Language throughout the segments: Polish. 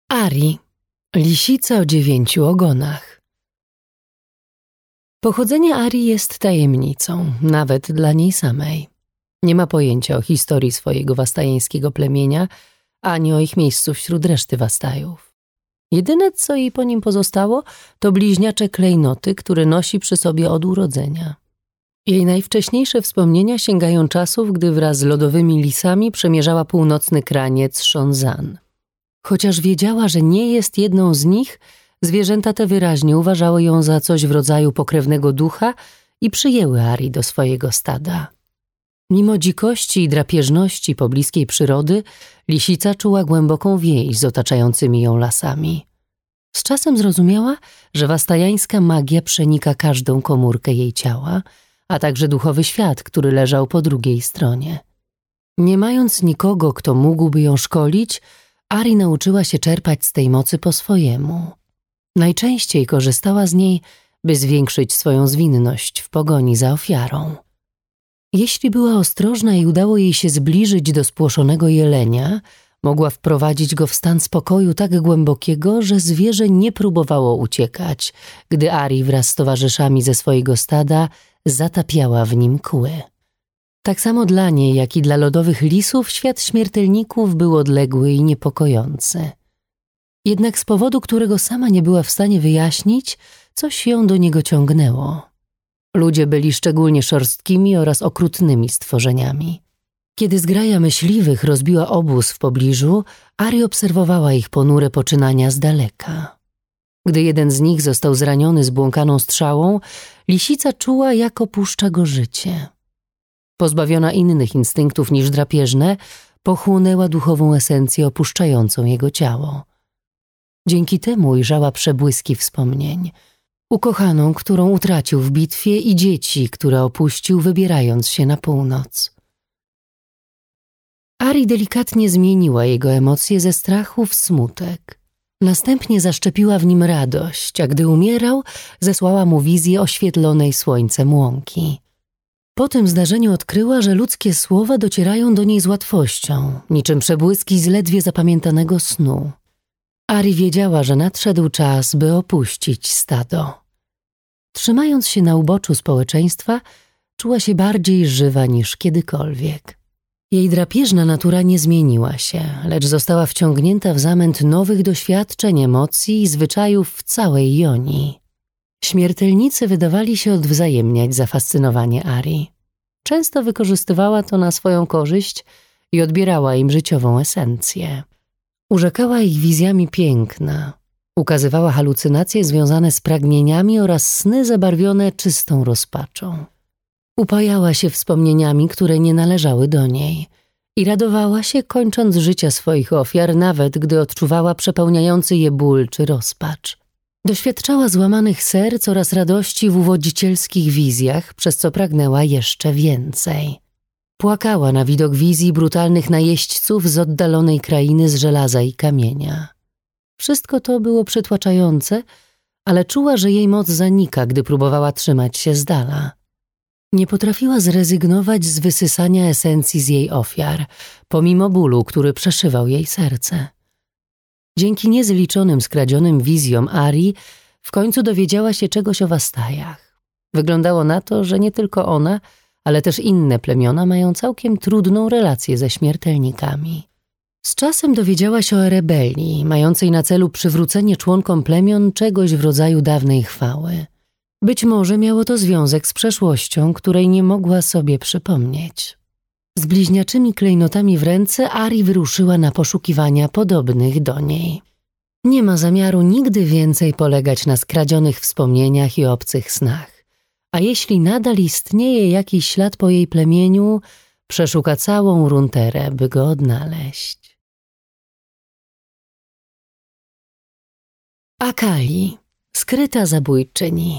Ari, lisica o 9 ogonach. Pochodzenie Ari jest tajemnicą, nawet dla niej samej. Nie ma pojęcia o historii swojego wastajeńskiego plemienia, ani o ich miejscu wśród reszty Wastajów. Jedyne, co jej po nim pozostało, to bliźniacze klejnoty, które nosi przy sobie od urodzenia. Jej najwcześniejsze wspomnienia sięgają czasów, gdy wraz z lodowymi lisami przemierzała północny kraniec Shonzan. Chociaż wiedziała, że nie jest jedną z nich, zwierzęta te wyraźnie uważały ją za coś w rodzaju pokrewnego ducha i przyjęły Ari do swojego stada. Mimo dzikości i drapieżności pobliskiej przyrody, lisica czuła głęboką więź z otaczającymi ją lasami. Z czasem zrozumiała, że wastajańska magia przenika każdą komórkę jej ciała, a także duchowy świat, który leżał po drugiej stronie. Nie mając nikogo, kto mógłby ją szkolić, Ari nauczyła się czerpać z tej mocy po swojemu. Najczęściej korzystała z niej, by zwiększyć swoją zwinność w pogoni za ofiarą. Jeśli była ostrożna i udało jej się zbliżyć do spłoszonego jelenia, mogła wprowadzić go w stan spokoju tak głębokiego, że zwierzę nie próbowało uciekać, gdy Ari wraz z towarzyszami ze swojego stada zatapiała w nim kły. Tak samo dla niej, jak i dla lodowych lisów, świat śmiertelników był odległy i niepokojący. Jednak z powodu, którego sama nie była w stanie wyjaśnić, coś ją do niego ciągnęło. Ludzie byli szczególnie szorstkimi oraz okrutnymi stworzeniami. Kiedy zgraja myśliwych rozbiła obóz w pobliżu, Ari obserwowała ich ponure poczynania z daleka. Gdy jeden z nich został zraniony zbłąkaną strzałą, lisica czuła, jak opuszcza go życie. Pozbawiona innych instynktów niż drapieżne, pochłonęła duchową esencję opuszczającą jego ciało. Dzięki temu ujrzała przebłyski wspomnień. Ukochaną, którą utracił w bitwie, i dzieci, które opuścił, wybierając się na północ. Ari delikatnie zmieniła jego emocje ze strachu w smutek. Następnie zaszczepiła w nim radość, a gdy umierał, zesłała mu wizję oświetlonej słońcem łąki. Po tym zdarzeniu odkryła, że ludzkie słowa docierają do niej z łatwością, niczym przebłyski z ledwie zapamiętanego snu. Ari wiedziała, że nadszedł czas, by opuścić stado. Trzymając się na uboczu społeczeństwa, czuła się bardziej żywa niż kiedykolwiek. Jej drapieżna natura nie zmieniła się, lecz została wciągnięta w zamęt nowych doświadczeń, emocji i zwyczajów w całej Jonii. Śmiertelnicy wydawali się odwzajemniać zafascynowanie Ari. Często wykorzystywała to na swoją korzyść i odbierała im życiową esencję. Urzekała ich wizjami piękna, ukazywała halucynacje związane z pragnieniami oraz sny zabarwione czystą rozpaczą. Upajała się wspomnieniami, które nie należały do niej i radowała się, kończąc życia swoich ofiar, nawet gdy odczuwała przepełniający je ból czy rozpacz. Doświadczała złamanych serc oraz radości w uwodzicielskich wizjach, przez co pragnęła jeszcze więcej. Płakała na widok wizji brutalnych najeźdźców z oddalonej krainy z żelaza i kamienia. Wszystko to było przytłaczające, ale czuła, że jej moc zanika, gdy próbowała trzymać się z dala. Nie potrafiła zrezygnować z wysysania esencji z jej ofiar, pomimo bólu, który przeszywał jej serce. Dzięki niezliczonym skradzionym wizjom Ari w końcu dowiedziała się czegoś o Wastajach. Wyglądało na to, że nie tylko ona, ale też inne plemiona mają całkiem trudną relację ze śmiertelnikami. Z czasem dowiedziała się o rebelii, mającej na celu przywrócenie członkom plemion czegoś w rodzaju dawnej chwały. Być może miało to związek z przeszłością, której nie mogła sobie przypomnieć. Z bliźniaczymi klejnotami w ręce Ari wyruszyła na poszukiwania podobnych do niej. Nie ma zamiaru nigdy więcej polegać na skradzionych wspomnieniach i obcych snach. A jeśli nadal istnieje jakiś ślad po jej plemieniu, przeszuka całą Runeterrę, by go odnaleźć. Akali, skryta zabójczyni.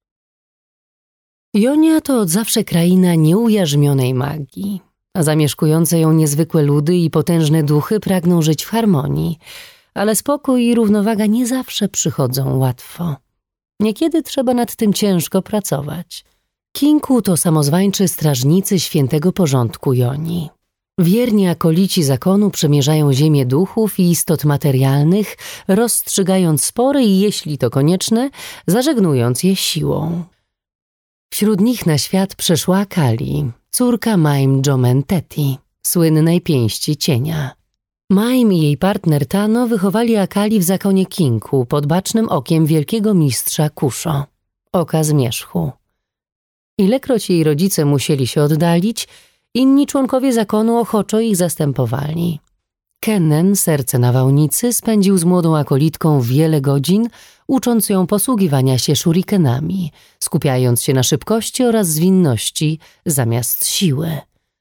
Jonia to od zawsze kraina nieujarzmionej magii, a zamieszkujące ją niezwykłe ludy i potężne duchy pragną żyć w harmonii, ale spokój i równowaga nie zawsze przychodzą łatwo. Niekiedy trzeba nad tym ciężko pracować. Kinku to samozwańczy strażnicy świętego porządku Jonii. Wierni akolici zakonu przemierzają ziemię duchów i istot materialnych, rozstrzygając spory i, jeśli to konieczne, zażegnując je siłą. Wśród nich na świat przeszła Akali, córka Maim Dżomenteti, słynnej pięści cienia. Maim i jej partner Tano wychowali Akali w zakonie Kinku pod bacznym okiem wielkiego mistrza Kusho, oka zmierzchu. Ilekroć jej rodzice musieli się oddalić, inni członkowie zakonu ochoczo ich zastępowali. Kennen, serce nawałnicy, spędził z młodą akolitką wiele godzin, ucząc ją posługiwania się shurikenami, skupiając się na szybkości oraz zwinności zamiast siły.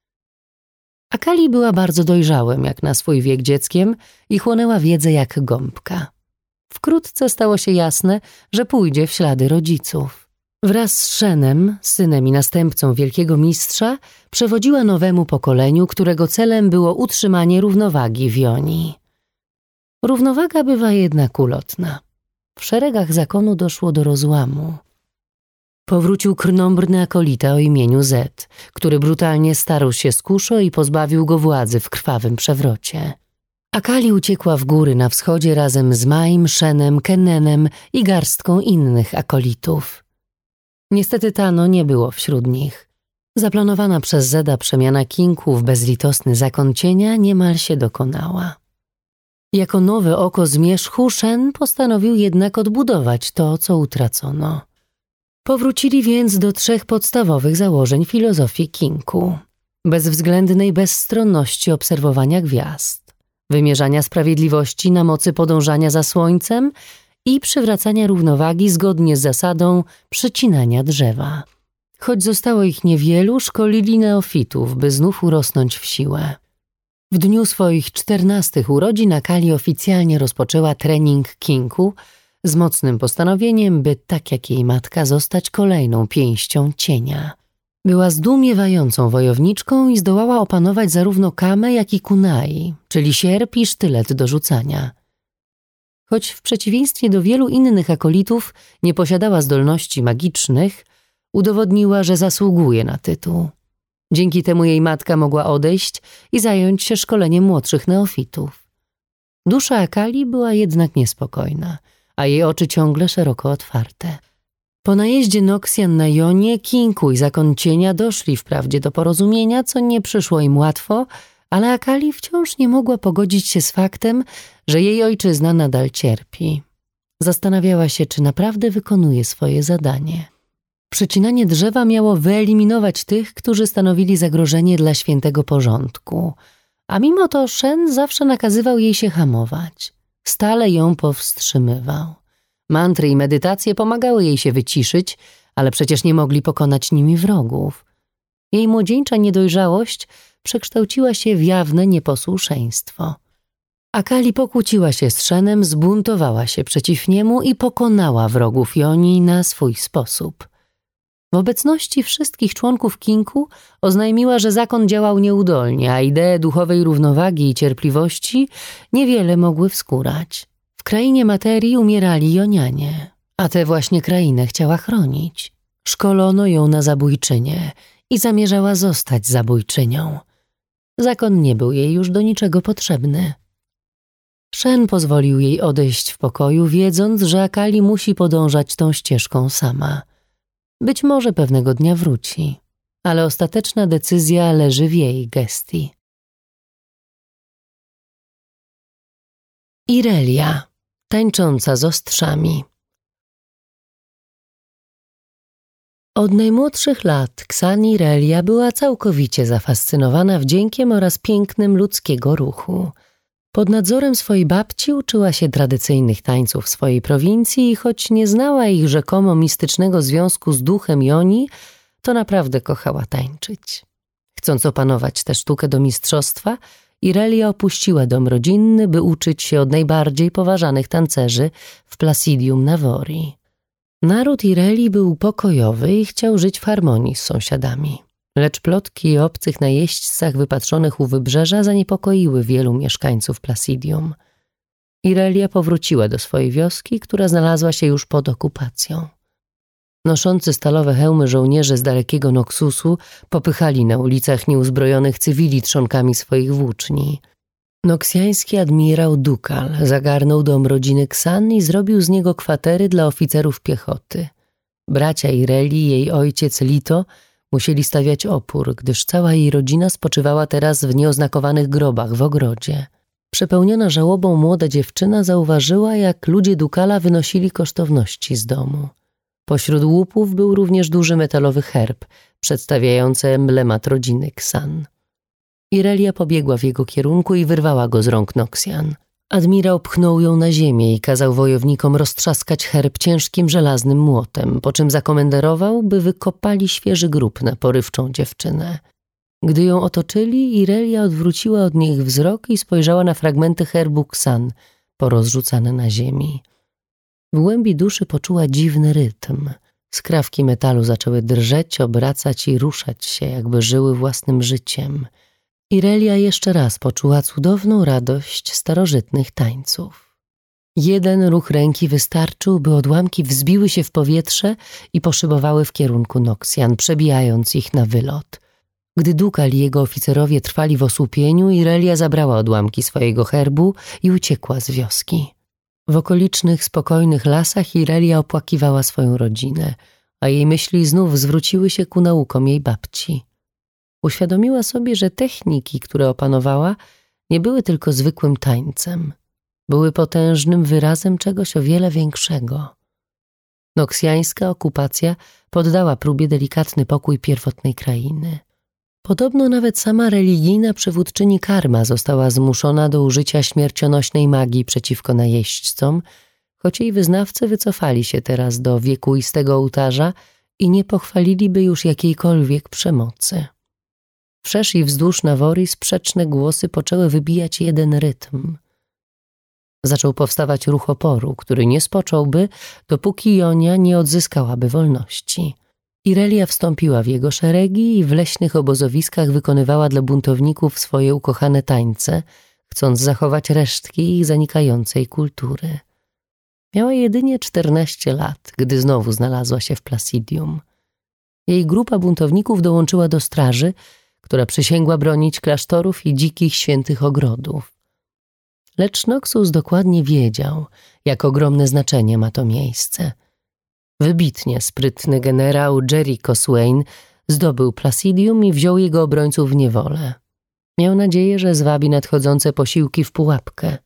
Akali była bardzo dojrzałym jak na swój wiek dzieckiem i chłonęła wiedzę jak gąbka. Wkrótce stało się jasne, że pójdzie w ślady rodziców. Wraz z Shenem, synem i następcą wielkiego mistrza, przewodziła nowemu pokoleniu, którego celem było utrzymanie równowagi w Jonii. Równowaga bywa jednak ulotna. W szeregach zakonu doszło do rozłamu. Powrócił krnąbrny akolita o imieniu Zed, który brutalnie starł się z Kusho i pozbawił go władzy w krwawym przewrocie. Akali uciekła w góry na wschodzie razem z Maim, Shenem, Kennenem i garstką innych akolitów. Niestety Tano nie było wśród nich. Zaplanowana przez Zeda przemiana Kinku w bezlitosny zakon cienia niemal się dokonała. Jako nowe oko zmierzchu Shen postanowił jednak odbudować to, co utracono. Powrócili więc do 3 podstawowych założeń filozofii Kinku: bezwzględnej bezstronności obserwowania gwiazd, wymierzania sprawiedliwości na mocy podążania za słońcem i przywracania równowagi zgodnie z zasadą przycinania drzewa. Choć zostało ich niewielu, szkolili neofitów, by znów urosnąć w siłę. W dniu swoich 14 urodzin Akali oficjalnie rozpoczęła trening Kinku z mocnym postanowieniem, by tak jak jej matka zostać kolejną pięścią cienia. Była zdumiewającą wojowniczką i zdołała opanować zarówno kamę, jak i kunai, czyli sierp i sztylet do rzucania. Choć w przeciwieństwie do wielu innych akolitów nie posiadała zdolności magicznych, udowodniła, że zasługuje na tytuł. Dzięki temu jej matka mogła odejść i zająć się szkoleniem młodszych neofitów. Dusza Akali była jednak niespokojna, a jej oczy ciągle szeroko otwarte. Po najeździe Noxian na Jonię, Kinku i zakon cienia doszli wprawdzie do porozumienia, co nie przyszło im łatwo, ale Akali wciąż nie mogła pogodzić się z faktem, że jej ojczyzna nadal cierpi. Zastanawiała się, czy naprawdę wykonuje swoje zadanie. Przycinanie drzewa miało wyeliminować tych, którzy stanowili zagrożenie dla świętego porządku, a mimo to Shen zawsze nakazywał jej się hamować. Stale ją powstrzymywał. Mantry i medytacje pomagały jej się wyciszyć, ale przecież nie mogli pokonać nimi wrogów. Jej młodzieńcza niedojrzałość przekształciła się w jawne nieposłuszeństwo. Akali pokłóciła się z Shenem, zbuntowała się przeciw niemu i pokonała wrogów Jonii na swój sposób. W obecności wszystkich członków Kinku oznajmiła, że zakon działał nieudolnie, a idee duchowej równowagi i cierpliwości niewiele mogły wskórać. W krainie materii umierali Jonianie, a tę właśnie krainę chciała chronić. Szkolono ją na zabójczynię i zamierzała zostać zabójczynią. Zakon nie był jej już do niczego potrzebny. Shen pozwolił jej odejść w pokoju, wiedząc, że Akali musi podążać tą ścieżką sama. Być może pewnego dnia wróci, ale ostateczna decyzja leży w jej gestii. Irelia, tańcząca z ostrzami. Od najmłodszych lat Ksan Irelia była całkowicie zafascynowana wdziękiem oraz pięknem ludzkiego ruchu. Pod nadzorem swojej babci uczyła się tradycyjnych tańców swojej prowincji i choć nie znała ich rzekomo mistycznego związku z duchem Jonii, to naprawdę kochała tańczyć. Chcąc opanować tę sztukę do mistrzostwa, Irelia opuściła dom rodzinny, by uczyć się od najbardziej poważanych tancerzy w Placidium Navori. Naród Irelii był pokojowy i chciał żyć w harmonii z sąsiadami. Lecz plotki o obcych najeźdźcach wypatrzonych u wybrzeża zaniepokoiły wielu mieszkańców Placidium. Irelia powróciła do swojej wioski, która znalazła się już pod okupacją. Noszący stalowe hełmy żołnierze z dalekiego Noxusu popychali na ulicach nieuzbrojonych cywili trzonkami swoich włóczni. Noksjański admirał Dukal zagarnął dom rodziny Xan i zrobił z niego kwatery dla oficerów piechoty. Bracia Ireli i jej ojciec Lito musieli stawiać opór, gdyż cała jej rodzina spoczywała teraz w nieoznakowanych grobach w ogrodzie. Przepełniona żałobą młoda dziewczyna zauważyła, jak ludzie Dukala wynosili kosztowności z domu. Pośród łupów był również duży metalowy herb, przedstawiający emblemat rodziny Xan. Irelia pobiegła w jego kierunku i wyrwała go z rąk Noksjan. Admirał pchnął ją na ziemię i kazał wojownikom roztrzaskać herb ciężkim żelaznym młotem, po czym zakomenderował, by wykopali świeży grób na porywczą dziewczynę. Gdy ją otoczyli, Irelia odwróciła od nich wzrok i spojrzała na fragmenty herbu Xan, porozrzucane na ziemi. W głębi duszy poczuła dziwny rytm. Skrawki metalu zaczęły drżeć, obracać i ruszać się, jakby żyły własnym życiem. Irelia jeszcze raz poczuła cudowną radość starożytnych tańców. Jeden ruch ręki wystarczył, by odłamki wzbiły się w powietrze i poszybowały w kierunku Noksjan, przebijając ich na wylot. Gdy Dukal i jego oficerowie trwali w osłupieniu, Irelia zabrała odłamki swojego herbu i uciekła z wioski. W okolicznych, spokojnych lasach Irelia opłakiwała swoją rodzinę, a jej myśli znów zwróciły się ku naukom jej babci. Uświadomiła sobie, że techniki, które opanowała, nie były tylko zwykłym tańcem. Były potężnym wyrazem czegoś o wiele większego. Noksjańska okupacja poddała próbie delikatny pokój pierwotnej krainy. Podobno nawet sama religijna przywódczyni Karma została zmuszona do użycia śmiercionośnej magii przeciwko najeźdźcom, choć jej wyznawcy wycofali się teraz do wiekuistego ołtarza i nie pochwaliliby już jakiejkolwiek przemocy. Wszerz i wzdłuż Nawori sprzeczne głosy poczęły wybijać jeden rytm. Zaczął powstawać ruch oporu, który nie spocząłby, dopóki Jonia nie odzyskałaby wolności. Irelia wstąpiła w jego szeregi i w leśnych obozowiskach wykonywała dla buntowników swoje ukochane tańce, chcąc zachować resztki ich zanikającej kultury. Miała jedynie 14 lat, gdy znowu znalazła się w Placidium. Jej grupa buntowników dołączyła do straży, która przysięgła bronić klasztorów i dzikich świętych ogrodów. Lecz Noxus dokładnie wiedział, jak ogromne znaczenie ma to miejsce. Wybitnie sprytny generał Jericho Swain zdobył Placidium i wziął jego obrońców w niewolę. Miał nadzieję, że zwabi nadchodzące posiłki w pułapkę.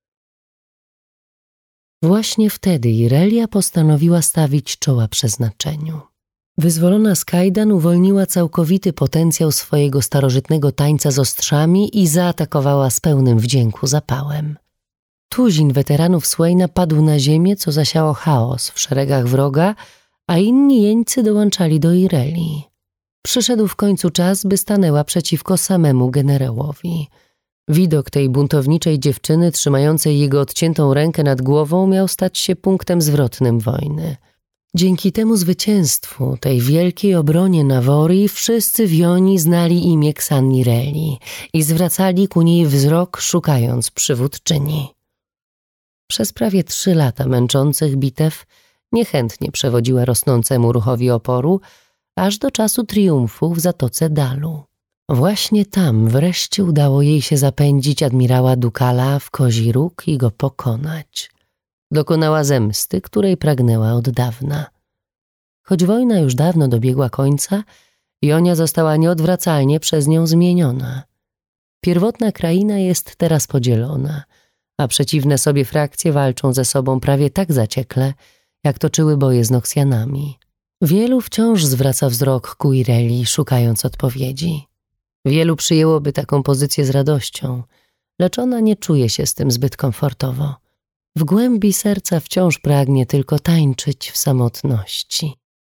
Właśnie wtedy Irelia postanowiła stawić czoła przeznaczeniu. Wyzwolona z kajdan uwolniła całkowity potencjał swojego starożytnego tańca z ostrzami i zaatakowała z pełnym wdzięku zapałem. Tuzin weteranów Swaina padł na ziemię, co zasiało chaos w szeregach wroga, a inni jeńcy dołączali do Irelii. Przyszedł w końcu czas, by stanęła przeciwko samemu generałowi. Widok tej buntowniczej dziewczyny trzymającej jego odciętą rękę nad głową miał stać się punktem zwrotnym wojny. Dzięki temu zwycięstwu, tej wielkiej obronie Nawori, wszyscy w Jonii znali imię Xan Ireli i zwracali ku niej wzrok, szukając przywódczyni. Przez prawie 3 lata męczących bitew niechętnie przewodziła rosnącemu ruchowi oporu, aż do czasu triumfu w Zatoce Dalu. Właśnie tam wreszcie udało jej się zapędzić admirała Dukala w Kozi Róg i go pokonać. Dokonała zemsty, której pragnęła od dawna. Choć wojna już dawno dobiegła końca, Jonia została nieodwracalnie przez nią zmieniona. Pierwotna kraina jest teraz podzielona, a przeciwne sobie frakcje walczą ze sobą prawie tak zaciekle, jak toczyły boje z Noksjanami. Wielu wciąż zwraca wzrok ku Ireli, szukając odpowiedzi. Wielu przyjęłoby taką pozycję z radością, lecz ona nie czuje się z tym zbyt komfortowo. W głębi serca wciąż pragnie tylko tańczyć w samotności.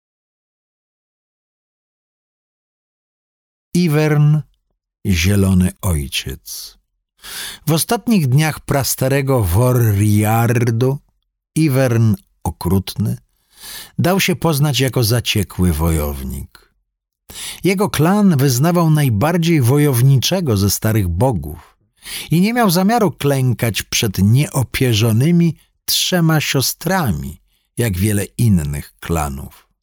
Ivern, zielony ojciec. W ostatnich dniach prastarego Vorriardo Ivern okrutny dał się poznać jako zaciekły wojownik. Jego klan wyznawał najbardziej wojowniczego ze starych bogów i nie miał zamiaru klękać przed nieopierzonymi 3 siostrami, jak wiele innych klanów.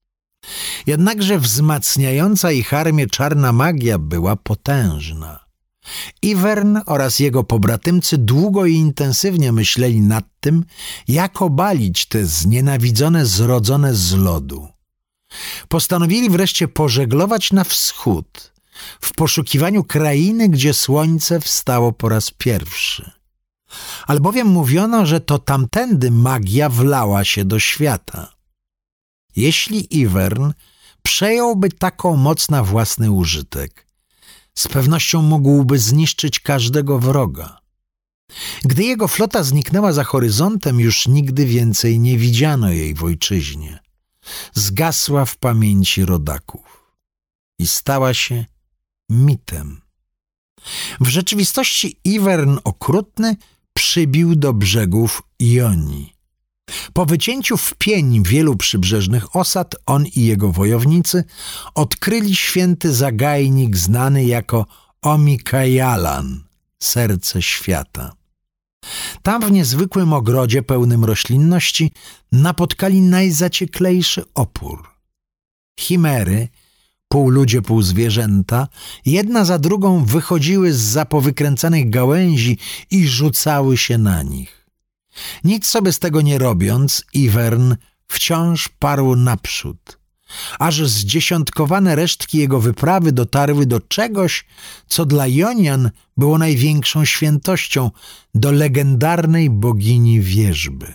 Jednakże wzmacniająca ich armię czarna magia była potężna. Ivern oraz jego pobratymcy długo i intensywnie myśleli nad tym, jak obalić te znienawidzone zrodzone z lodu. Postanowili wreszcie pożeglować na wschód, w poszukiwaniu krainy, gdzie słońce wstało po raz pierwszy. Albowiem mówiono, że to tamtędy magia wlała się do świata. Jeśli Ivern przejąłby taką moc na własny użytek, z pewnością mógłby zniszczyć każdego wroga. Gdy jego flota zniknęła za horyzontem, już nigdy więcej nie widziano jej w ojczyźnie. Zgasła w pamięci rodaków i stała się mitem. W rzeczywistości Ivern okrutny przybił do brzegów Jonii. Po wycięciu w pień wielu przybrzeżnych osad, on i jego wojownicy odkryli święty zagajnik znany jako Omikajalan, serce świata. Tam w niezwykłym ogrodzie pełnym roślinności napotkali najzacieklejszy opór. Chimery, pół ludzie, pół zwierzęta, jedna za drugą wychodziły zza powykręcanych gałęzi i rzucały się na nich. Nic sobie z tego nie robiąc, Ivern wciąż parł naprzód, aż zdziesiątkowane resztki jego wyprawy dotarły do czegoś, co dla Jonian było największą świętością, do legendarnej bogini wierzby.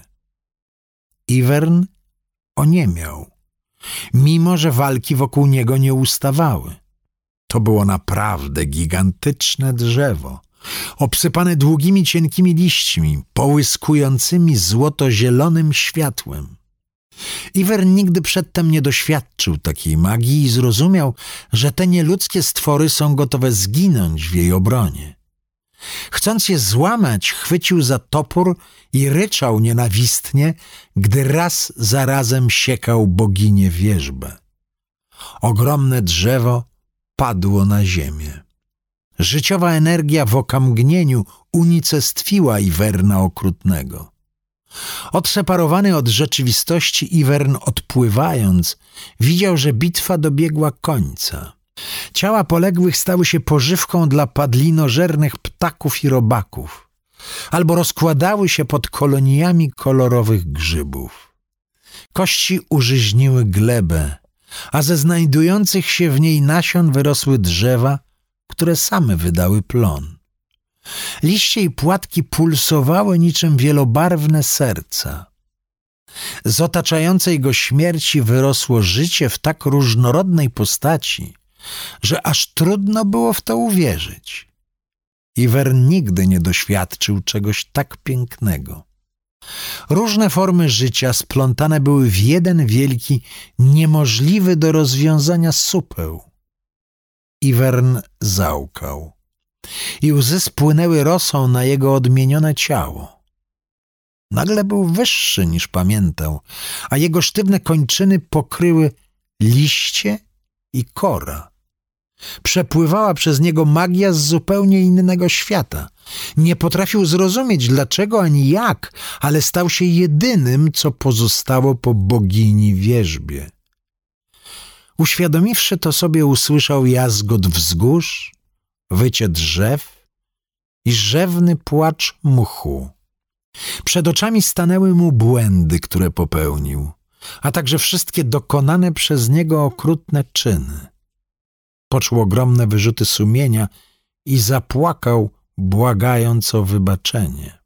Ivern oniemiał, mimo że walki wokół niego nie ustawały. To było naprawdę gigantyczne drzewo, obsypane długimi, cienkimi liśćmi, połyskującymi złoto-zielonym światłem. Ivern nigdy przedtem nie doświadczył takiej magii i zrozumiał, że te nieludzkie stwory są gotowe zginąć w jej obronie. Chcąc je złamać, chwycił za topór i ryczał nienawistnie, gdy raz za razem siekał boginię wierzbę. Ogromne drzewo padło na ziemię. Życiowa energia w okamgnieniu unicestwiła Iwerna okrutnego. Odseparowany od rzeczywistości, Ivern odpływając, widział, że bitwa dobiegła końca. Ciała poległych stały się pożywką dla padlinożernych ptaków i robaków, albo rozkładały się pod koloniami kolorowych grzybów. Kości użyźniły glebę, a ze znajdujących się w niej nasion wyrosły drzewa, które same wydały plon. Liście i płatki pulsowały niczym wielobarwne serca. Z otaczającej go śmierci wyrosło życie w tak różnorodnej postaci, że aż trudno było w to uwierzyć. Ivern nigdy nie doświadczył czegoś tak pięknego. Różne formy życia splątane były w jeden wielki, niemożliwy do rozwiązania supeł. Ivern załkał i łzy spłynęły rosą na jego odmienione ciało. Nagle był wyższy niż pamiętał, a jego sztywne kończyny pokryły liście i kora. Przepływała przez niego magia z zupełnie innego świata. Nie potrafił zrozumieć dlaczego ani jak, ale stał się jedynym, co pozostało po bogini wierzbie. Uświadomiwszy to sobie, usłyszał jazgot wzgórz, wycie drzew i rzewny płacz mchu. Przed oczami stanęły mu błędy, które popełnił, a także wszystkie dokonane przez niego okrutne czyny. Poczuł ogromne wyrzuty sumienia i zapłakał, błagając o wybaczenie.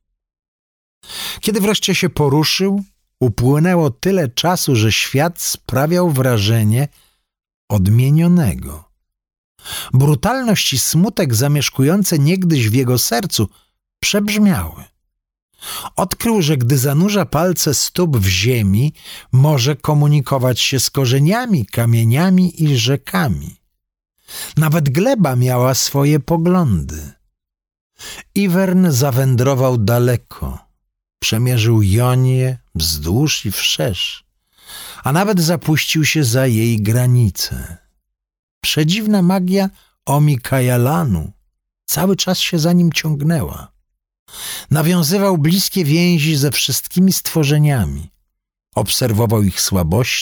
Kiedy wreszcie się poruszył, upłynęło tyle czasu, że świat sprawiał wrażenie odmienionego. Brutalność i smutek zamieszkujące niegdyś w jego sercu przebrzmiały. Odkrył, że gdy zanurza palce stóp w ziemi, może komunikować się z korzeniami, kamieniami i rzekami. Nawet gleba miała swoje poglądy. Ivern zawędrował daleko, przemierzył Jonię wzdłuż i wszerz, a nawet zapuścił się za jej granice. Przedziwna magia Omikajalanu cały czas się za nim ciągnęła. Nawiązywał bliskie więzi ze wszystkimi stworzeniami. Obserwował ich słabości,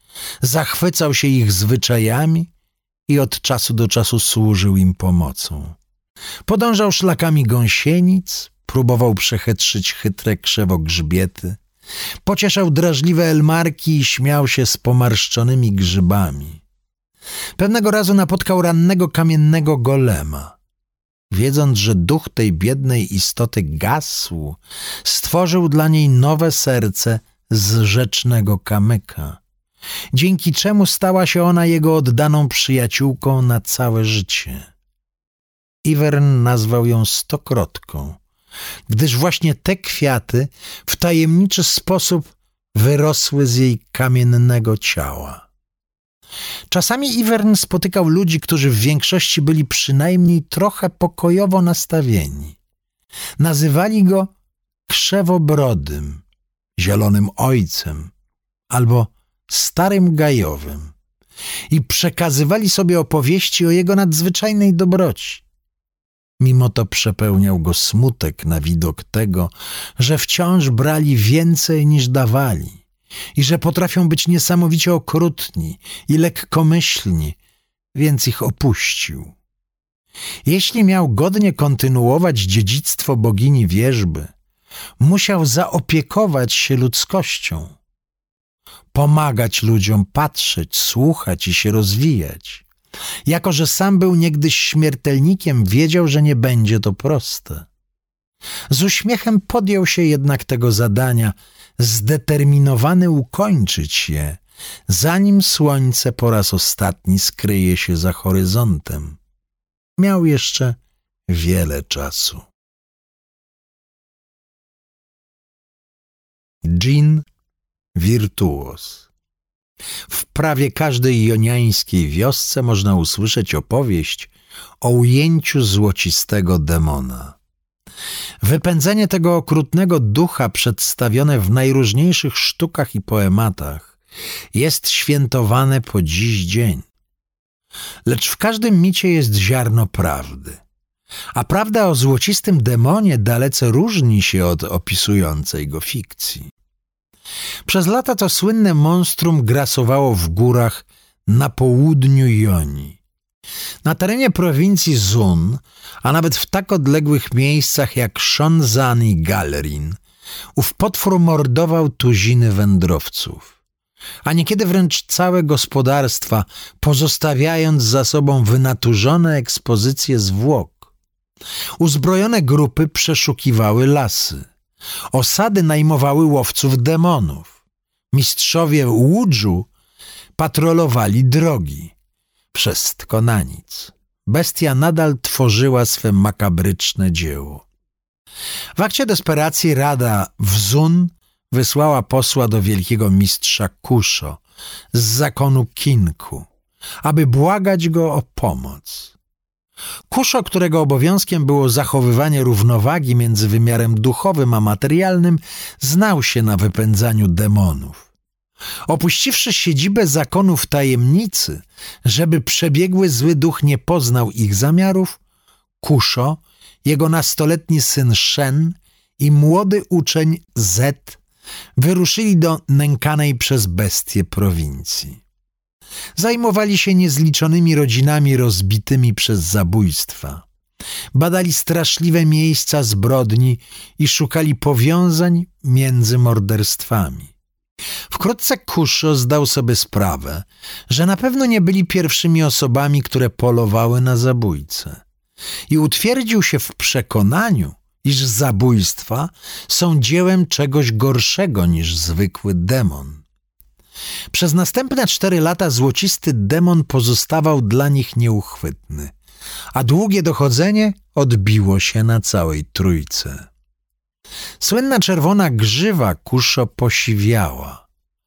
zachwycał się ich zwyczajami i od czasu do czasu służył im pomocą. Podążał szlakami gąsienic, próbował przechytrzyć chytre krzewogrzbiety, pocieszał drażliwe elmarki i śmiał się z pomarszczonymi grzybami. Pewnego razu napotkał rannego kamiennego golema. Wiedząc, że duch tej biednej istoty gasł, stworzył dla niej nowe serce z rzecznego kamyka, dzięki czemu stała się ona jego oddaną przyjaciółką na całe życie. Ivern nazwał ją Stokrotką, gdyż właśnie te kwiaty w tajemniczy sposób wyrosły z jej kamiennego ciała. Czasami Ivern spotykał ludzi, którzy w większości byli przynajmniej trochę pokojowo nastawieni. Nazywali go Krzewobrodym, Zielonym Ojcem albo Starym Gajowym i przekazywali sobie opowieści o jego nadzwyczajnej dobroci. Mimo to przepełniał go smutek na widok tego, że wciąż brali więcej niż dawali i że potrafią być niesamowicie okrutni i lekkomyślni, więc ich opuścił. Jeśli miał godnie kontynuować dziedzictwo bogini wierzby, musiał zaopiekować się ludzkością, pomagać ludziom patrzeć, słuchać i się rozwijać. Jako że sam był niegdyś śmiertelnikiem, wiedział, że nie będzie to proste. Z uśmiechem podjął się jednak tego zadania, zdeterminowany ukończyć je, zanim słońce po raz ostatni skryje się za horyzontem. Miał jeszcze wiele czasu. Dżin Wirtuos. W prawie każdej joniańskiej wiosce można usłyszeć opowieść o ujęciu złocistego demona. Wypędzenie tego okrutnego ducha przedstawione w najróżniejszych sztukach i poematach jest świętowane po dziś dzień. Lecz w każdym micie jest ziarno prawdy, a prawda o złocistym demonie dalece różni się od opisującej go fikcji. Przez lata to słynne monstrum grasowało w górach na południu Jonii. Na terenie prowincji Zun, a nawet w tak odległych miejscach jak Shonzan i Galrin, ów potwór mordował tuziny wędrowców, a niekiedy wręcz całe gospodarstwa, pozostawiając za sobą wynaturzone ekspozycje zwłok. Uzbrojone grupy przeszukiwały lasy. Osady najmowały łowców demonów. Mistrzowie łudżu patrolowali drogi. Wszystko na nic. Bestia nadal tworzyła swe makabryczne dzieło. W akcie desperacji Rada w Zun wysłała posła do wielkiego mistrza Kusho z zakonu Kinku, aby błagać go o pomoc. Kusho, którego obowiązkiem było zachowywanie równowagi między wymiarem duchowym a materialnym, znał się na wypędzaniu demonów. Opuściwszy siedzibę zakonu w tajemnicy, żeby przebiegły zły duch nie poznał ich zamiarów, Kusho, jego nastoletni syn Shen i młody uczeń Zet wyruszyli do nękanej przez bestię prowincji. Zajmowali się niezliczonymi rodzinami rozbitymi przez zabójstwa. Badali straszliwe miejsca zbrodni i szukali powiązań między morderstwami. Wkrótce Kusho zdał sobie sprawę, że na pewno nie byli pierwszymi osobami, które polowały na zabójcę i utwierdził się w przekonaniu, iż zabójstwa są dziełem czegoś gorszego niż zwykły demon. Przez następne 4 lata złocisty demon pozostawał dla nich nieuchwytny, a długie dochodzenie odbiło się na całej trójce. Słynna czerwona grzywa Kusho posiwiała.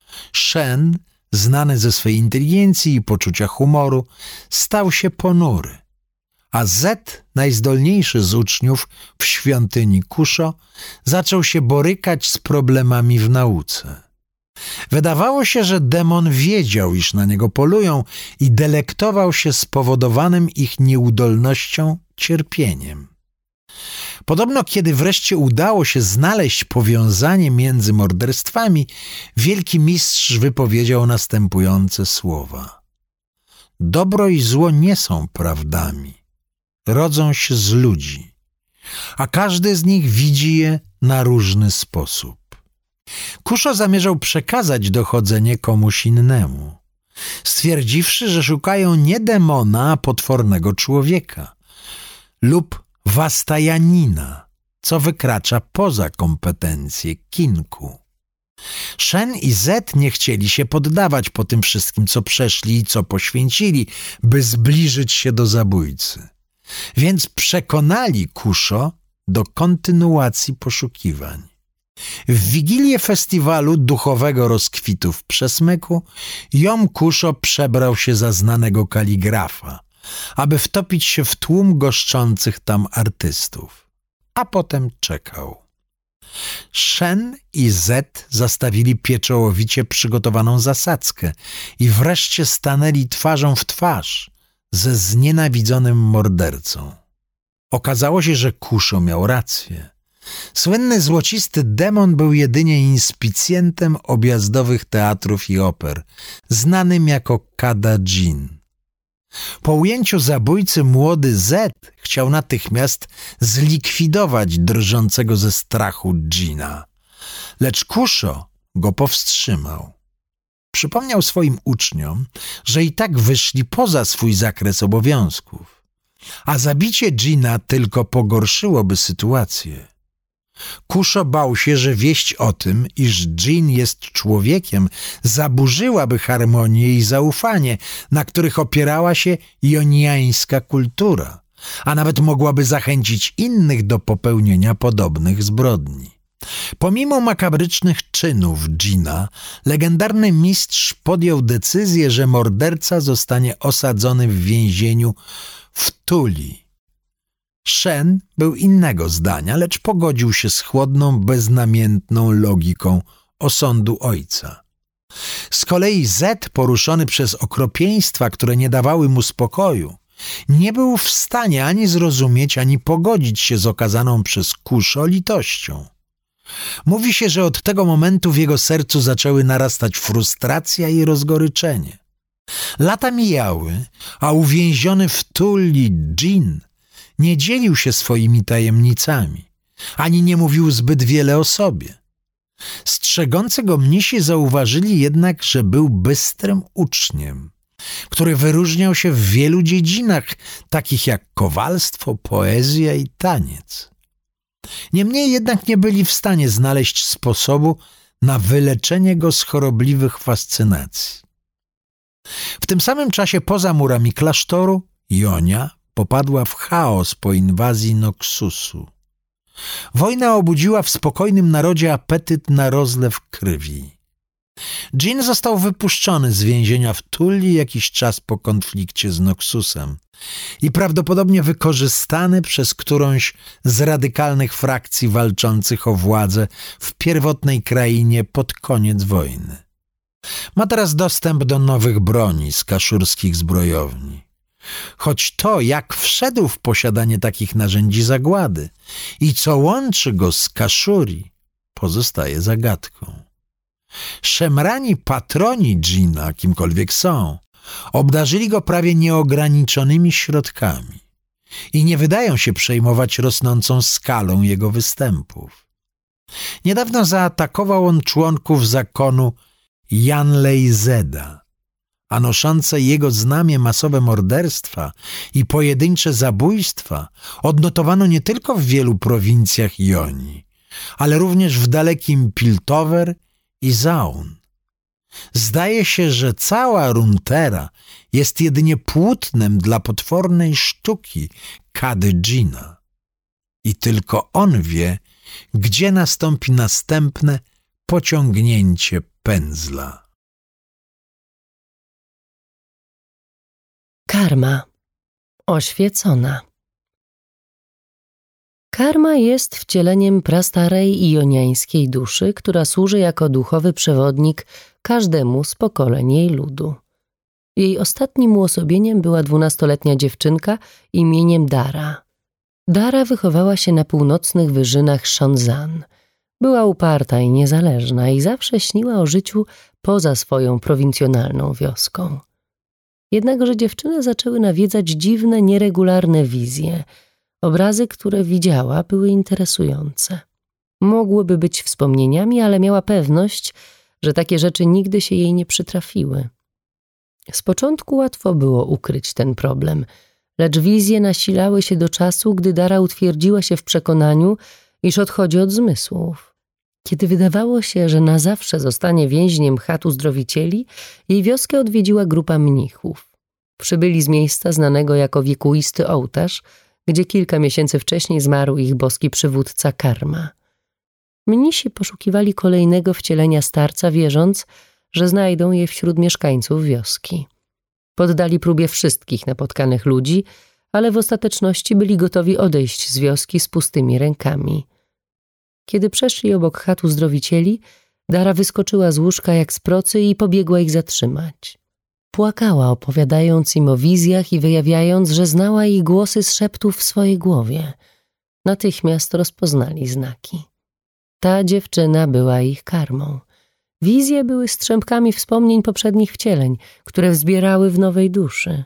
Shen, znany ze swej inteligencji i poczucia humoru, stał się ponury, a Zet, najzdolniejszy z uczniów w świątyni Kusho, zaczął się borykać z problemami w nauce. Wydawało się, że demon wiedział, iż na niego polują i delektował się spowodowanym ich nieudolnością cierpieniem. Podobno, kiedy wreszcie udało się znaleźć powiązanie między morderstwami, wielki mistrz wypowiedział następujące słowa: dobro i zło nie są prawdami, rodzą się z ludzi, a każdy z nich widzi je na różny sposób. Kuszo zamierzał przekazać dochodzenie komuś innemu, stwierdziwszy, że szukają nie demona, a potwornego człowieka lub wastajanina, co wykracza poza kompetencje Kinku. Shen i Zed nie chcieli się poddawać po tym wszystkim, co przeszli i co poświęcili, by zbliżyć się do zabójcy. Więc przekonali Kuszo do kontynuacji poszukiwań. W wigilię festiwalu duchowego rozkwitu w Przesmyku Jom Kuszo przebrał się za znanego kaligrafa, aby wtopić się w tłum goszczących tam artystów, a potem czekał. Shen i Zed zastawili pieczołowicie przygotowaną zasadzkę i wreszcie stanęli twarzą w twarz ze znienawidzonym mordercą. Okazało się, że Kuszo miał rację. Słynny złocisty demon był jedynie inspicjentem objazdowych teatrów i oper, znanym jako Kada Dżin. Po ujęciu zabójcy młody Zed chciał natychmiast zlikwidować drżącego ze strachu Dżina, lecz Kuszo go powstrzymał. Przypomniał swoim uczniom, że i tak wyszli poza swój zakres obowiązków, a zabicie Dżina tylko pogorszyłoby sytuację. Kuszo bał się, że wieść o tym, iż Dżin jest człowiekiem, zaburzyłaby harmonię i zaufanie, na których opierała się joniańska kultura, a nawet mogłaby zachęcić innych do popełnienia podobnych zbrodni. Pomimo makabrycznych czynów Dżina, legendarny mistrz podjął decyzję, że morderca zostanie osadzony w więzieniu w Tuli. Shen był innego zdania, lecz pogodził się z chłodną, beznamiętną logiką osądu ojca. Z kolei Zed, poruszony przez okropieństwa, które nie dawały mu spokoju, nie był w stanie ani zrozumieć, ani pogodzić się z okazaną przez Kuszo litością. Mówi się, że od tego momentu w jego sercu zaczęły narastać frustracja i rozgoryczenie. Lata mijały, a uwięziony w Tuli Dżin nie dzielił się swoimi tajemnicami, ani nie mówił zbyt wiele o sobie. Strzegący go mnisi zauważyli jednak, że był bystrym uczniem, który wyróżniał się w wielu dziedzinach, takich jak kowalstwo, poezja i taniec. Niemniej jednak nie byli w stanie znaleźć sposobu na wyleczenie go z chorobliwych fascynacji. W tym samym czasie poza murami klasztoru Jonia popadła w chaos po inwazji Noxusu. Wojna obudziła w spokojnym narodzie apetyt na rozlew krwi. Dżin został wypuszczony z więzienia w Tuli jakiś czas po konflikcie z Noxusem i prawdopodobnie wykorzystany przez którąś z radykalnych frakcji walczących o władzę w pierwotnej krainie pod koniec wojny. Ma teraz dostęp do nowych broni z kaszurskich zbrojowni. Choć to, jak wszedł w posiadanie takich narzędzi zagłady i co łączy go z Kaszuri, pozostaje zagadką. Szemrani patroni Dżina, kimkolwiek są, obdarzyli go prawie nieograniczonymi środkami i nie wydają się przejmować rosnącą skalą jego występów. Niedawno zaatakował on członków zakonu Janlej Zeda, a noszące jego znamie masowe morderstwa i pojedyncze zabójstwa odnotowano nie tylko w wielu prowincjach Jonii, ale również w dalekim Piltover i Zaun. Zdaje się, że cała Runeterra jest jedynie płótnem dla potwornej sztuki Kady Dżina. I tylko on wie, gdzie nastąpi następne pociągnięcie pędzla. Karma. Oświecona. Karma jest wcieleniem prastarej joniańskiej duszy, która służy jako duchowy przewodnik każdemu z pokoleń jej ludu. Jej ostatnim uosobieniem była 12-letnia dziewczynka imieniem Dara. Dara wychowała się na północnych wyżynach Shonzan. Była uparta i niezależna i zawsze śniła o życiu poza swoją prowincjonalną wioską. Jednakże dziewczynę zaczęły nawiedzać dziwne, nieregularne wizje. Obrazy, które widziała, były interesujące. Mogłyby być wspomnieniami, ale miała pewność, że takie rzeczy nigdy się jej nie przytrafiły. Z początku łatwo było ukryć ten problem, lecz wizje nasilały się do czasu, gdy Dara utwierdziła się w przekonaniu, iż odchodzi od zmysłów. Kiedy wydawało się, że na zawsze zostanie więźniem chat uzdrowicieli, jej wioskę odwiedziła grupa mnichów. Przybyli z miejsca znanego jako wiekuisty ołtarz, gdzie kilka miesięcy wcześniej zmarł ich boski przywódca Karma. Mnisi poszukiwali kolejnego wcielenia starca, wierząc, że znajdą je wśród mieszkańców wioski. Poddali próbie wszystkich napotkanych ludzi, ale w ostateczności byli gotowi odejść z wioski z pustymi rękami. Kiedy przeszli obok chat uzdrowicieli, Dara wyskoczyła z łóżka jak z procy i pobiegła ich zatrzymać. Płakała, opowiadając im o wizjach i wyjawiając, że znała ich głosy z szeptów w swojej głowie. Natychmiast rozpoznali znaki. Ta dziewczyna była ich karmą. Wizje były strzępkami wspomnień poprzednich wcieleń, które wzbierały w nowej duszy.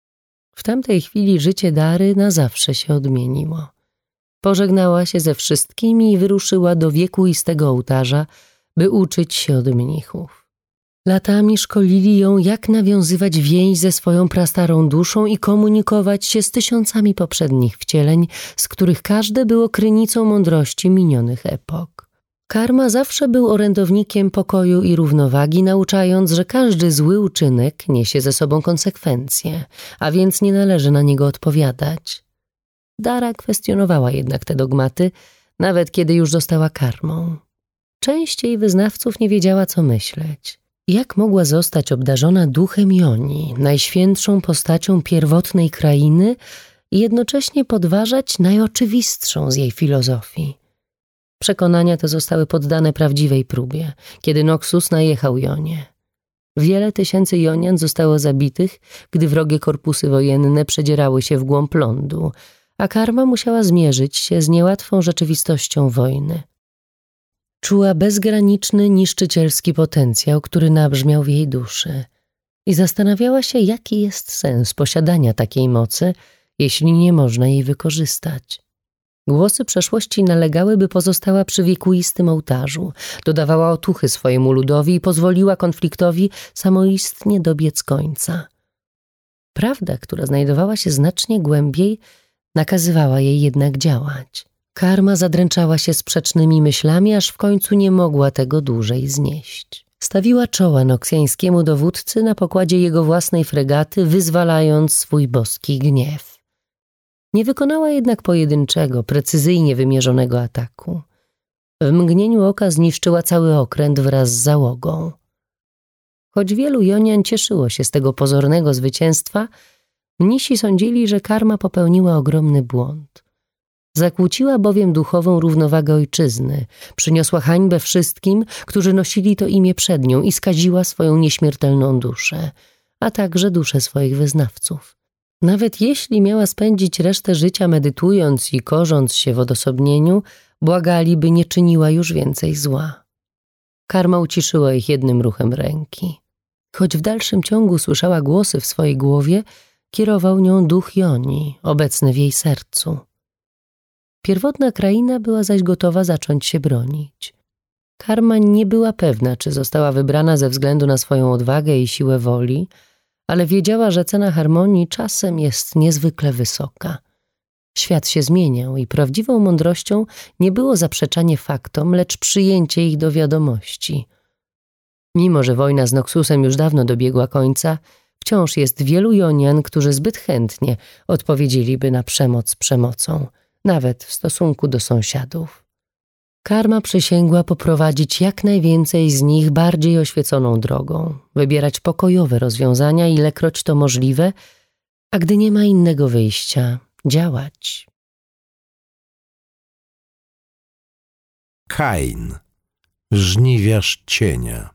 W tamtej chwili życie Dary na zawsze się odmieniło. Pożegnała się ze wszystkimi i wyruszyła do wiekuistego ołtarza, by uczyć się od mnichów. Latami szkolili ją, jak nawiązywać więź ze swoją prastarą duszą i komunikować się z tysiącami poprzednich wcieleń, z których każde było krynicą mądrości minionych epok. Karma zawsze był orędownikiem pokoju i równowagi, nauczając, że każdy zły uczynek niesie ze sobą konsekwencje, a więc nie należy na niego odpowiadać. Dara kwestionowała jednak te dogmaty, nawet kiedy już została karmą. Część jej wyznawców nie wiedziała, co myśleć. Jak mogła zostać obdarzona duchem Joni, najświętszą postacią pierwotnej krainy i jednocześnie podważać najoczywistszą z jej filozofii? Przekonania te zostały poddane prawdziwej próbie, kiedy Noxus najechał Jonię. Wiele tysięcy Jonian zostało zabitych, gdy wrogie korpusy wojenne przedzierały się w głąb lądu, a Karma musiała zmierzyć się z niełatwą rzeczywistością wojny. Czuła bezgraniczny, niszczycielski potencjał, który nabrzmiał w jej duszy i zastanawiała się, jaki jest sens posiadania takiej mocy, jeśli nie można jej wykorzystać. Głosy przeszłości nalegały, by pozostała przy wiekuistym ołtarzu, dodawała otuchy swojemu ludowi i pozwoliła konfliktowi samoistnie dobiec końca. Prawda, która znajdowała się znacznie głębiej, nakazywała jej jednak działać. Karma zadręczała się sprzecznymi myślami, aż w końcu nie mogła tego dłużej znieść. Stawiła czoła noksjańskiemu dowódcy na pokładzie jego własnej fregaty, wyzwalając swój boski gniew. Nie wykonała jednak pojedynczego, precyzyjnie wymierzonego ataku. W mgnieniu oka zniszczyła cały okręt wraz z załogą. Choć wielu Jonian cieszyło się z tego pozornego zwycięstwa, mnisi sądzili, że Karma popełniła ogromny błąd. Zakłóciła bowiem duchową równowagę ojczyzny, przyniosła hańbę wszystkim, którzy nosili to imię przed nią i skaziła swoją nieśmiertelną duszę, a także duszę swoich wyznawców. Nawet jeśli miała spędzić resztę życia medytując i korząc się w odosobnieniu, błagali, by nie czyniła już więcej zła. Karma uciszyła ich jednym ruchem ręki. Choć w dalszym ciągu słyszała głosy w swojej głowie, kierował nią duch Joni, obecny w jej sercu. Pierwotna kraina była zaś gotowa zacząć się bronić. Karma nie była pewna, czy została wybrana ze względu na swoją odwagę i siłę woli, ale wiedziała, że cena harmonii czasem jest niezwykle wysoka. Świat się zmieniał i prawdziwą mądrością nie było zaprzeczanie faktom, lecz przyjęcie ich do wiadomości. Mimo że wojna z Noxusem już dawno dobiegła końca, wciąż jest wielu Jonian, którzy zbyt chętnie odpowiedzieliby na przemoc przemocą, nawet w stosunku do sąsiadów. Karma przysięgła poprowadzić jak najwięcej z nich bardziej oświeconą drogą, wybierać pokojowe rozwiązania, ilekroć to możliwe, a gdy nie ma innego wyjścia, działać. Kain, żniwiarz cienia.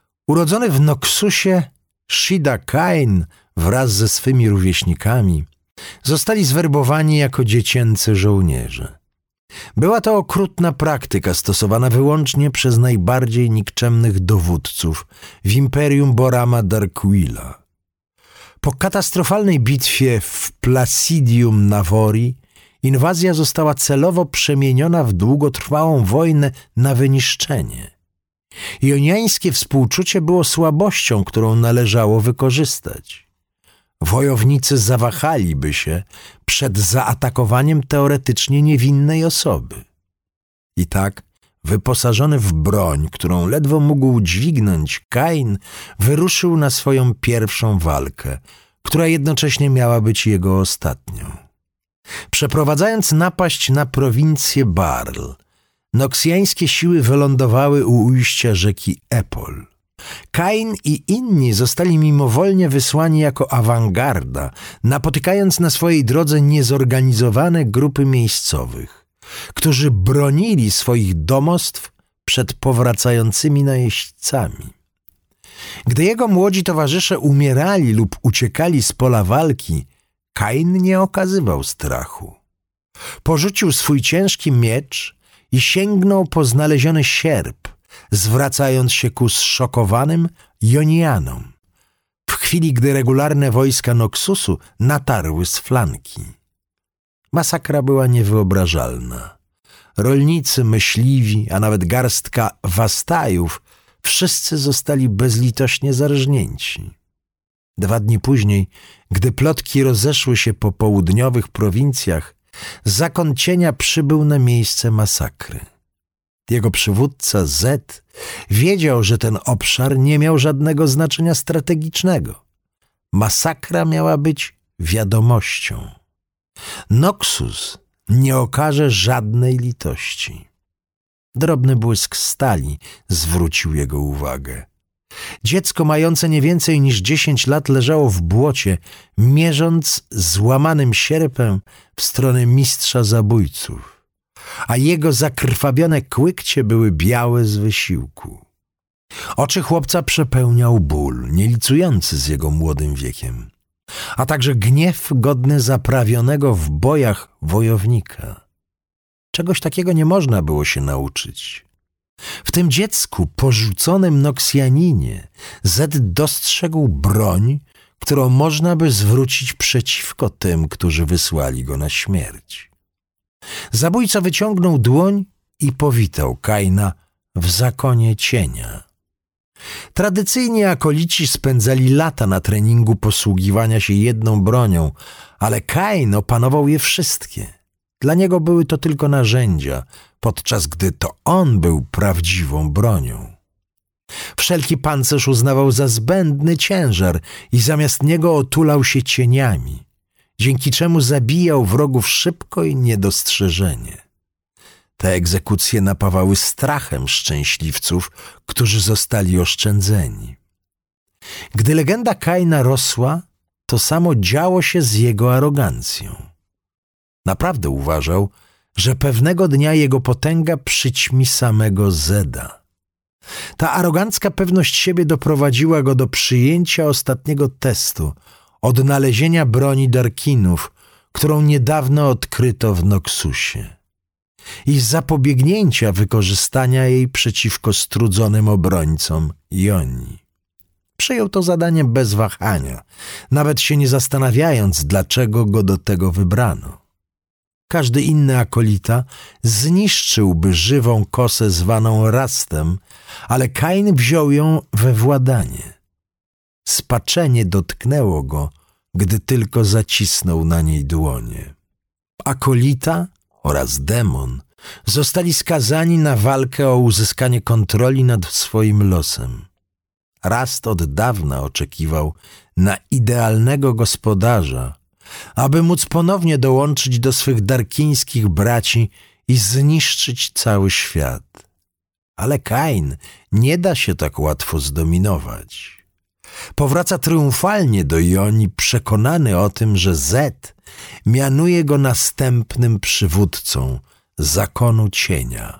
Urodzony w Noxusie, Shida Kain wraz ze swymi rówieśnikami Zostali zwerbowani jako dziecięcy żołnierze. Była to okrutna praktyka stosowana wyłącznie przez najbardziej nikczemnych dowódców w imperium Borama Darquila. Po katastrofalnej bitwie w Placidium Navori inwazja została celowo przemieniona w długotrwałą wojnę na wyniszczenie. Joniańskie współczucie było słabością, którą należało wykorzystać. Wojownicy zawahaliby się przed zaatakowaniem teoretycznie niewinnej osoby. I tak, wyposażony w broń, którą ledwo mógł dźwignąć, Kain wyruszył na swoją pierwszą walkę, która jednocześnie miała być jego ostatnią. Przeprowadzając napaść na prowincję Barl, noksjańskie siły wylądowały u ujścia rzeki Epol. Kain i inni zostali mimowolnie wysłani jako awangarda, napotykając na swojej drodze niezorganizowane grupy miejscowych, którzy bronili swoich domostw przed powracającymi najeźdźcami. Gdy jego młodzi towarzysze umierali lub uciekali z pola walki, Kain nie okazywał strachu. Porzucił swój ciężki miecz i sięgnął po znaleziony sierp, zwracając się ku zszokowanym Jonianom, w chwili gdy regularne wojska Noxusu natarły z flanki. Masakra była niewyobrażalna. Rolnicy, myśliwi, a nawet garstka wastajów wszyscy zostali bezlitośnie zarżnięci. 2 dni później, gdy plotki rozeszły się po południowych prowincjach, zakon cienia przybył na miejsce masakry. Jego przywódca Z wiedział, że ten obszar nie miał żadnego znaczenia strategicznego. Masakra miała być wiadomością. Noxus nie okaże żadnej litości. Drobny błysk stali zwrócił jego uwagę. Dziecko mające nie więcej niż 10 lat leżało w błocie, mierząc złamanym sierpem w stronę mistrza zabójców, a jego zakrwawione kłykcie były białe z wysiłku. Oczy chłopca przepełniał ból, nie licujący z jego młodym wiekiem, a także gniew godny zaprawionego w bojach wojownika. Czegoś takiego nie można było się nauczyć. W tym dziecku, porzuconym Noksjaninie, Z dostrzegł broń, którą można by zwrócić przeciwko tym, którzy wysłali go na śmierć. Zabójca wyciągnął dłoń i powitał Kaina w zakonie cienia. Tradycyjnie akolici spędzali lata na treningu posługiwania się jedną bronią, ale Kain opanował je wszystkie. Dla niego były to tylko narzędzia, podczas gdy to on był prawdziwą bronią. Wszelki pancerz uznawał za zbędny ciężar i zamiast niego otulał się cieniami, dzięki czemu zabijał wrogów szybko i niedostrzeżenie. Te egzekucje napawały strachem szczęśliwców, którzy zostali oszczędzeni. Gdy legenda Kaina rosła, to samo działo się z jego arogancją. Naprawdę uważał, że pewnego dnia jego potęga przyćmi samego Zeda. Ta arogancka pewność siebie doprowadziła go do przyjęcia ostatniego testu, odnalezienia broni Darkinów, którą niedawno odkryto w Noxusie, i zapobiegnięcia wykorzystania jej przeciwko strudzonym obrońcom Jonii. Przyjął to zadanie bez wahania, nawet się nie zastanawiając, dlaczego go do tego wybrano. Każdy inny akolita zniszczyłby żywą kosę zwaną Rastem, ale Kain wziął ją we władanie. Spaczenie dotknęło go, gdy tylko zacisnął na niej dłonie. Akolita oraz demon zostali skazani na walkę o uzyskanie kontroli nad swoim losem. Rast od dawna oczekiwał na idealnego gospodarza, aby móc ponownie dołączyć do swych darkińskich braci i zniszczyć cały świat. Ale Kain nie da się tak łatwo zdominować. Powraca triumfalnie do Jonii, przekonany o tym, że Z mianuje go następnym przywódcą zakonu cienia.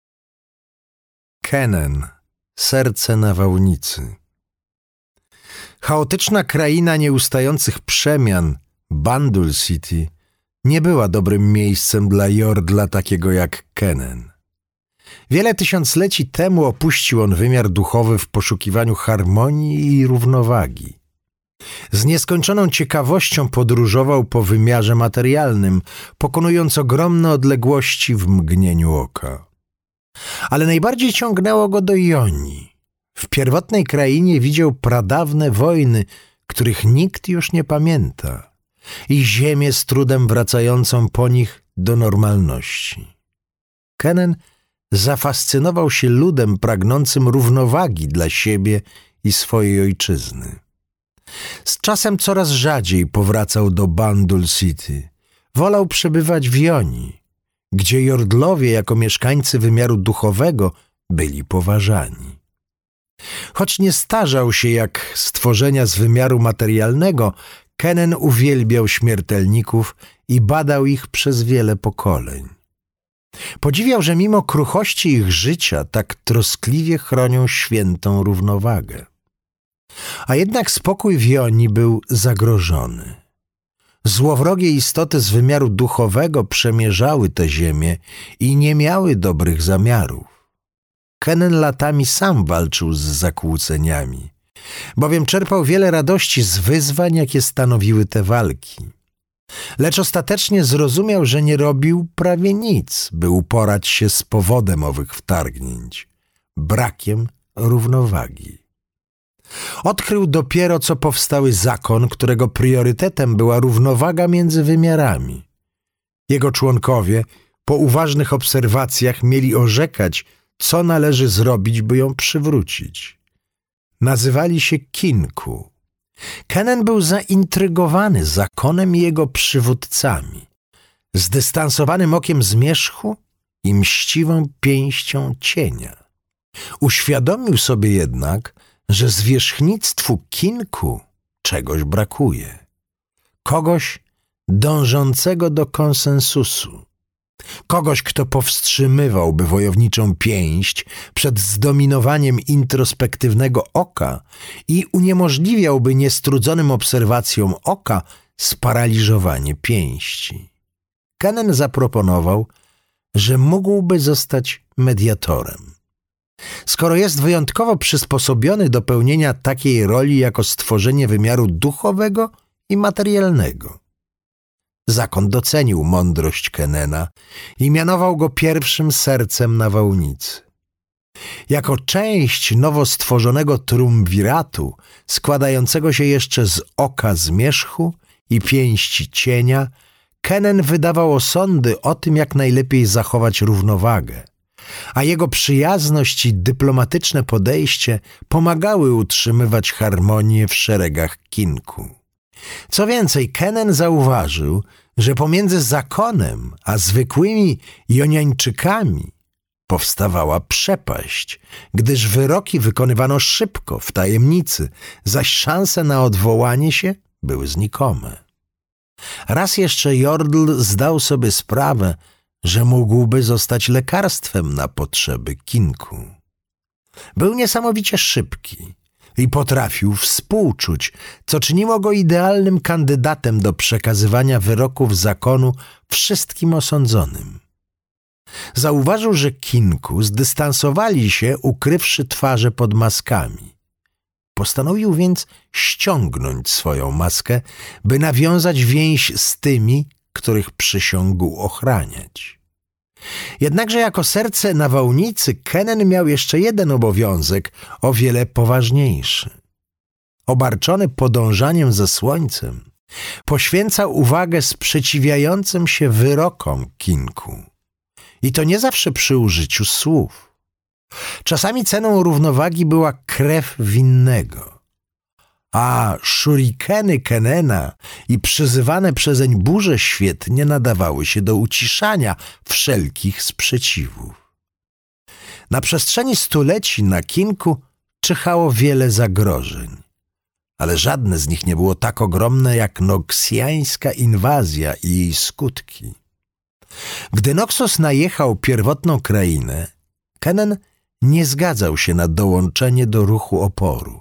Kenen, serce nawałnicy. Chaotyczna kraina nieustających przemian, Bandul City, nie była dobrym miejscem dla jordla takiego jak Kenen. Wiele tysiącleci temu opuścił on wymiar duchowy w poszukiwaniu harmonii i równowagi. Z nieskończoną ciekawością podróżował po wymiarze materialnym, pokonując ogromne odległości w mgnieniu oka. Ale najbardziej ciągnęło go do Jonii. W pierwotnej krainie widział pradawne wojny, których nikt już nie pamięta, i ziemię z trudem wracającą po nich do normalności. Kenen zafascynował się ludem pragnącym równowagi dla siebie i swojej ojczyzny. Z czasem coraz rzadziej powracał do Bandul City. Wolał przebywać w Jonii, gdzie jordlowie jako mieszkańcy wymiaru duchowego byli poważani. Choć nie starzał się jak stworzenia z wymiaru materialnego, Kenen uwielbiał śmiertelników i badał ich przez wiele pokoleń. Podziwiał, że mimo kruchości ich życia tak troskliwie chronią świętą równowagę. A jednak spokój w Jonii był zagrożony. Złowrogie istoty z wymiaru duchowego przemierzały tę ziemię i nie miały dobrych zamiarów. Kenen latami sam walczył z zakłóceniami, bowiem czerpał wiele radości z wyzwań, jakie stanowiły te walki. Lecz ostatecznie zrozumiał, że nie robił prawie nic, by uporać się z powodem owych wtargnięć – brakiem równowagi. Odkrył dopiero, co powstały zakon, którego priorytetem była równowaga między wymiarami. Jego członkowie po uważnych obserwacjach mieli orzekać, co należy zrobić, by ją przywrócić. Nazywali się Kinku. Kenen był zaintrygowany zakonem i jego przywódcami, zdystansowanym okiem zmierzchu i mściwą pięścią cienia. Uświadomił sobie jednak, że zwierzchnictwu Kinku czegoś brakuje. Kogoś dążącego do konsensusu. Kogoś, kto powstrzymywałby wojowniczą pięść przed zdominowaniem introspektywnego oka i uniemożliwiałby niestrudzonym obserwacjom oka sparaliżowanie pięści. Kenen zaproponował, że mógłby zostać mediatorem. Skoro jest wyjątkowo przysposobiony do pełnienia takiej roli jako stworzenie wymiaru duchowego i materialnego. Zakon docenił mądrość Kenena i mianował go pierwszym sercem nawałnicy. Jako część nowo stworzonego triumviratu, składającego się jeszcze z oka zmierzchu i pięści cienia, Kenen wydawał osądy o tym, jak najlepiej zachować równowagę, a jego przyjazność i dyplomatyczne podejście pomagały utrzymywać harmonię w szeregach Kinku. Co więcej, Kenen zauważył, że pomiędzy zakonem a zwykłymi Joniańczykami powstawała przepaść, gdyż wyroki wykonywano szybko, w tajemnicy, zaś szanse na odwołanie się były znikome. Raz jeszcze jordl zdał sobie sprawę, że mógłby zostać lekarstwem na potrzeby Kinku. Był niesamowicie szybki i potrafił współczuć, co czyniło go idealnym kandydatem do przekazywania wyroków zakonu wszystkim osądzonym. Zauważył, że Kinku zdystansowali się, ukrywszy twarze pod maskami. Postanowił więc ściągnąć swoją maskę, by nawiązać więź z tymi, których przysiągł ochraniać. Jednakże jako serce nawałnicy Kenen miał jeszcze jeden obowiązek, o wiele poważniejszy. Obarczony podążaniem za słońcem, poświęcał uwagę sprzeciwiającym się wyrokom Kinku. I to nie zawsze przy użyciu słów. Czasami ceną równowagi była krew winnego. A shurikeny Kenena i przyzywane przezeń burze świetnie nadawały się do uciszania wszelkich sprzeciwów. Na przestrzeni stuleci na Kinku czyhało wiele zagrożeń, ale żadne z nich nie było tak ogromne jak noksjańska inwazja i jej skutki. Gdy Noxus najechał pierwotną krainę, Kenen nie zgadzał się na dołączenie do ruchu oporu,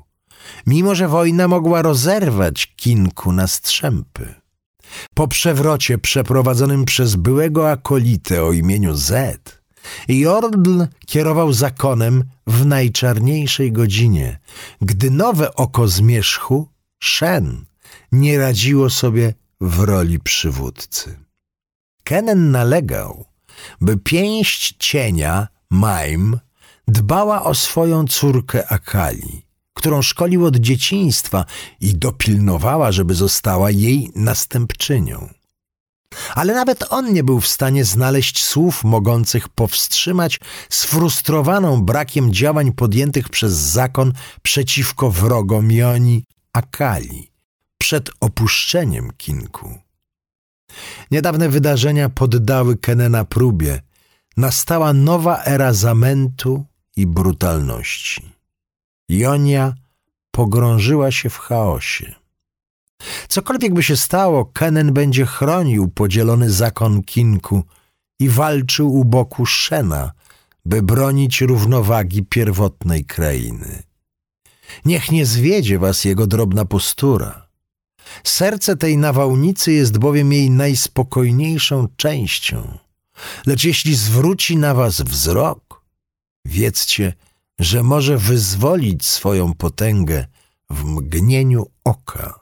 mimo że wojna mogła rozerwać Kinku na strzępy. Po przewrocie przeprowadzonym przez byłego akolitę o imieniu Zed, Jordl kierował zakonem w najczarniejszej godzinie, gdy nowe oko zmierzchu, Shen, nie radziło sobie w roli przywódcy. Kenen nalegał, by pięść cienia, Maim, dbała o swoją córkę Akali, którą szkolił od dzieciństwa i dopilnowała, żeby została jej następczynią. Ale nawet on nie był w stanie znaleźć słów mogących powstrzymać sfrustrowaną brakiem działań podjętych przez zakon przeciwko wrogom Joni Akali przed opuszczeniem Kinku. Niedawne wydarzenia poddały Kenena próbie. Nastała nowa era zamętu i brutalności. Jonia pogrążyła się w chaosie. Cokolwiek by się stało, Kenen będzie chronił podzielony zakon Kinku i walczył u boku Shena, by bronić równowagi pierwotnej krainy. Niech nie zwiedzie was jego drobna postura. Serce tej nawałnicy jest bowiem jej najspokojniejszą częścią. Lecz jeśli zwróci na was wzrok, wiedzcie, że może wyzwolić swoją potęgę w mgnieniu oka.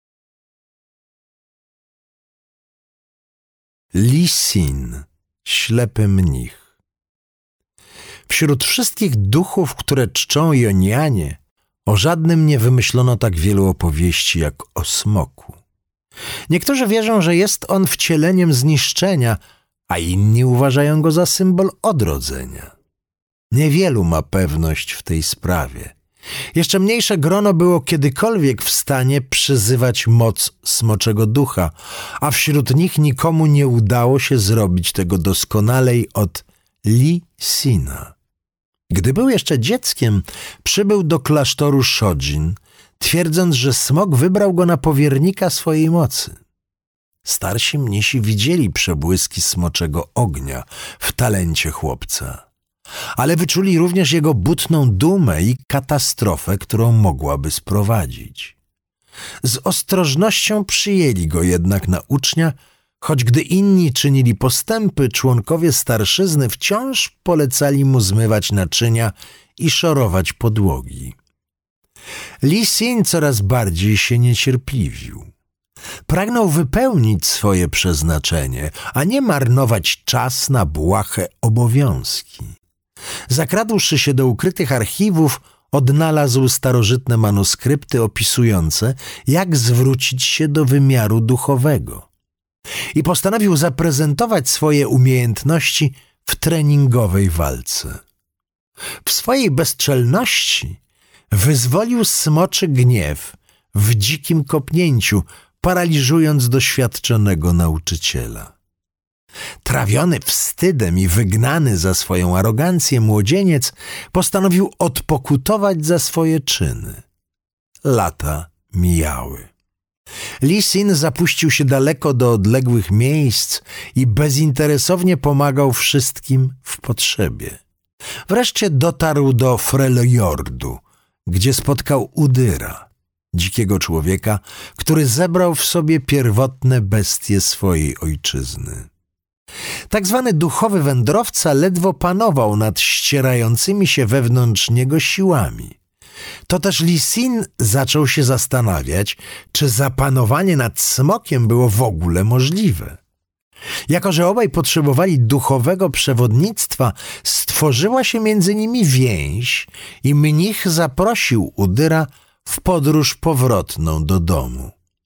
Li Sin, ślepy mnich. Wśród wszystkich duchów, które czczą Jonianie, o żadnym nie wymyślono tak wielu opowieści jak o smoku. Niektórzy wierzą, że jest on wcieleniem zniszczenia, a inni uważają go za symbol odrodzenia. Niewielu ma pewność w tej sprawie. Jeszcze mniejsze grono było kiedykolwiek w stanie przyzywać moc smoczego ducha, a wśród nich nikomu nie udało się zrobić tego doskonalej od Li Sina. Gdy był jeszcze dzieckiem, przybył do klasztoru Shojin, twierdząc, że smok wybrał go na powiernika swojej mocy. Starsi mnisi widzieli przebłyski smoczego ognia w talencie chłopca, ale wyczuli również jego butną dumę i katastrofę, którą mogłaby sprowadzić. Z ostrożnością przyjęli go jednak na ucznia, choć gdy inni czynili postępy, członkowie starszyzny wciąż polecali mu zmywać naczynia i szorować podłogi. Li Sin coraz bardziej się niecierpliwił. Pragnął wypełnić swoje przeznaczenie, a nie marnować czas na błahe obowiązki. Zakradłszy się do ukrytych archiwów, odnalazł starożytne manuskrypty opisujące, jak zwrócić się do wymiaru duchowego. I postanowił zaprezentować swoje umiejętności w treningowej walce. W swojej bezczelności wyzwolił smoczy gniew w dzikim kopnięciu, paraliżując doświadczonego nauczyciela. Trawiony wstydem i wygnany za swoją arogancję młodzieniec postanowił odpokutować za swoje czyny. Lata mijały. Li Sin zapuścił się daleko do odległych miejsc i bezinteresownie pomagał wszystkim w potrzebie. Wreszcie dotarł do Freljordu, gdzie spotkał Udyra, dzikiego człowieka, który zebrał w sobie pierwotne bestie swojej ojczyzny. Tak zwany duchowy wędrowca ledwo panował nad ścierającymi się wewnątrz niego siłami. To też Li Sin zaczął się zastanawiać, czy zapanowanie nad smokiem było w ogóle możliwe. Jako że obaj potrzebowali duchowego przewodnictwa, stworzyła się między nimi więź i mnich zaprosił Udyra w podróż powrotną do domu.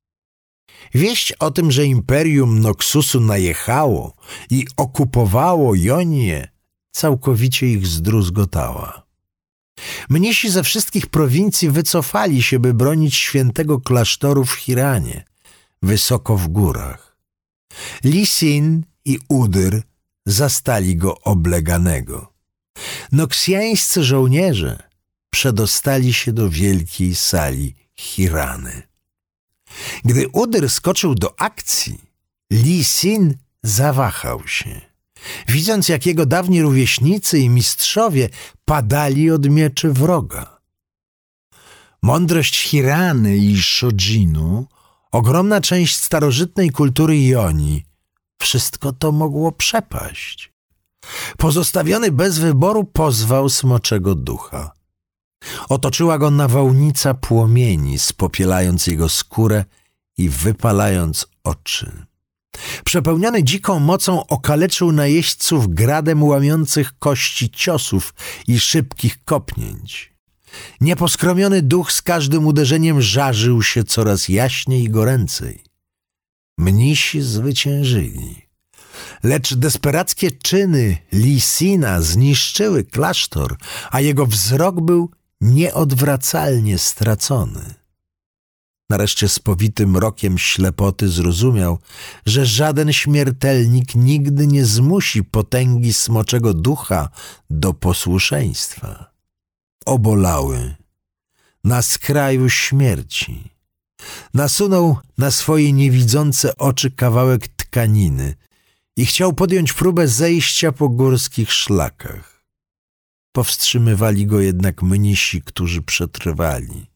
Wieść o tym, że imperium Noxusu najechało i okupowało Jonię, całkowicie ich zdruzgotała. Mnisi ze wszystkich prowincji wycofali się, by bronić świętego klasztoru w Hiranie, wysoko w górach. Li Sin i Udyr zastali go obleganego. Noksjańscy żołnierze przedostali się do wielkiej sali Hirany. Gdy Udyr skoczył do akcji, Li Sin zawahał się, widząc, jak jego dawni rówieśnicy i mistrzowie padali od mieczy wroga. Mądrość Hirany i Shodzinu, ogromna część starożytnej kultury Jonii, wszystko to mogło przepaść. Pozostawiony bez wyboru pozwał smoczego ducha. Otoczyła go nawałnica płomieni, spopielając jego skórę i wypalając oczy. Przepełniony dziką mocą okaleczył najeźdźców gradem łamiących kości ciosów i szybkich kopnięć. Nieposkromiony duch z każdym uderzeniem żarzył się coraz jaśniej i goręcej. Mnisi zwyciężyli. Lecz desperackie czyny Li Sina zniszczyły klasztor, a jego wzrok był nieodwracalnie stracony. Nareszcie spowity mrokiem ślepoty zrozumiał, że żaden śmiertelnik nigdy nie zmusi potęgi smoczego ducha do posłuszeństwa. Obolały, na skraju śmierci. Nasunął na swoje niewidzące oczy kawałek tkaniny i chciał podjąć próbę zejścia po górskich szlakach. Powstrzymywali go jednak mnisi, którzy przetrwali.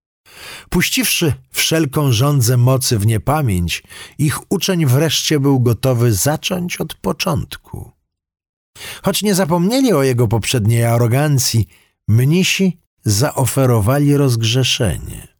Puściwszy wszelką żądzę mocy w niepamięć, ich uczeń wreszcie był gotowy zacząć od początku. Choć nie zapomnieli o jego poprzedniej arogancji, mnisi zaoferowali rozgrzeszenie.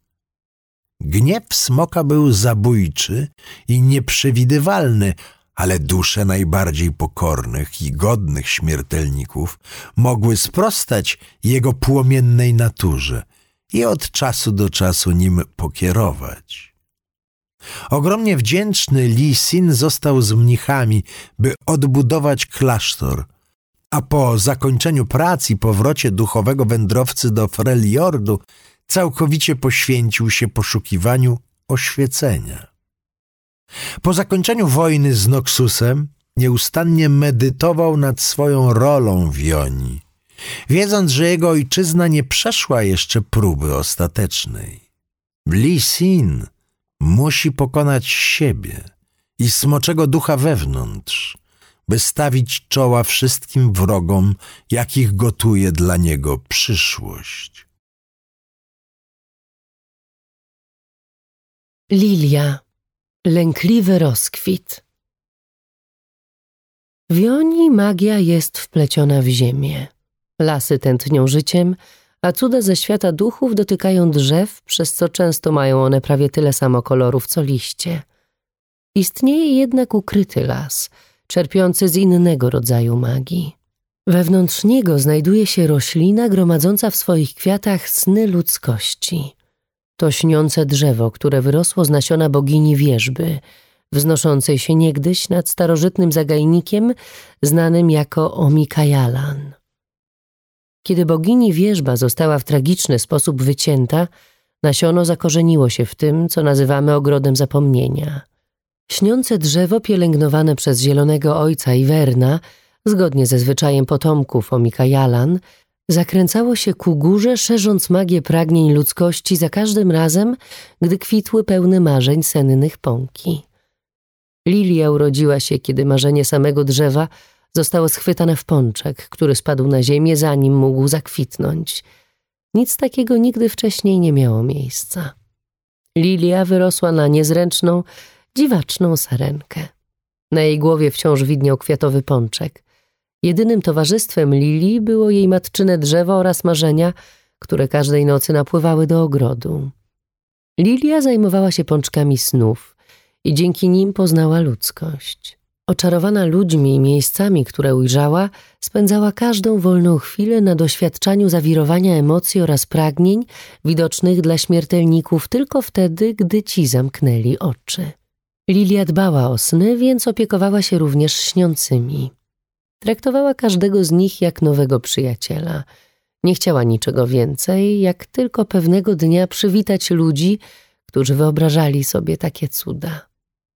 Gniew smoka był zabójczy i nieprzewidywalny, ale dusze najbardziej pokornych i godnych śmiertelników mogły sprostać jego płomiennej naturze i od czasu do czasu nim pokierować. Ogromnie wdzięczny Li Sin został z mnichami, by odbudować klasztor, a po zakończeniu prac i powrocie duchowego wędrowcy do Freljordu całkowicie poświęcił się poszukiwaniu oświecenia. Po zakończeniu wojny z Noxusem nieustannie medytował nad swoją rolą w Jonii, wiedząc, że jego ojczyzna nie przeszła jeszcze próby ostatecznej. Li Sin musi pokonać siebie i smoczego ducha wewnątrz, by stawić czoła wszystkim wrogom, jakich gotuje dla niego przyszłość. Lilia. Lękliwy rozkwit. W Jonii magia jest wpleciona w ziemię. Lasy tętnią życiem, a cuda ze świata duchów dotykają drzew, przez co często mają one prawie tyle samo kolorów co liście. Istnieje jednak ukryty las, czerpiący z innego rodzaju magii. Wewnątrz niego znajduje się roślina gromadząca w swoich kwiatach sny ludzkości. To śniące drzewo, które wyrosło z nasiona bogini Wierzby, wznoszącej się niegdyś nad starożytnym zagajnikiem znanym jako Omikajalan. Kiedy bogini Wierzba została w tragiczny sposób wycięta, nasiono zakorzeniło się w tym, co nazywamy ogrodem zapomnienia. Śniące drzewo pielęgnowane przez Zielonego Ojca Iwerna, zgodnie ze zwyczajem potomków Omikajalan, zakręcało się ku górze, szerząc magię pragnień ludzkości za każdym razem, gdy kwitły pełne marzeń sennych pąki. Lilia urodziła się, kiedy marzenie samego drzewa zostało schwytane w pączek, który spadł na ziemię, zanim mógł zakwitnąć. Nic takiego nigdy wcześniej nie miało miejsca. Lilia wyrosła na niezręczną, dziwaczną sarenkę. Na jej głowie wciąż widniał kwiatowy pączek. Jedynym towarzystwem Lilii było jej matczyne drzewo oraz marzenia, które każdej nocy napływały do ogrodu. Lilia zajmowała się pączkami snów i dzięki nim poznała ludzkość. Oczarowana ludźmi i miejscami, które ujrzała, spędzała każdą wolną chwilę na doświadczaniu zawirowania emocji oraz pragnień widocznych dla śmiertelników tylko wtedy, gdy ci zamknęli oczy. Lilia dbała o sny, więc opiekowała się również śniącymi. Traktowała każdego z nich jak nowego przyjaciela. Nie chciała niczego więcej, jak tylko pewnego dnia przywitać ludzi, którzy wyobrażali sobie takie cuda.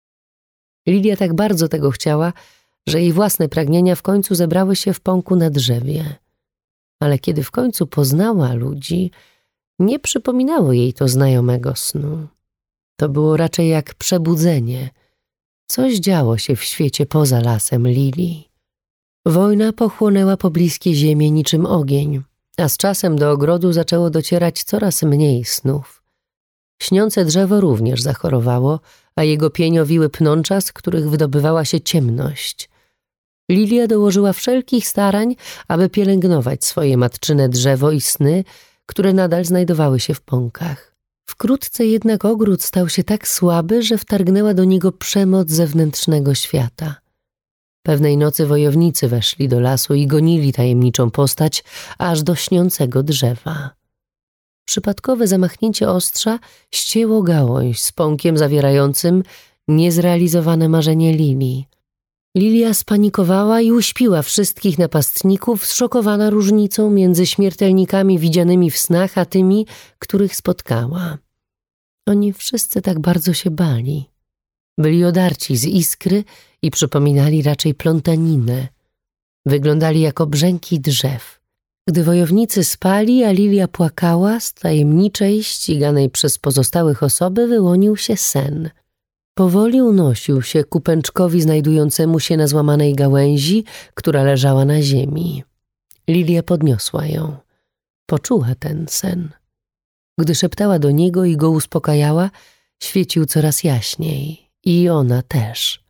Lilia tak bardzo tego chciała, że jej własne pragnienia w końcu zebrały się w pąku na drzewie. Ale kiedy w końcu poznała ludzi, nie przypominało jej to znajomego snu. To było raczej jak przebudzenie. Coś działo się w świecie poza lasem Lilii. Wojna pochłonęła pobliskie ziemię niczym ogień. A z czasem do ogrodu zaczęło docierać coraz mniej snów. Śniące drzewo również zachorowało, a jego pień owiły pnącza, z których wydobywała się ciemność. Lilia dołożyła wszelkich starań, aby pielęgnować swoje matczyne drzewo i sny, które nadal znajdowały się w pąkach. Wkrótce jednak ogród stał się tak słaby, że wtargnęła do niego przemoc zewnętrznego świata. Pewnej nocy wojownicy weszli do lasu i gonili tajemniczą postać aż do śniącego drzewa. Przypadkowe zamachnięcie ostrza ścięło gałąź z pąkiem zawierającym niezrealizowane marzenie Lilii. Lilia spanikowała i uśpiła wszystkich napastników, zszokowana różnicą między śmiertelnikami widzianymi w snach, a tymi, których spotkała. Oni wszyscy tak bardzo się bali. Byli odarci z iskry i przypominali raczej plątaninę. Wyglądali jak brzęki drzew. Gdy wojownicy spali, a Lilia płakała, z tajemniczej, ściganej przez pozostałych osoby wyłonił się sen. Powoli unosił się ku pęczkowi znajdującemu się na złamanej gałęzi, która leżała na ziemi. Lilia podniosła ją. Poczuła ten sen. Gdy szeptała do niego i go uspokajała, świecił coraz jaśniej. I ona też.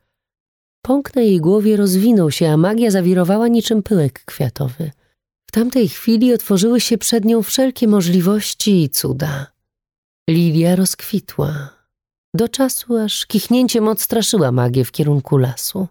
Pąk na jej głowie rozwinął się, a magia zawirowała niczym pyłek kwiatowy. W tamtej chwili otworzyły się przed nią wszelkie możliwości i cuda. Lilia rozkwitła. Do czasu, aż kichnięciem odstraszyła magię w kierunku lasu.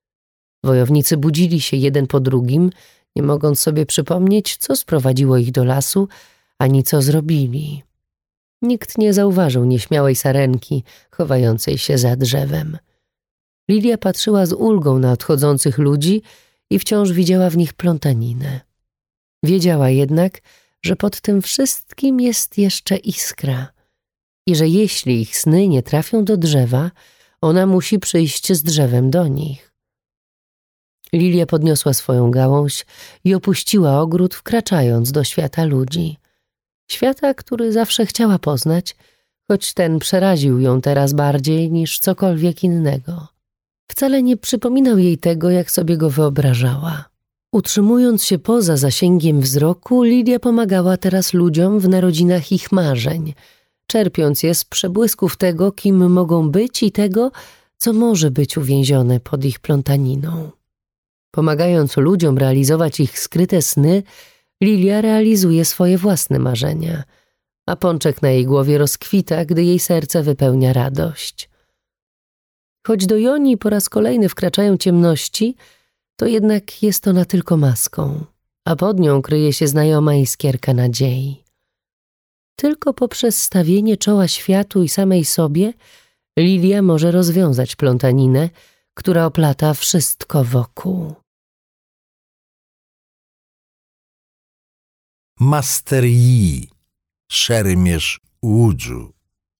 Wojownicy budzili się jeden po drugim, nie mogąc sobie przypomnieć, co sprowadziło ich do lasu, ani co zrobili. Nikt nie zauważył nieśmiałej sarenki, chowającej się za drzewem. Lilia patrzyła z ulgą na odchodzących ludzi i wciąż widziała w nich plątaninę. Wiedziała jednak, że pod tym wszystkim jest jeszcze iskra i że jeśli ich sny nie trafią do drzewa, ona musi przyjść z drzewem do nich. Lilia podniosła swoją gałąź i opuściła ogród, wkraczając do świata ludzi. Świata, który zawsze chciała poznać, choć ten przeraził ją teraz bardziej niż cokolwiek innego. Wcale nie przypominał jej tego, jak sobie go wyobrażała. Utrzymując się poza zasięgiem wzroku, Lilia pomagała teraz ludziom w narodzinach ich marzeń, czerpiąc je z przebłysków tego, kim mogą być i tego, co może być uwięzione pod ich plątaniną. Pomagając ludziom realizować ich skryte sny, Lilia realizuje swoje własne marzenia, a pączek na jej głowie rozkwita, gdy jej serce wypełnia radość. Choć do Joni po raz kolejny wkraczają ciemności, to jednak jest ona tylko maską, a pod nią kryje się znajoma iskierka nadziei. Tylko poprzez stawienie czoła światu i samej sobie Lilia może rozwiązać plątaninę, która oplata wszystko wokół. Master Yi, szermierz Łudżu.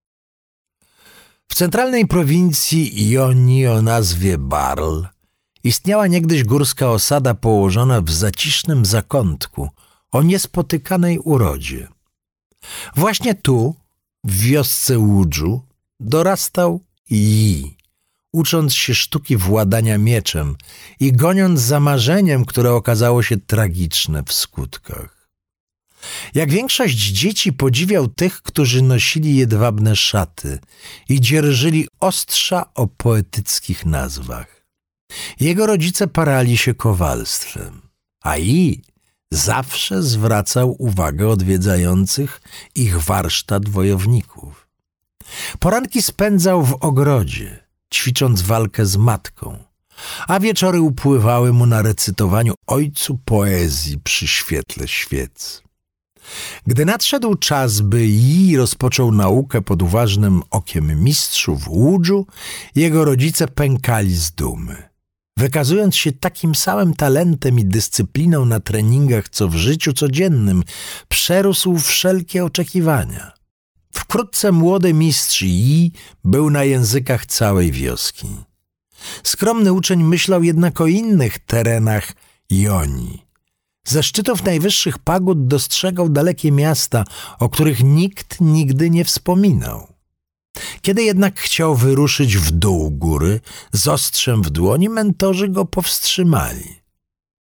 W centralnej prowincji Joni o nazwie Barl istniała niegdyś górska osada położona w zacisznym zakątku o niespotykanej urodzie. Właśnie tu, w wiosce Łudżu, dorastał Yi, ucząc się sztuki władania mieczem i goniąc za marzeniem, które okazało się tragiczne w skutkach. Jak większość dzieci podziwiał tych, którzy nosili jedwabne szaty i dzierżyli ostrza o poetyckich nazwach. Jego rodzice parali się kowalstwem, a Yi zawsze zwracał uwagę odwiedzających ich warsztat wojowników. Poranki spędzał w ogrodzie, ćwicząc walkę z matką, a wieczory upływały mu na recytowaniu ojcu poezji przy świetle świec. Gdy nadszedł czas, by Yi rozpoczął naukę pod uważnym okiem mistrzów Łudżu, jego rodzice pękali z dumy. Wykazując się takim samym talentem i dyscypliną na treningach, co w życiu codziennym, przerósł wszelkie oczekiwania. Wkrótce młody mistrz Yi był na językach całej wioski. Skromny uczeń myślał jednak o innych terenach Joni. Ze szczytów najwyższych pagód dostrzegał dalekie miasta, o których nikt nigdy nie wspominał. Kiedy jednak chciał wyruszyć w dół góry, z ostrzem w dłoni, mentorzy go powstrzymali.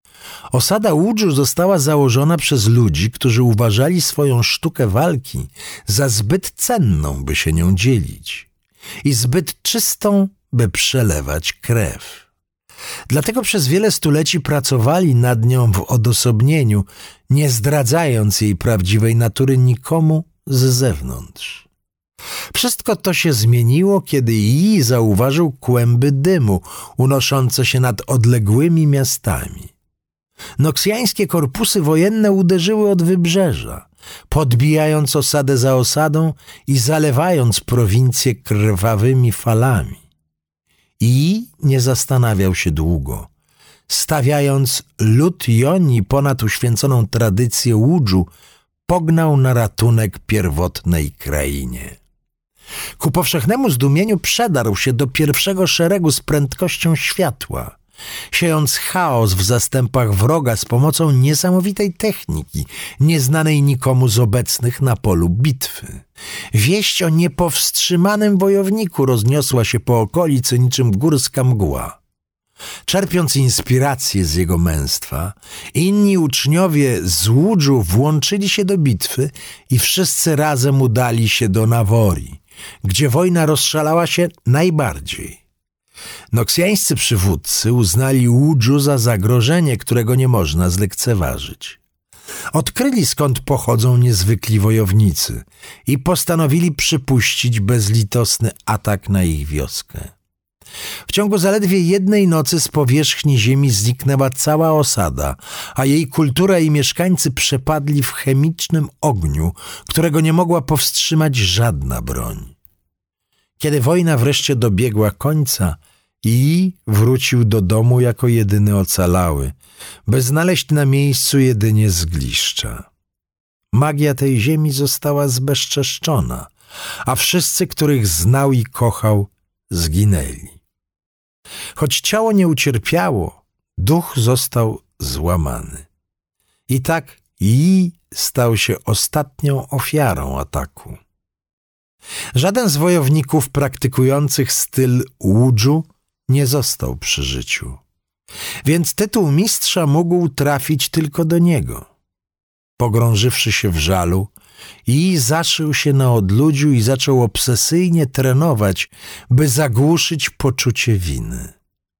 Osada Łudżu została założona przez ludzi, którzy uważali swoją sztukę walki za zbyt cenną, by się nią dzielić i zbyt czystą, by przelewać krew. Dlatego przez wiele stuleci pracowali nad nią w odosobnieniu, nie zdradzając jej prawdziwej natury nikomu z zewnątrz. Wszystko to się zmieniło, kiedy Yi zauważył kłęby dymu unoszące się nad odległymi miastami. Noksjańskie korpusy wojenne uderzyły od wybrzeża, podbijając osadę za osadą i zalewając prowincję krwawymi falami. I nie zastanawiał się długo. Stawiając lud Joni ponad uświęconą tradycję Łudżu, pognał na ratunek pierwotnej krainie. Ku powszechnemu zdumieniu przedarł się do pierwszego szeregu z prędkością światła, siejąc chaos w zastępach wroga z pomocą niesamowitej techniki, nieznanej nikomu z obecnych na polu bitwy. Wieść o niepowstrzymanym wojowniku rozniosła się po okolicy niczym górska mgła. Czerpiąc inspirację z jego męstwa, inni uczniowie z Łudżu włączyli się do bitwy i wszyscy razem udali się do Nawori, gdzie wojna rozszalała się najbardziej. Noksjańscy przywódcy uznali Łudżu za zagrożenie, którego nie można zlekceważyć. Odkryli, skąd pochodzą niezwykli wojownicy i postanowili przypuścić bezlitosny atak na ich wioskę. W ciągu zaledwie jednej nocy z powierzchni ziemi zniknęła cała osada, a jej kultura i mieszkańcy przepadli w chemicznym ogniu, którego nie mogła powstrzymać żadna broń. Kiedy wojna wreszcie dobiegła końca, Yi wrócił do domu jako jedyny ocalały, by znaleźć na miejscu jedynie zgliszcza. Magia tej ziemi została zbezczeszczona, a wszyscy, których znał i kochał, zginęli. Choć ciało nie ucierpiało, duch został złamany. I tak Yi stał się ostatnią ofiarą ataku. Żaden z wojowników praktykujących styl Łudżu nie został przy życiu, więc tytuł mistrza mógł trafić tylko do niego. Pogrążywszy się w żalu, Yi zaszył się na odludziu i zaczął obsesyjnie trenować, by zagłuszyć poczucie winy.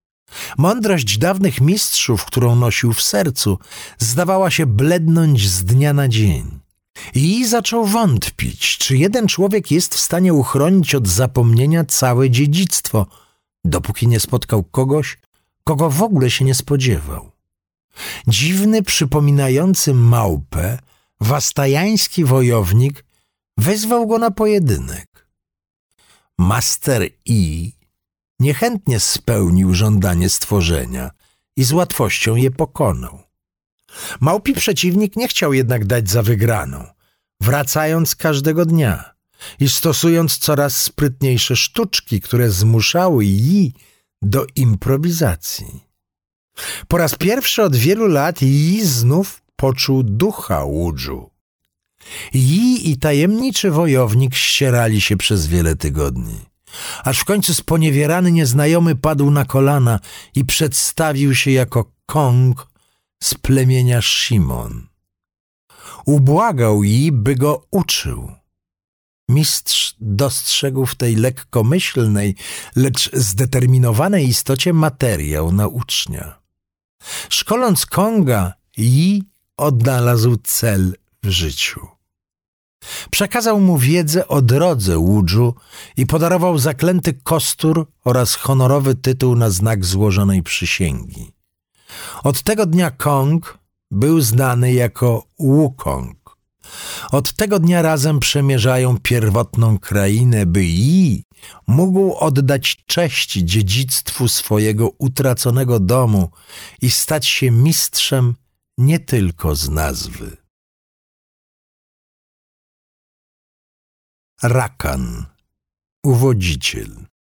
Mądrość dawnych mistrzów, którą nosił w sercu, zdawała się blednąć z dnia na dzień. I zaczął wątpić, czy jeden człowiek jest w stanie uchronić od zapomnienia całe dziedzictwo, dopóki nie spotkał kogoś, kogo w ogóle się nie spodziewał. Dziwny, przypominający małpę, wastajański wojownik wezwał go na pojedynek. Master Yi niechętnie spełnił żądanie stworzenia i z łatwością je pokonał. Małpi przeciwnik nie chciał jednak dać za wygraną, wracając każdego dnia i stosując coraz sprytniejsze sztuczki, które zmuszały Yi do improwizacji. Po raz pierwszy od wielu lat Yi znów poczuł ducha Łudżu. Yi i tajemniczy wojownik ścierali się przez wiele tygodni, aż w końcu sponiewierany nieznajomy padł na kolana i przedstawił się jako Kong z plemienia Shimon. Ubłagał Yi, by go uczył. Mistrz dostrzegł w tej lekkomyślnej, lecz zdeterminowanej istocie materiał na ucznia. Szkoląc Konga, Yi odnalazł cel w życiu. Przekazał mu wiedzę o drodze Łudżu i podarował zaklęty kostur oraz honorowy tytuł na znak złożonej przysięgi. Od tego dnia Kong był znany jako Wukong. Od tego dnia razem przemierzają pierwotną krainę, by Yi mógł oddać cześć dziedzictwu swojego utraconego domu i stać się mistrzem nie tylko z nazwy. Rakan, uwodziciel.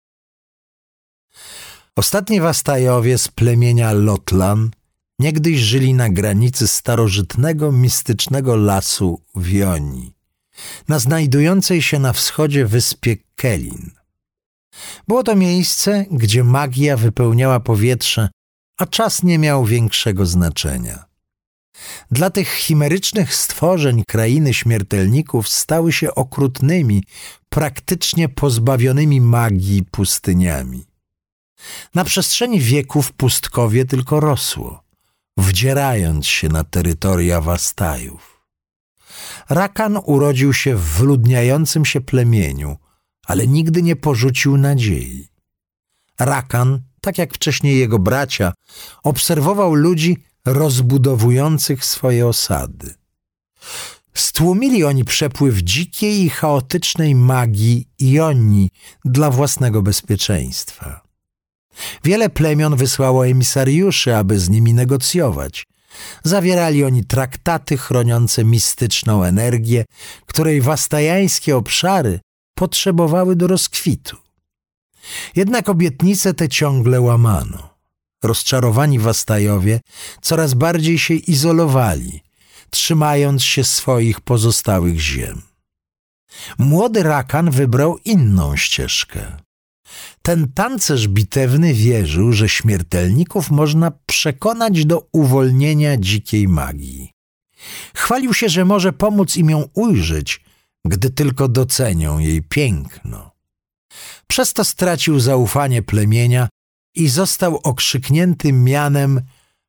Ostatni Wastajowie z plemienia Lotlan niegdyś żyli na granicy starożytnego, mistycznego lasu w Joni, na znajdującej się na wschodzie wyspie Kelin. Było to miejsce, gdzie magia wypełniała powietrze, a czas nie miał większego znaczenia. Dla tych chimerycznych stworzeń krainy śmiertelników stały się okrutnymi, praktycznie pozbawionymi magii pustyniami. Na przestrzeni wieków pustkowie tylko rosło, wdzierając się na terytoria Wastajów. Rakan urodził się w wyludniającym się plemieniu, ale nigdy nie porzucił nadziei. Rakan, tak jak wcześniej jego bracia, obserwował ludzi rozbudowujących swoje osady. Stłumili oni przepływ dzikiej i chaotycznej magii Jonii dla własnego bezpieczeństwa. Wiele plemion wysłało emisariuszy, aby z nimi negocjować. Zawierali oni traktaty chroniące mistyczną energię, której wastajańskie obszary potrzebowały do rozkwitu. Jednak obietnice te ciągle łamano. Rozczarowani Wastajowie coraz bardziej się izolowali, trzymając się swoich pozostałych ziem. Młody Rakan wybrał inną ścieżkę. Ten tancerz bitewny wierzył, że śmiertelników można przekonać do uwolnienia dzikiej magii. Chwalił się, że może pomóc im ją ujrzeć, gdy tylko docenią jej piękno. Przez to stracił zaufanie plemienia i został okrzyknięty mianem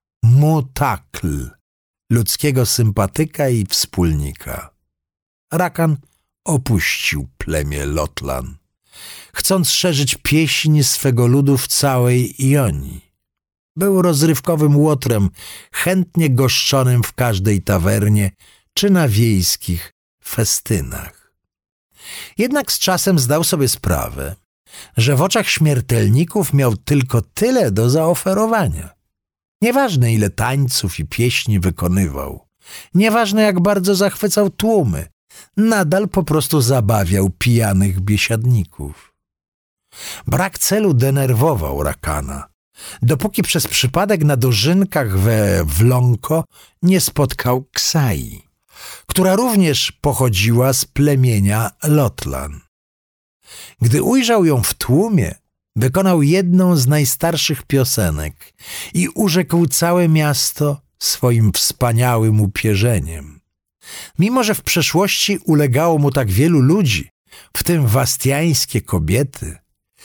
Mutakl, ludzkiego sympatyka i wspólnika. Rakan opuścił plemię Lotlan, chcąc szerzyć pieśń swego ludu w całej Jonii. Był rozrywkowym łotrem, chętnie goszczonym w każdej tawernie czy na wiejskich festynach. Jednak z czasem zdał sobie sprawę, że w oczach śmiertelników miał tylko tyle do zaoferowania. Nieważne, ile tańców i pieśni wykonywał, nieważne, jak bardzo zachwycał tłumy, nadal po prostu zabawiał pijanych biesiadników. Brak celu denerwował Rakana, dopóki przez przypadek na dożynkach we Wlonko nie spotkał Ksai, która również pochodziła z plemienia Lotlan. Gdy ujrzał ją w tłumie, wykonał jedną z najstarszych piosenek i urzekł całe miasto swoim wspaniałym upierzeniem. Mimo że w przeszłości ulegało mu tak wielu ludzi, w tym wastiańskie kobiety,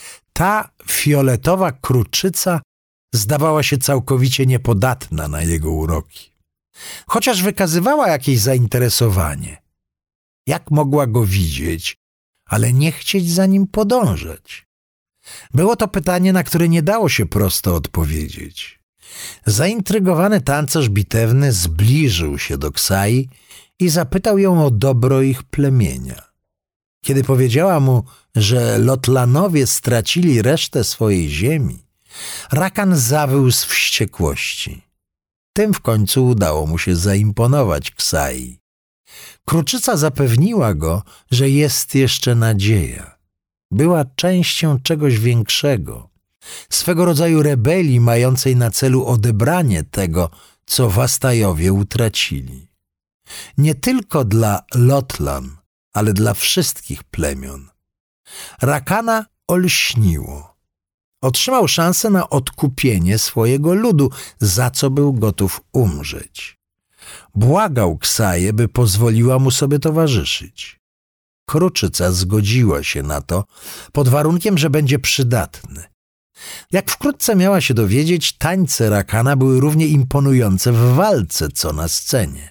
ta fioletowa kruczyca zdawała się całkowicie niepodatna na jego uroki. Chociaż wykazywała jakieś zainteresowanie. Jak mogła go widzieć, ale nie chcieć za nim podążać? Było to pytanie, na które nie dało się prosto odpowiedzieć. Zaintrygowany tancerz bitewny zbliżył się do Ksai i zapytał ją o dobro ich plemienia. Kiedy powiedziała mu, że Lotlanowie stracili resztę swojej ziemi, Rakan zawył z wściekłości. Tym w końcu udało mu się zaimponować Ksai. Kruczyca zapewniła go, że jest jeszcze nadzieja. Była częścią czegoś większego, swego rodzaju rebelii mającej na celu odebranie tego, co Wastajowie utracili. Nie tylko dla Lotlan, ale dla wszystkich plemion. Rakana olśniło. Otrzymał szansę na odkupienie swojego ludu, za co był gotów umrzeć. Błagał Ksaję, by pozwoliła mu sobie towarzyszyć. Kruczyca zgodziła się na to, pod warunkiem, że będzie przydatny. Jak wkrótce miała się dowiedzieć, tańce Rakana były równie imponujące w walce, co na scenie.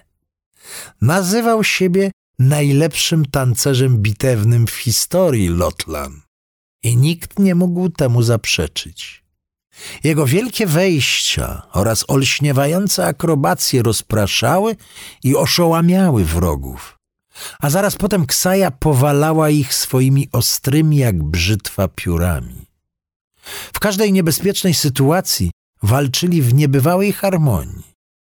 Nazywał siebie najlepszym tancerzem bitewnym w historii Lotlan i nikt nie mógł temu zaprzeczyć. Jego wielkie wejścia oraz olśniewające akrobacje rozpraszały i oszołamiały wrogów, a zaraz potem Ksaja powalała ich swoimi ostrymi jak brzytwa piórami. W każdej niebezpiecznej sytuacji walczyli w niebywałej harmonii.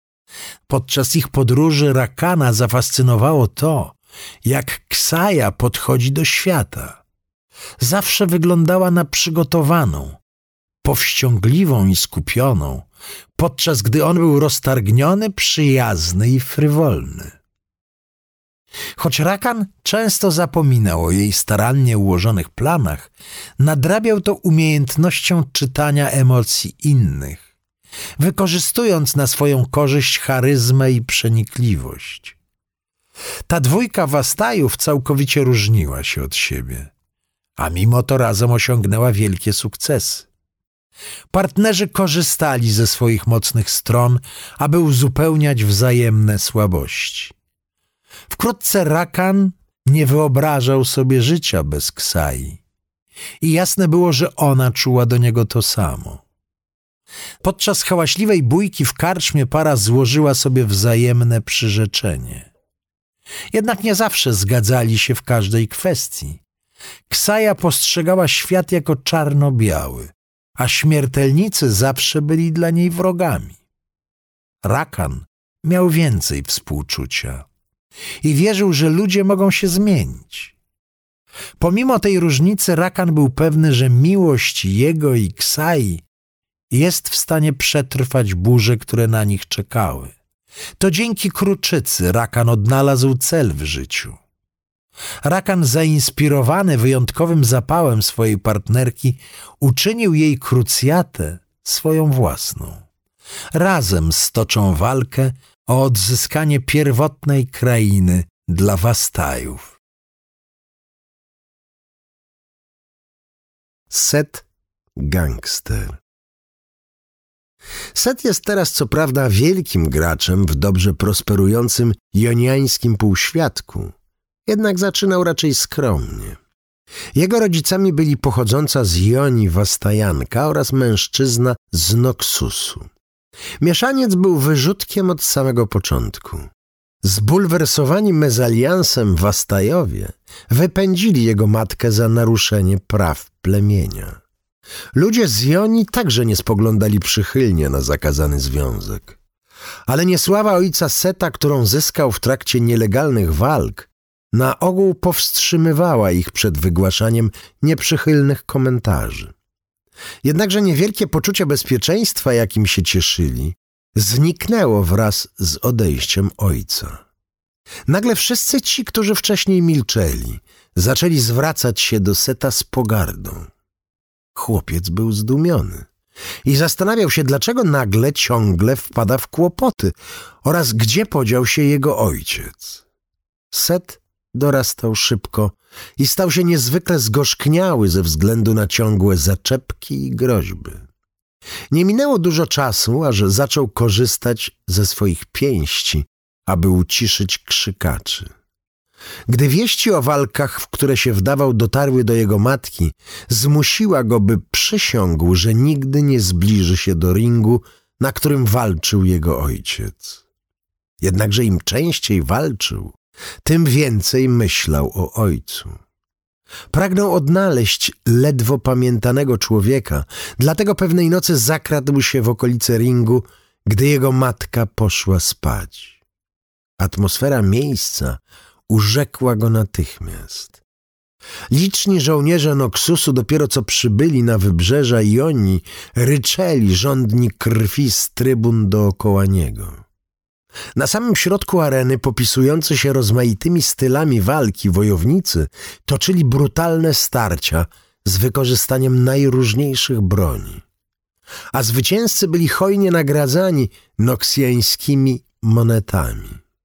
Podczas ich podróży Rakana zafascynowało to, jak Ksaja podchodzi do świata. Zawsze wyglądała na przygotowaną, powściągliwą i skupioną, podczas gdy on był roztargniony, przyjazny i frywolny. Choć Rakan często zapominał o jej starannie ułożonych planach, nadrabiał to umiejętnością czytania emocji innych wykorzystując na swoją korzyść charyzmę i przenikliwość. Ta dwójka wastajów całkowicie różniła się od siebie, a mimo to razem osiągnęła wielkie sukcesy. Partnerzy korzystali ze swoich mocnych stron, aby uzupełniać wzajemne słabości. Wkrótce Rakan nie wyobrażał sobie życia bez Ksai i jasne było, że ona czuła do niego to samo. Podczas hałaśliwej bójki w karczmie para złożyła sobie wzajemne przyrzeczenie. Jednak nie zawsze zgadzali się w każdej kwestii. Ksaja postrzegała świat jako czarno-biały, a śmiertelnicy zawsze byli dla niej wrogami. Rakan miał więcej współczucia i wierzył, że ludzie mogą się zmienić. Pomimo tej różnicy Rakan był pewny, że miłość jego i Ksai jest w stanie przetrwać burze, które na nich czekały. To dzięki kruczycy Rakan odnalazł cel w życiu. Rakan, zainspirowany wyjątkowym zapałem swojej partnerki, uczynił jej krucjatę swoją własną. Razem stoczą walkę o odzyskanie pierwotnej krainy dla wastajów. Set gangster. Set jest teraz co prawda wielkim graczem w dobrze prosperującym joniańskim półświadku, jednak zaczynał raczej skromnie. Jego rodzicami byli pochodząca z Jonii Wastajanka oraz mężczyzna z Noksusu. Mieszaniec był wyrzutkiem od samego początku. Zbulwersowani mezaliansem Wastajowie wypędzili jego matkę za naruszenie praw plemienia. Ludzie z Jonii także nie spoglądali przychylnie na zakazany związek. Ale niesława ojca Seta, którą zyskał w trakcie nielegalnych walk, na ogół powstrzymywała ich przed wygłaszaniem nieprzychylnych komentarzy. Jednakże niewielkie poczucie bezpieczeństwa, jakim się cieszyli, zniknęło wraz z odejściem ojca. Nagle wszyscy ci, którzy wcześniej milczeli, zaczęli zwracać się do Seta z pogardą. Chłopiec był zdumiony i zastanawiał się, dlaczego nagle ciągle wpada w kłopoty oraz gdzie podział się jego ojciec. Set dorastał szybko i stał się niezwykle zgorzkniały ze względu na ciągłe zaczepki i groźby. Nie minęło dużo czasu, aż zaczął korzystać ze swoich pięści, aby uciszyć krzykaczy. Gdy wieści o walkach, w które się wdawał, dotarły do jego matki, zmusiła go, by przysiągł, że nigdy nie zbliży się do ringu, na którym walczył jego ojciec. Jednakże im częściej walczył, tym więcej myślał o ojcu. Pragnął odnaleźć ledwo pamiętanego człowieka, dlatego pewnej nocy zakradł się w okolice ringu, gdy jego matka poszła spać. Atmosfera miejsca urzekła go natychmiast. Liczni żołnierze Noksusu dopiero co przybyli na wybrzeża Jonii, ryczeli żądni krwi z trybun dookoła niego. Na samym środku areny, popisujący się rozmaitymi stylami walki, wojownicy toczyli brutalne starcia z wykorzystaniem najróżniejszych broni. A zwycięzcy byli hojnie nagradzani noksjańskimi monetami.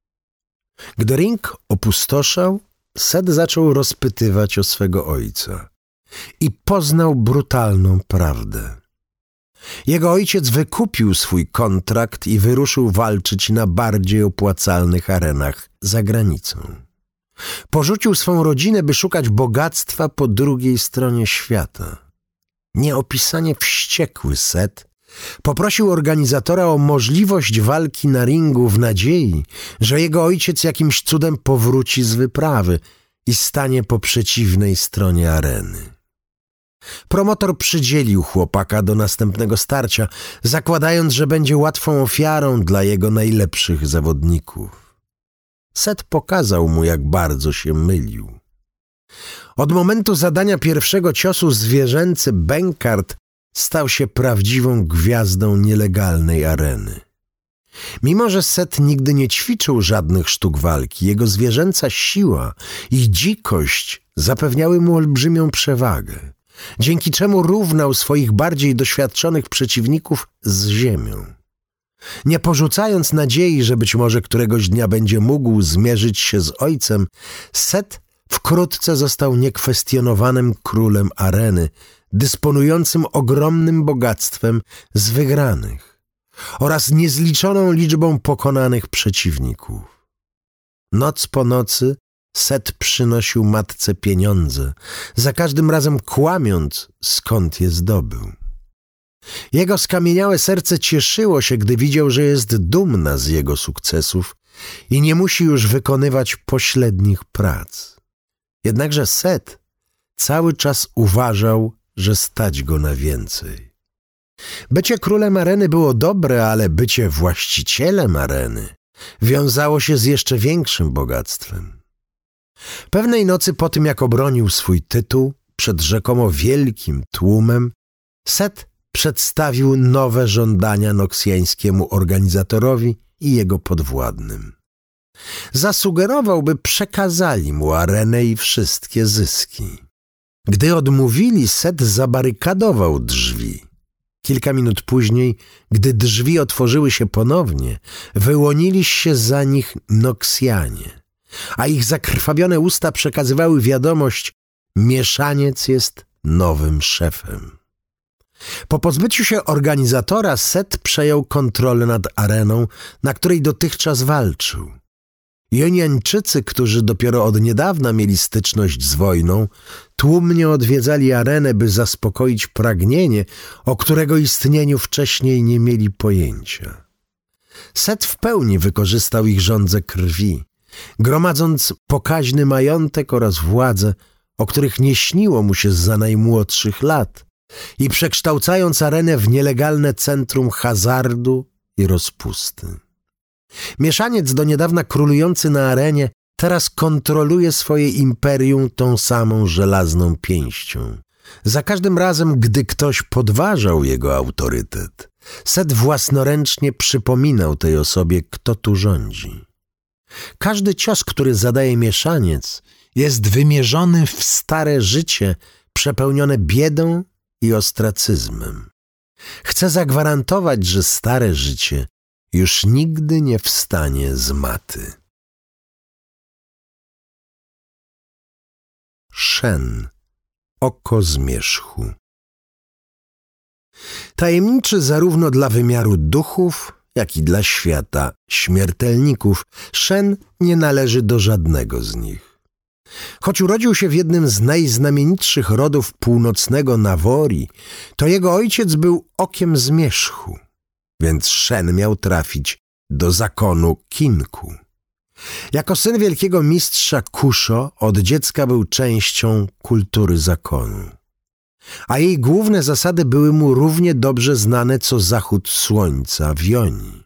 Gdy ring opustoszał, Set zaczął rozpytywać o swego ojca i poznał brutalną prawdę. Jego ojciec wykupił swój kontrakt i wyruszył walczyć na bardziej opłacalnych arenach za granicą. Porzucił swą rodzinę, by szukać bogactwa po drugiej stronie świata. Nieopisanie wściekły Set poprosił organizatora o możliwość walki na ringu w nadziei, że jego ojciec jakimś cudem powróci z wyprawy i stanie po przeciwnej stronie areny. Promotor przydzielił chłopaka do następnego starcia, zakładając, że będzie łatwą ofiarą dla jego najlepszych zawodników. Set pokazał mu, jak bardzo się mylił. Od momentu zadania pierwszego ciosu zwierzęcy Benkart stał się prawdziwą gwiazdą nielegalnej areny. Mimo że Set nigdy nie ćwiczył żadnych sztuk walki, jego zwierzęca siła i dzikość zapewniały mu olbrzymią przewagę. dzięki czemu równał swoich bardziej doświadczonych przeciwników z ziemią. Nie porzucając nadziei, że być może któregoś dnia będzie mógł zmierzyć się z ojcem, Set wkrótce został niekwestionowanym królem areny, dysponującym ogromnym bogactwem z wygranych oraz niezliczoną liczbą pokonanych przeciwników. Noc po nocy Set przynosił matce pieniądze, za każdym razem kłamiąc, skąd je zdobył. Jego skamieniałe serce cieszyło się, gdy widział, że jest dumna z jego sukcesów i nie musi już wykonywać pośrednich prac. Jednakże Set cały czas uważał, że stać go na więcej. Bycie królem areny było dobre, ale bycie właścicielem areny wiązało się z jeszcze większym bogactwem. Pewnej nocy po tym, jak obronił swój tytuł przed rzekomo wielkim tłumem, Set przedstawił nowe żądania noksjańskiemu organizatorowi i jego podwładnym. Zasugerował, by przekazali mu arenę i wszystkie zyski. Gdy odmówili, Set zabarykadował drzwi. Kilka minut później, gdy drzwi otworzyły się ponownie, wyłonili się za nich Noksjanie, a ich zakrwawione usta przekazywały wiadomość: mieszaniec jest nowym szefem. Po pozbyciu się organizatora Set przejął kontrolę nad areną, na której dotychczas walczył. Joniańczycy, którzy dopiero od niedawna mieli styczność z wojną, tłumnie odwiedzali arenę, by zaspokoić pragnienie, o którego istnieniu wcześniej nie mieli pojęcia. Set w pełni wykorzystał ich żądzę krwi, gromadząc pokaźny majątek oraz władzę, o których nie śniło mu się za najmłodszych lat, i przekształcając arenę w nielegalne centrum hazardu i rozpusty. Mieszaniec, do niedawna królujący na arenie, teraz kontroluje swoje imperium tą samą żelazną pięścią. Za każdym razem, gdy ktoś podważał jego autorytet, Set własnoręcznie przypominał tej osobie, kto tu rządzi. Każdy cios, który zadaje mieszaniec, jest wymierzony w stare życie przepełnione biedą i ostracyzmem. Chce zagwarantować, że stare życie już nigdy nie wstanie z maty. Shen, oko zmierzchu. Tajemniczy zarówno dla wymiaru duchów, jak i dla świata śmiertelników, Shen nie należy do żadnego z nich. Choć urodził się w jednym z najznamienitszych rodów północnego Nawori, to jego ojciec był okiem zmierzchu, więc Shen miał trafić do zakonu Kinku. Jako syn wielkiego mistrza Kusho od dziecka był częścią kultury zakonu, a jej główne zasady były mu równie dobrze znane co zachód słońca w Jonii.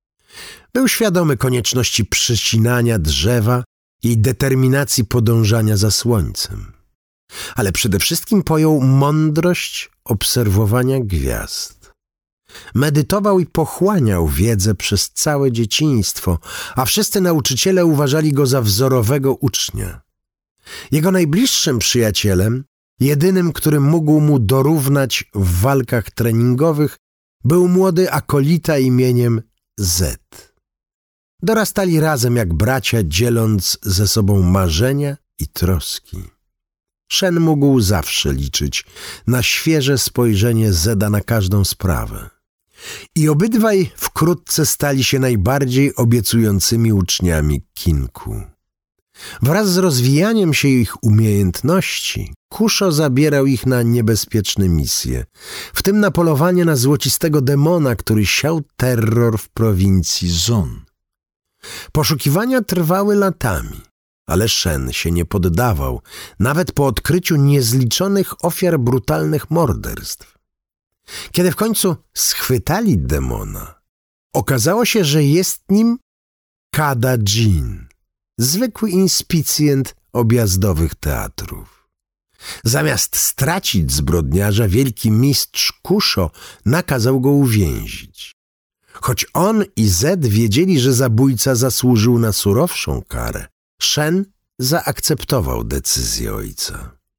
Był świadomy konieczności przycinania drzewa i determinacji podążania za słońcem, ale przede wszystkim pojął mądrość obserwowania gwiazd. Medytował i pochłaniał wiedzę przez całe dzieciństwo, a wszyscy nauczyciele uważali go za wzorowego ucznia. Jego najbliższym przyjacielem, jedynym, którym mógł mu dorównać w walkach treningowych, był młody akolita imieniem Z. Dorastali razem jak bracia, dzieląc ze sobą marzenia i troski. Shen mógł zawsze liczyć na świeże spojrzenie Zeda na każdą sprawę. I obydwaj wkrótce stali się najbardziej obiecującymi uczniami Kinku. Wraz z rozwijaniem się ich umiejętności, Kusho zabierał ich na niebezpieczne misje, w tym na polowanie na złocistego demona, który siał terror w prowincji Zun. Poszukiwania trwały latami, ale Shen się nie poddawał, nawet po odkryciu niezliczonych ofiar brutalnych morderstw. Kiedy w końcu schwytali demona, okazało się, że jest nim Kada Jin, zwykły inspicjent objazdowych teatrów. Zamiast stracić zbrodniarza, wielki mistrz Kusho nakazał go uwięzić. Choć on i Z wiedzieli, że zabójca zasłużył na surowszą karę, Shen zaakceptował decyzję ojca.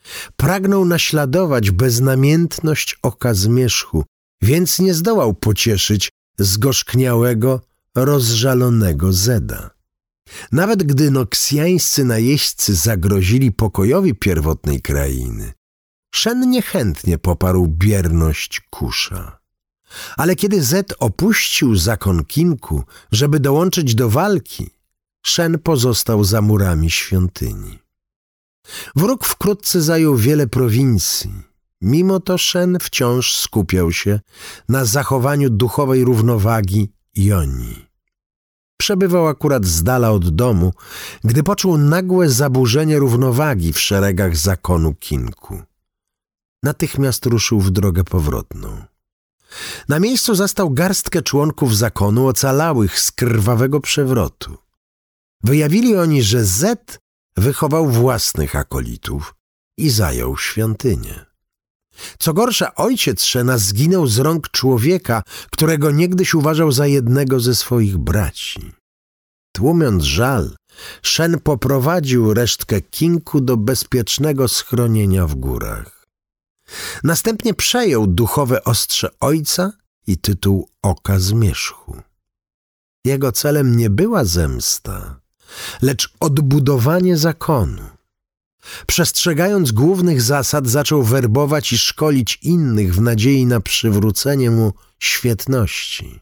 Pragnął naśladować beznamiętność oka zmierzchu, więc nie zdołał pocieszyć zgorzkniałego, rozżalonego Zeda. Nawet gdy noksjańscy najeźdźcy zagrozili pokojowi pierwotnej krainy, Shen niechętnie poparł bierność Kusza. Ale kiedy Zed opuścił zakon Kinku, żeby dołączyć do walki, Shen pozostał za murami świątyni. Wróg wkrótce zajął wiele prowincji. Mimo to Shen wciąż skupiał się na zachowaniu duchowej równowagi Jonii. Przebywał akurat z dala od domu, gdy poczuł nagłe zaburzenie równowagi w szeregach zakonu Kinku. Natychmiast ruszył w drogę powrotną. Na miejscu zastał garstkę członków zakonu ocalałych z krwawego przewrotu. Wyjawili oni, że Zed wychował własnych akolitów i zajął świątynię. Co gorsza, ojciec Shena zginął z rąk człowieka, którego niegdyś uważał za jednego ze swoich braci. Tłumiąc żal, Shen poprowadził resztkę Kinku do bezpiecznego schronienia w górach. Następnie przejął duchowe ostrze ojca i tytuł Oka Zmierzchu. Jego celem nie była zemsta, lecz odbudowanie zakonu. Przestrzegając głównych zasad, zaczął werbować i szkolić innych w nadziei na przywrócenie mu świetności.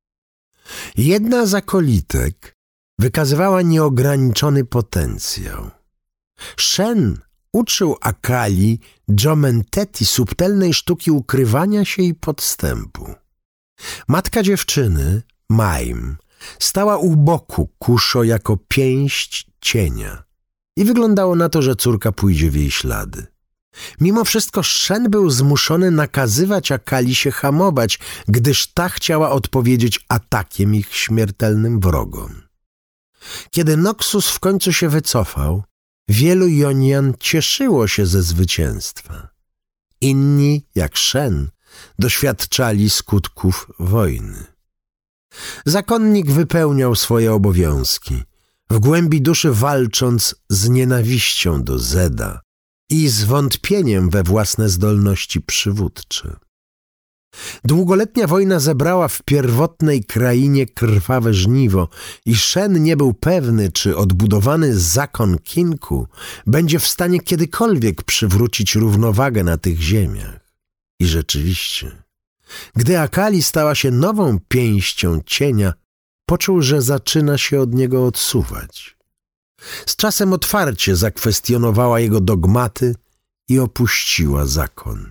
Jedna z akolitek wykazywała nieograniczony potencjał. Shen uczył Akali Jomenteti subtelnej sztuki ukrywania się i podstępu. Matka dziewczyny, Maim, stała u boku Kusho jako pięść cienia i wyglądało na to, że córka pójdzie w jej ślady. Mimo wszystko Shen był zmuszony nakazywać Akali się hamować, gdyż ta chciała odpowiedzieć atakiem ich śmiertelnym wrogom. Kiedy Noxus w końcu się wycofał, wielu Jonian cieszyło się ze zwycięstwa. Inni, jak Shen, doświadczali skutków wojny. Zakonnik wypełniał swoje obowiązki, w głębi duszy walcząc z nienawiścią do Zeda i z wątpieniem we własne zdolności przywódcze. Długoletnia wojna zebrała w pierwotnej krainie krwawe żniwo i Shen nie był pewny, czy odbudowany zakon Kinku będzie w stanie kiedykolwiek przywrócić równowagę na tych ziemiach. I rzeczywiście, gdy Akali stała się nową pięścią cienia, poczuł, że zaczyna się od niego odsuwać. Z czasem otwarcie zakwestionowała jego dogmaty i opuściła zakon.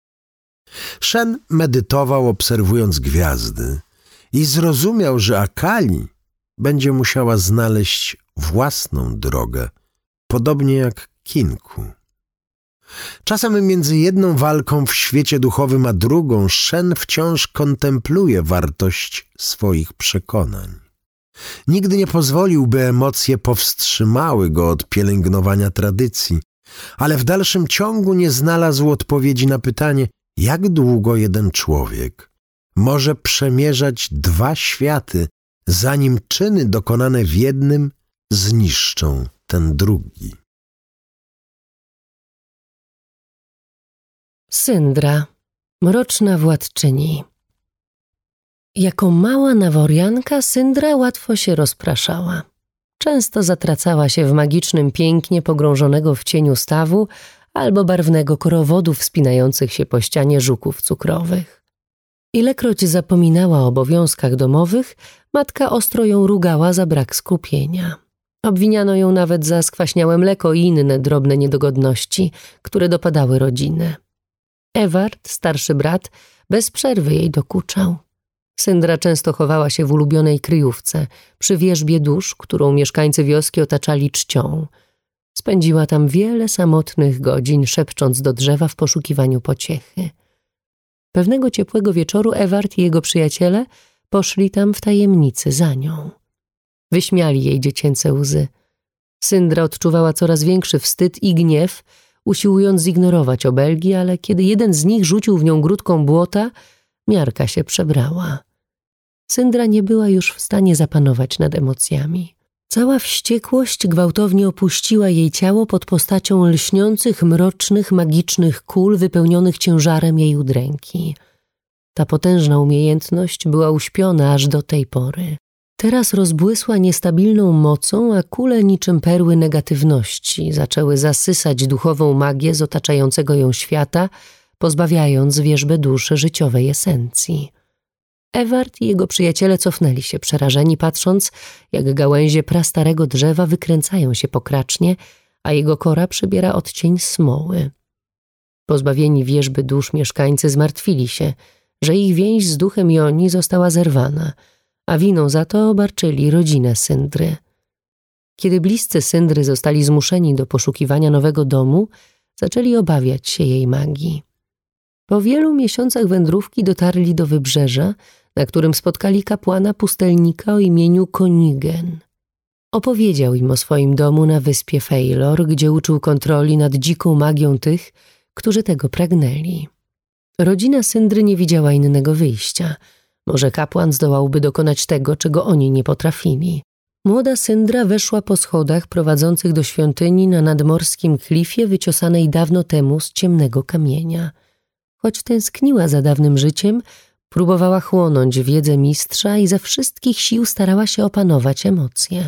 Shen medytował, obserwując gwiazdy i zrozumiał, że Akali będzie musiała znaleźć własną drogę, podobnie jak Kinku. Czasem między jedną walką w świecie duchowym a drugą Shen wciąż kontempluje wartość swoich przekonań. Nigdy nie pozwolił, by emocje powstrzymały go od pielęgnowania tradycji, ale w dalszym ciągu nie znalazł odpowiedzi na pytanie, jak długo jeden człowiek może przemierzać dwa światy, zanim czyny dokonane w jednym zniszczą ten drugi. Syndra, mroczna władczyni. Jako mała naworianka Syndra łatwo się rozpraszała. Często zatracała się w magicznym pięknie pogrążonego w cieniu stawu albo barwnego korowodu wspinających się po ścianie żuków cukrowych. Ilekroć zapominała o obowiązkach domowych, matka ostro ją rugała za brak skupienia. Obwiniano ją nawet za skwaśniałe mleko i inne drobne niedogodności, które dopadały rodzinę. Ewart, starszy brat, bez przerwy jej dokuczał. Syndra często chowała się w ulubionej kryjówce, przy wierzbie dusz, którą mieszkańcy wioski otaczali czcią. Spędziła tam wiele samotnych godzin, szepcząc do drzewa w poszukiwaniu pociechy. Pewnego ciepłego wieczoru Ewart i jego przyjaciele poszli tam w tajemnicy za nią. Wyśmiali jej dziecięce łzy. Syndra odczuwała coraz większy wstyd i gniew, usiłując zignorować obelgi, ale kiedy jeden z nich rzucił w nią grudką błota, miarka się przebrała. Syndra nie była już w stanie zapanować nad emocjami. Cała wściekłość gwałtownie opuściła jej ciało pod postacią lśniących, mrocznych, magicznych kul wypełnionych ciężarem jej udręki. Ta potężna umiejętność była uśpiona aż do tej pory. Teraz rozbłysła niestabilną mocą, a kule niczym perły negatywności zaczęły zasysać duchową magię z otaczającego ją świata, pozbawiając wierzbę dusz życiowej esencji. Ewart i jego przyjaciele cofnęli się przerażeni, patrząc, jak gałęzie prastarego drzewa wykręcają się pokracznie, a jego kora przybiera odcień smoły. Pozbawieni wierzby dusz mieszkańcy zmartwili się, że ich więź z duchem Joni została zerwana, a winą za to obarczyli rodzinę Syndry. Kiedy bliscy Syndry zostali zmuszeni do poszukiwania nowego domu, zaczęli obawiać się jej magii. Po wielu miesiącach wędrówki dotarli do wybrzeża, na którym spotkali kapłana pustelnika o imieniu Konigen. Opowiedział im o swoim domu na wyspie Feilor, gdzie uczył kontroli nad dziką magią tych, którzy tego pragnęli. Rodzina Syndry nie widziała innego wyjścia. Może kapłan zdołałby dokonać tego, czego oni nie potrafili. Młoda Syndra weszła po schodach prowadzących do świątyni na nadmorskim klifie wyciosanej dawno temu z ciemnego kamienia. Choć tęskniła za dawnym życiem, próbowała chłonąć wiedzę mistrza i ze wszystkich sił starała się opanować emocje.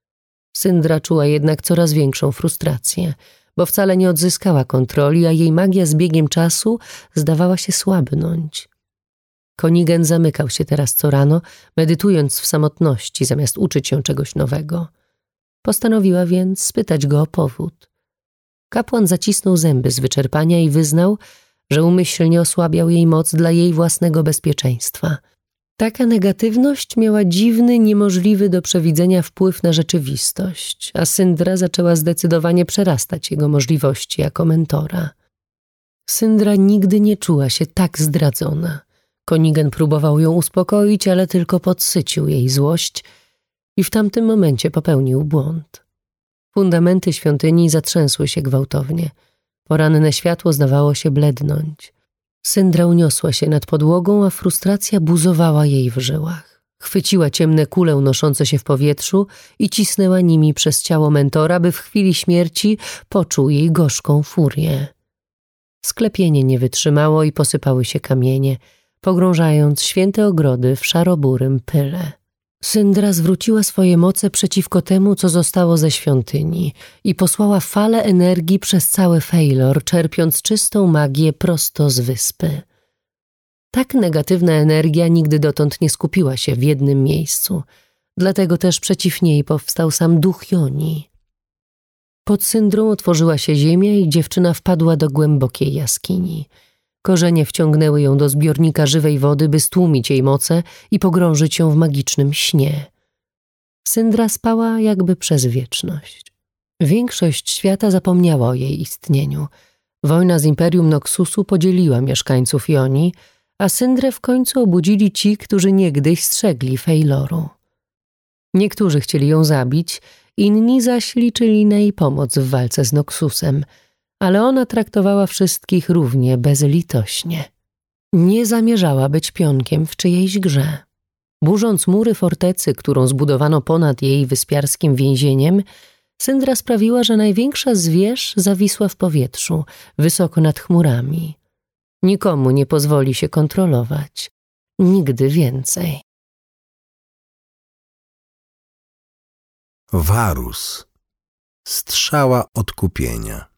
Syndra czuła jednak coraz większą frustrację, bo wcale nie odzyskała kontroli, a jej magia z biegiem czasu zdawała się słabnąć. Konigen zamykał się teraz co rano, medytując w samotności, zamiast uczyć się czegoś nowego. Postanowiła więc spytać go o powód. Kapłan zacisnął zęby z wyczerpania i wyznał, że umyślnie osłabiał jej moc dla jej własnego bezpieczeństwa. Taka negatywność miała dziwny, niemożliwy do przewidzenia wpływ na rzeczywistość, a Syndra zaczęła zdecydowanie przerastać jego możliwości jako mentora. Syndra nigdy nie czuła się tak zdradzona. Konigen próbował ją uspokoić, ale tylko podsycił jej złość i w tamtym momencie popełnił błąd. Fundamenty świątyni zatrzęsły się gwałtownie. Poranne światło zdawało się blednąć. Syndra uniosła się nad podłogą, a frustracja buzowała jej w żyłach. Chwyciła ciemne kule unoszące się w powietrzu i cisnęła nimi przez ciało mentora, by w chwili śmierci poczuł jej gorzką furię. Sklepienie nie wytrzymało i posypały się kamienie, pogrążając święte ogrody w szaroburym pyle. Syndra zwróciła swoje moce przeciwko temu, co zostało ze świątyni i posłała falę energii przez cały Feilor, czerpiąc czystą magię prosto z wyspy. Tak negatywna energia nigdy dotąd nie skupiła się w jednym miejscu, dlatego też przeciw niej powstał sam duch Joni. Pod Syndrą otworzyła się ziemia i dziewczyna wpadła do głębokiej jaskini. Korzenie wciągnęły ją do zbiornika żywej wody, by stłumić jej moce i pogrążyć ją w magicznym śnie. Syndra spała jakby przez wieczność. Większość świata zapomniała o jej istnieniu. Wojna z Imperium Noxusu podzieliła mieszkańców Joni, a Syndrę w końcu obudzili ci, którzy niegdyś strzegli Feiloru. Niektórzy chcieli ją zabić, inni zaś liczyli na jej pomoc w walce z Noxusem, ale ona traktowała wszystkich równie bezlitośnie. Nie zamierzała być pionkiem w czyjejś grze. Burząc mury fortecy, którą zbudowano ponad jej wyspiarskim więzieniem, Syndra sprawiła, że największa z wież zawisła w powietrzu, wysoko nad chmurami. Nikomu nie pozwoli się kontrolować. Nigdy więcej. Varus. Strzała odkupienia.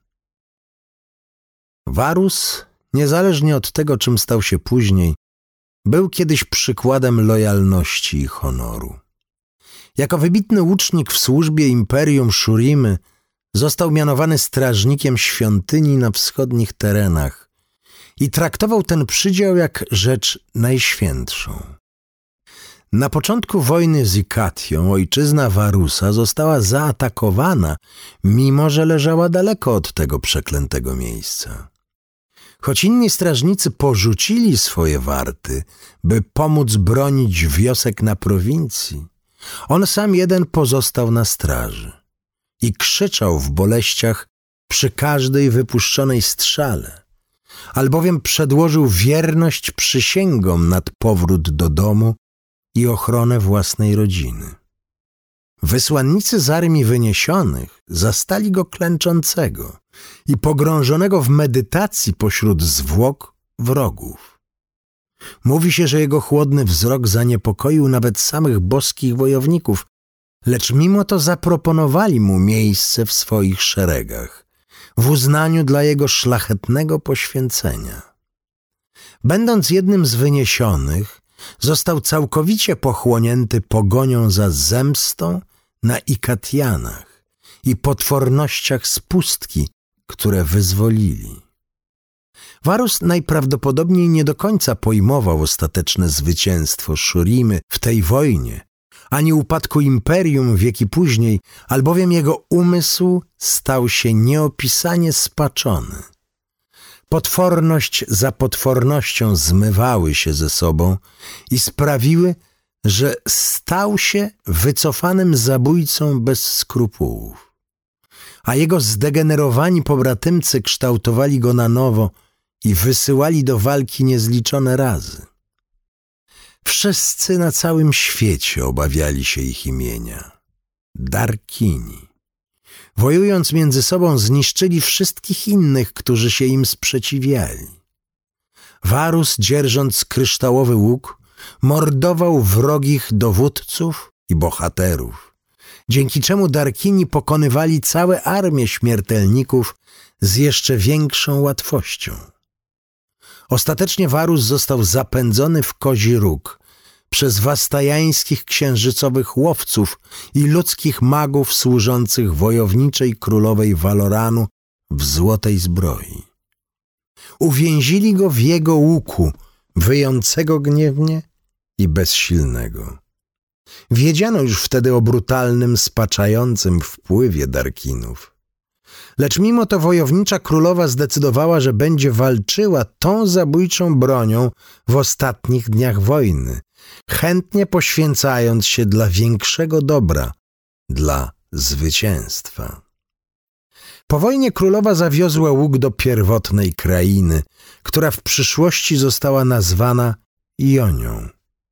Varus, niezależnie od tego, czym stał się później, był kiedyś przykładem lojalności i honoru. Jako wybitny łucznik w służbie Imperium Shurimy został mianowany strażnikiem świątyni na wschodnich terenach i traktował ten przydział jak rzecz najświętszą. Na początku wojny z Ikatią ojczyzna Varusa została zaatakowana, mimo że leżała daleko od tego przeklętego miejsca. Choć inni strażnicy porzucili swoje warty, by pomóc bronić wiosek na prowincji, on sam jeden pozostał na straży i krzyczał w boleściach przy każdej wypuszczonej strzale, albowiem przedłożył wierność przysięgom nad powrót do domu i ochronę własnej rodziny. Wysłannicy z Armii Wyniesionych zastali go klęczącego i pogrążonego w medytacji pośród zwłok wrogów. Mówi się, że jego chłodny wzrok zaniepokoił nawet samych boskich wojowników, lecz mimo to zaproponowali mu miejsce w swoich szeregach, w uznaniu dla jego szlachetnego poświęcenia. Będąc jednym z wyniesionych, został całkowicie pochłonięty pogonią za zemstą na Ikatianach i potwornościach z pustki, które wyzwolili. Varus najprawdopodobniej nie do końca pojmował ostateczne zwycięstwo Shurimy w tej wojnie, ani upadku imperium wieki później, albowiem jego umysł stał się nieopisanie spaczony. Potworność za potwornością zmywały się ze sobą i sprawiły, że stał się wycofanym zabójcą bez skrupułów. A jego zdegenerowani pobratymcy kształtowali go na nowo i wysyłali do walki niezliczone razy. Wszyscy na całym świecie obawiali się ich imienia. Darkini. Wojując między sobą, zniszczyli wszystkich innych, którzy się im sprzeciwiali. Varus, dzierżąc kryształowy łuk, mordował wrogich dowódców i bohaterów, dzięki czemu Darkini pokonywali całe armie śmiertelników z jeszcze większą łatwością. Ostatecznie Varus został zapędzony w Kozi Róg przez wastajańskich księżycowych łowców i ludzkich magów służących wojowniczej królowej Valoranu w złotej zbroi. Uwięzili go w jego łuku, wyjącego gniewnie i bezsilnego. Wiedziano już wtedy o brutalnym, spaczającym wpływie Darkinów. Lecz mimo to wojownicza królowa zdecydowała, że będzie walczyła tą zabójczą bronią w ostatnich dniach wojny, chętnie poświęcając się dla większego dobra, dla zwycięstwa. Po wojnie królowa zawiozła łuk do pierwotnej krainy, która w przyszłości została nazwana Ionią.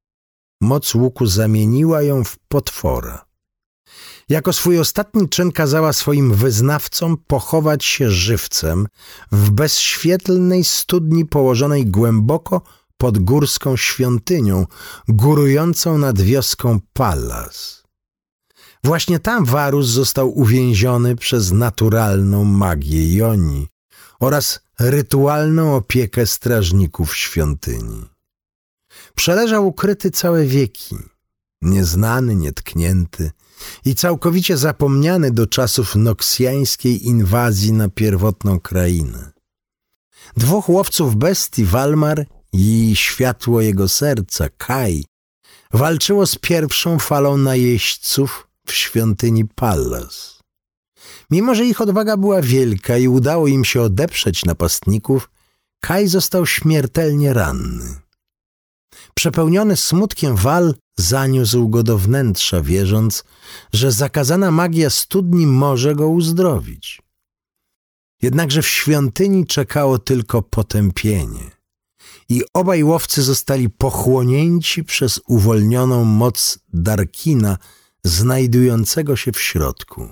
Moc łuku zamieniła ją w potwora. Jako swój ostatni czyn kazała swoim wyznawcom pochować się żywcem w bezświetlnej studni położonej głęboko pod górską świątynią, górującą nad wioską Pallas. Właśnie tam Varus został uwięziony przez naturalną magię Ionii oraz rytualną opiekę strażników świątyni. Przeleżał ukryty całe wieki, nieznany, nietknięty i całkowicie zapomniany do czasów noksjańskiej inwazji na pierwotną krainę. Dwóch łowców bestii, Walmar i światło jego serca, Kai, walczyło z pierwszą falą najeźdźców w świątyni Pallas. Mimo że ich odwaga była wielka i udało im się odeprzeć napastników, Kai został śmiertelnie ranny. Przepełniony smutkiem Wal zaniósł go do wnętrza, wierząc, że zakazana magia studni może go uzdrowić. Jednakże w świątyni czekało tylko potępienie i obaj łowcy zostali pochłonięci przez uwolnioną moc Darkina znajdującego się w środku.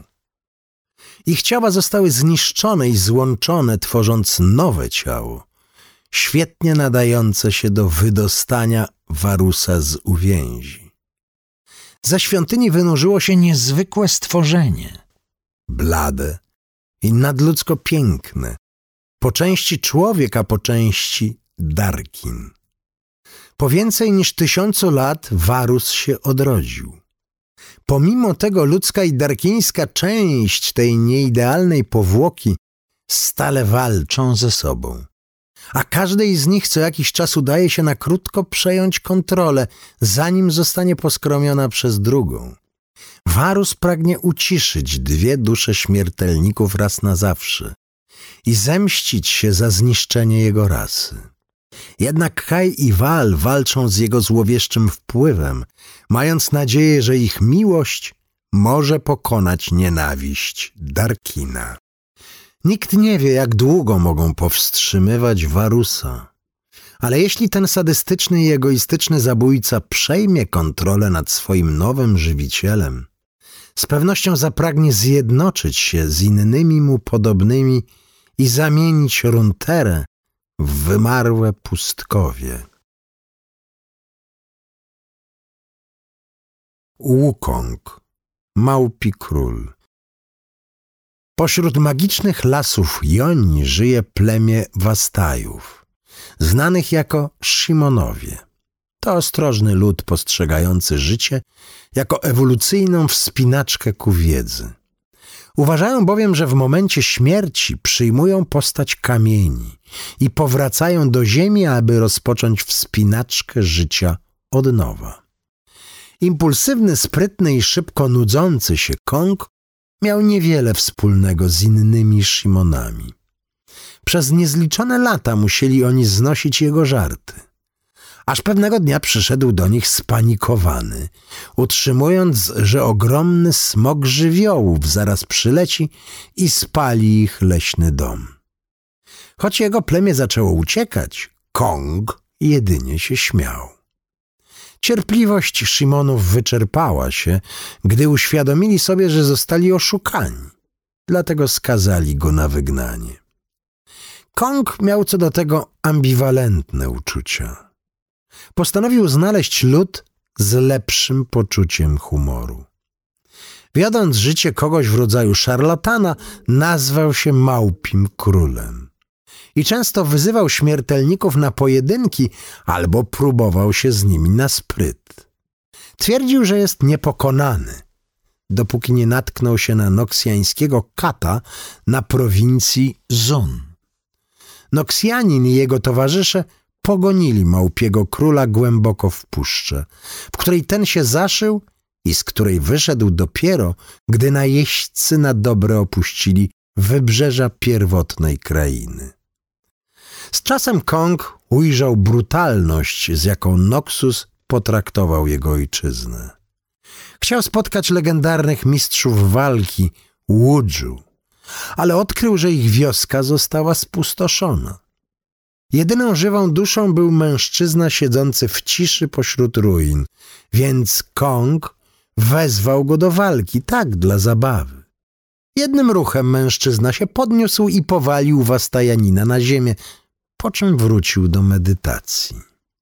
Ich ciała zostały zniszczone i złączone, tworząc nowe ciało, świetnie nadające się do wydostania Varusa z uwięzi. Ze świątyni wynurzyło się niezwykłe stworzenie, blade i nadludzko piękne, po części człowiek, a po części Darkin. Po więcej niż 1000 lat Varus się odrodził. Pomimo tego ludzka i darkińska część tej nieidealnej powłoki stale walczą ze sobą, a każdej z nich co jakiś czas udaje się na krótko przejąć kontrolę, zanim zostanie poskromiona przez drugą. Varus pragnie uciszyć dwie dusze śmiertelników raz na zawsze i zemścić się za zniszczenie jego rasy. Jednak Kai i Val walczą z jego złowieszczym wpływem, mając nadzieję, że ich miłość może pokonać nienawiść Darkina. Nikt nie wie, jak długo mogą powstrzymywać Varusa, ale jeśli ten sadystyczny i egoistyczny zabójca przejmie kontrolę nad swoim nowym żywicielem, Z pewnością zapragnie zjednoczyć się z innymi mu podobnymi i zamienić Runeterrę w wymarłe pustkowie. Wukong, małpi król. Pośród magicznych lasów Jonii żyje plemię Wastajów, znanych jako Shimonowie. To ostrożny lud postrzegający życie jako ewolucyjną wspinaczkę ku wiedzy. Uważają bowiem, że w momencie śmierci przyjmują postać kamieni i powracają do ziemi, aby rozpocząć wspinaczkę życia od nowa. Impulsywny, sprytny i szybko nudzący się Kong miał niewiele wspólnego z innymi Shimonami. Przez niezliczone lata musieli oni znosić jego żarty. Aż pewnego dnia przyszedł do nich spanikowany, utrzymując, że ogromny smok żywiołów zaraz przyleci i spali ich leśny dom. Choć jego plemię zaczęło uciekać, Kong jedynie się śmiał. Cierpliwość Shimonów wyczerpała się, gdy uświadomili sobie, że zostali oszukani. Dlatego skazali go na wygnanie. Kong miał co do tego ambiwalentne uczucia. Postanowił znaleźć lud z lepszym poczuciem humoru. Wiodąc życie kogoś w rodzaju szarlatana, nazwał się Małpim Królem. I często wyzywał śmiertelników na pojedynki albo próbował się z nimi na spryt. Twierdził, że jest niepokonany, dopóki nie natknął się na noksjańskiego kata na prowincji Zun. Noksjanin i jego towarzysze pogonili Małpiego Króla głęboko w puszczę, w której ten się zaszył i z której wyszedł dopiero, gdy najeźdźcy na dobre opuścili wybrzeża pierwotnej krainy. Z czasem Kong ujrzał brutalność, z jaką Noxus potraktował jego ojczyznę. Chciał spotkać legendarnych mistrzów walki Wudzu, ale odkrył, że ich wioska została spustoszona. Jedyną żywą duszą był mężczyzna siedzący w ciszy pośród ruin, więc Kong wezwał go do walki, tak dla zabawy. Jednym ruchem mężczyzna się podniósł i powalił Wastajanina na ziemię, po czym wrócił do medytacji.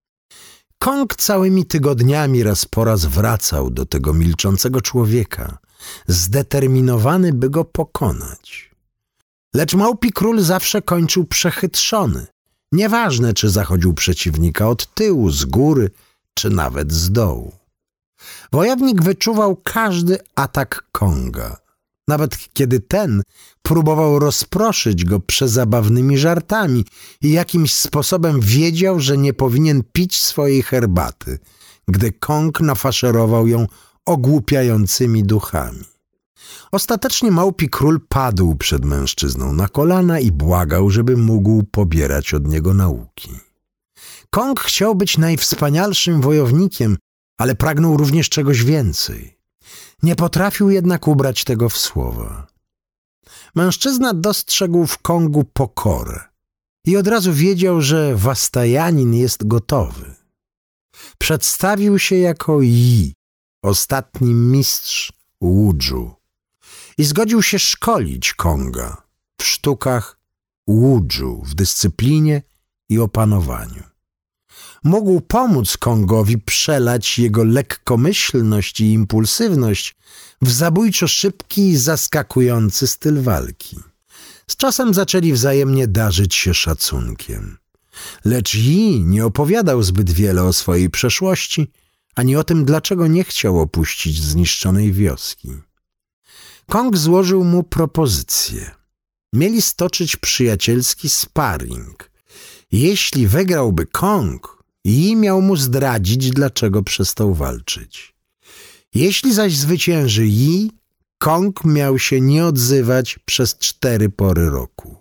Kong całymi tygodniami raz po raz wracał do tego milczącego człowieka, zdeterminowany, by go pokonać. Lecz Małpi Król zawsze kończył przechytrzony. Nieważne, czy zachodził przeciwnika od tyłu, z góry, czy nawet z dołu. Wojownik wyczuwał każdy atak Konga, nawet kiedy ten próbował rozproszyć go przezabawnymi żartami i jakimś sposobem wiedział, że nie powinien pić swojej herbaty, gdy Kong nafaszerował ją ogłupiającymi duchami. Ostatecznie Małpi Król padł przed mężczyzną na kolana i błagał, żeby mógł pobierać od niego nauki. Kong chciał być najwspanialszym wojownikiem, ale pragnął również czegoś więcej. Nie potrafił jednak ubrać tego w słowa. Mężczyzna dostrzegł w Kongu pokorę i od razu wiedział, że Wastajanin jest gotowy. Przedstawił się jako Yi, ostatni mistrz Wudzu, i zgodził się szkolić Konga w sztukach Wudzu, w dyscyplinie i opanowaniu. Mógł pomóc Kongowi przelać jego lekkomyślność i impulsywność w zabójczo szybki i zaskakujący styl walki. Z czasem zaczęli wzajemnie darzyć się szacunkiem. Lecz Yi nie opowiadał zbyt wiele o swojej przeszłości, ani o tym, dlaczego nie chciał opuścić zniszczonej wioski. Kong złożył mu propozycję. Mieli stoczyć przyjacielski sparring. Jeśli wygrałby Kong, Yi miał mu zdradzić, dlaczego przestał walczyć. Jeśli zaś zwycięży Yi, Kong miał się nie odzywać przez 4 pory roku.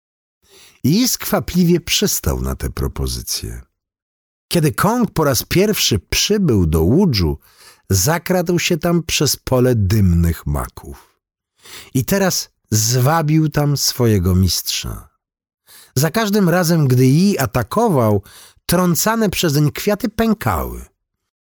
Yi skwapliwie przystał na tę propozycję. Kiedy Kong po raz pierwszy przybył do Wudzu, zakradł się tam przez pole dymnych maków. I teraz zwabił tam swojego mistrza. Za każdym razem, gdy Yi atakował, trącane przezeń kwiaty pękały.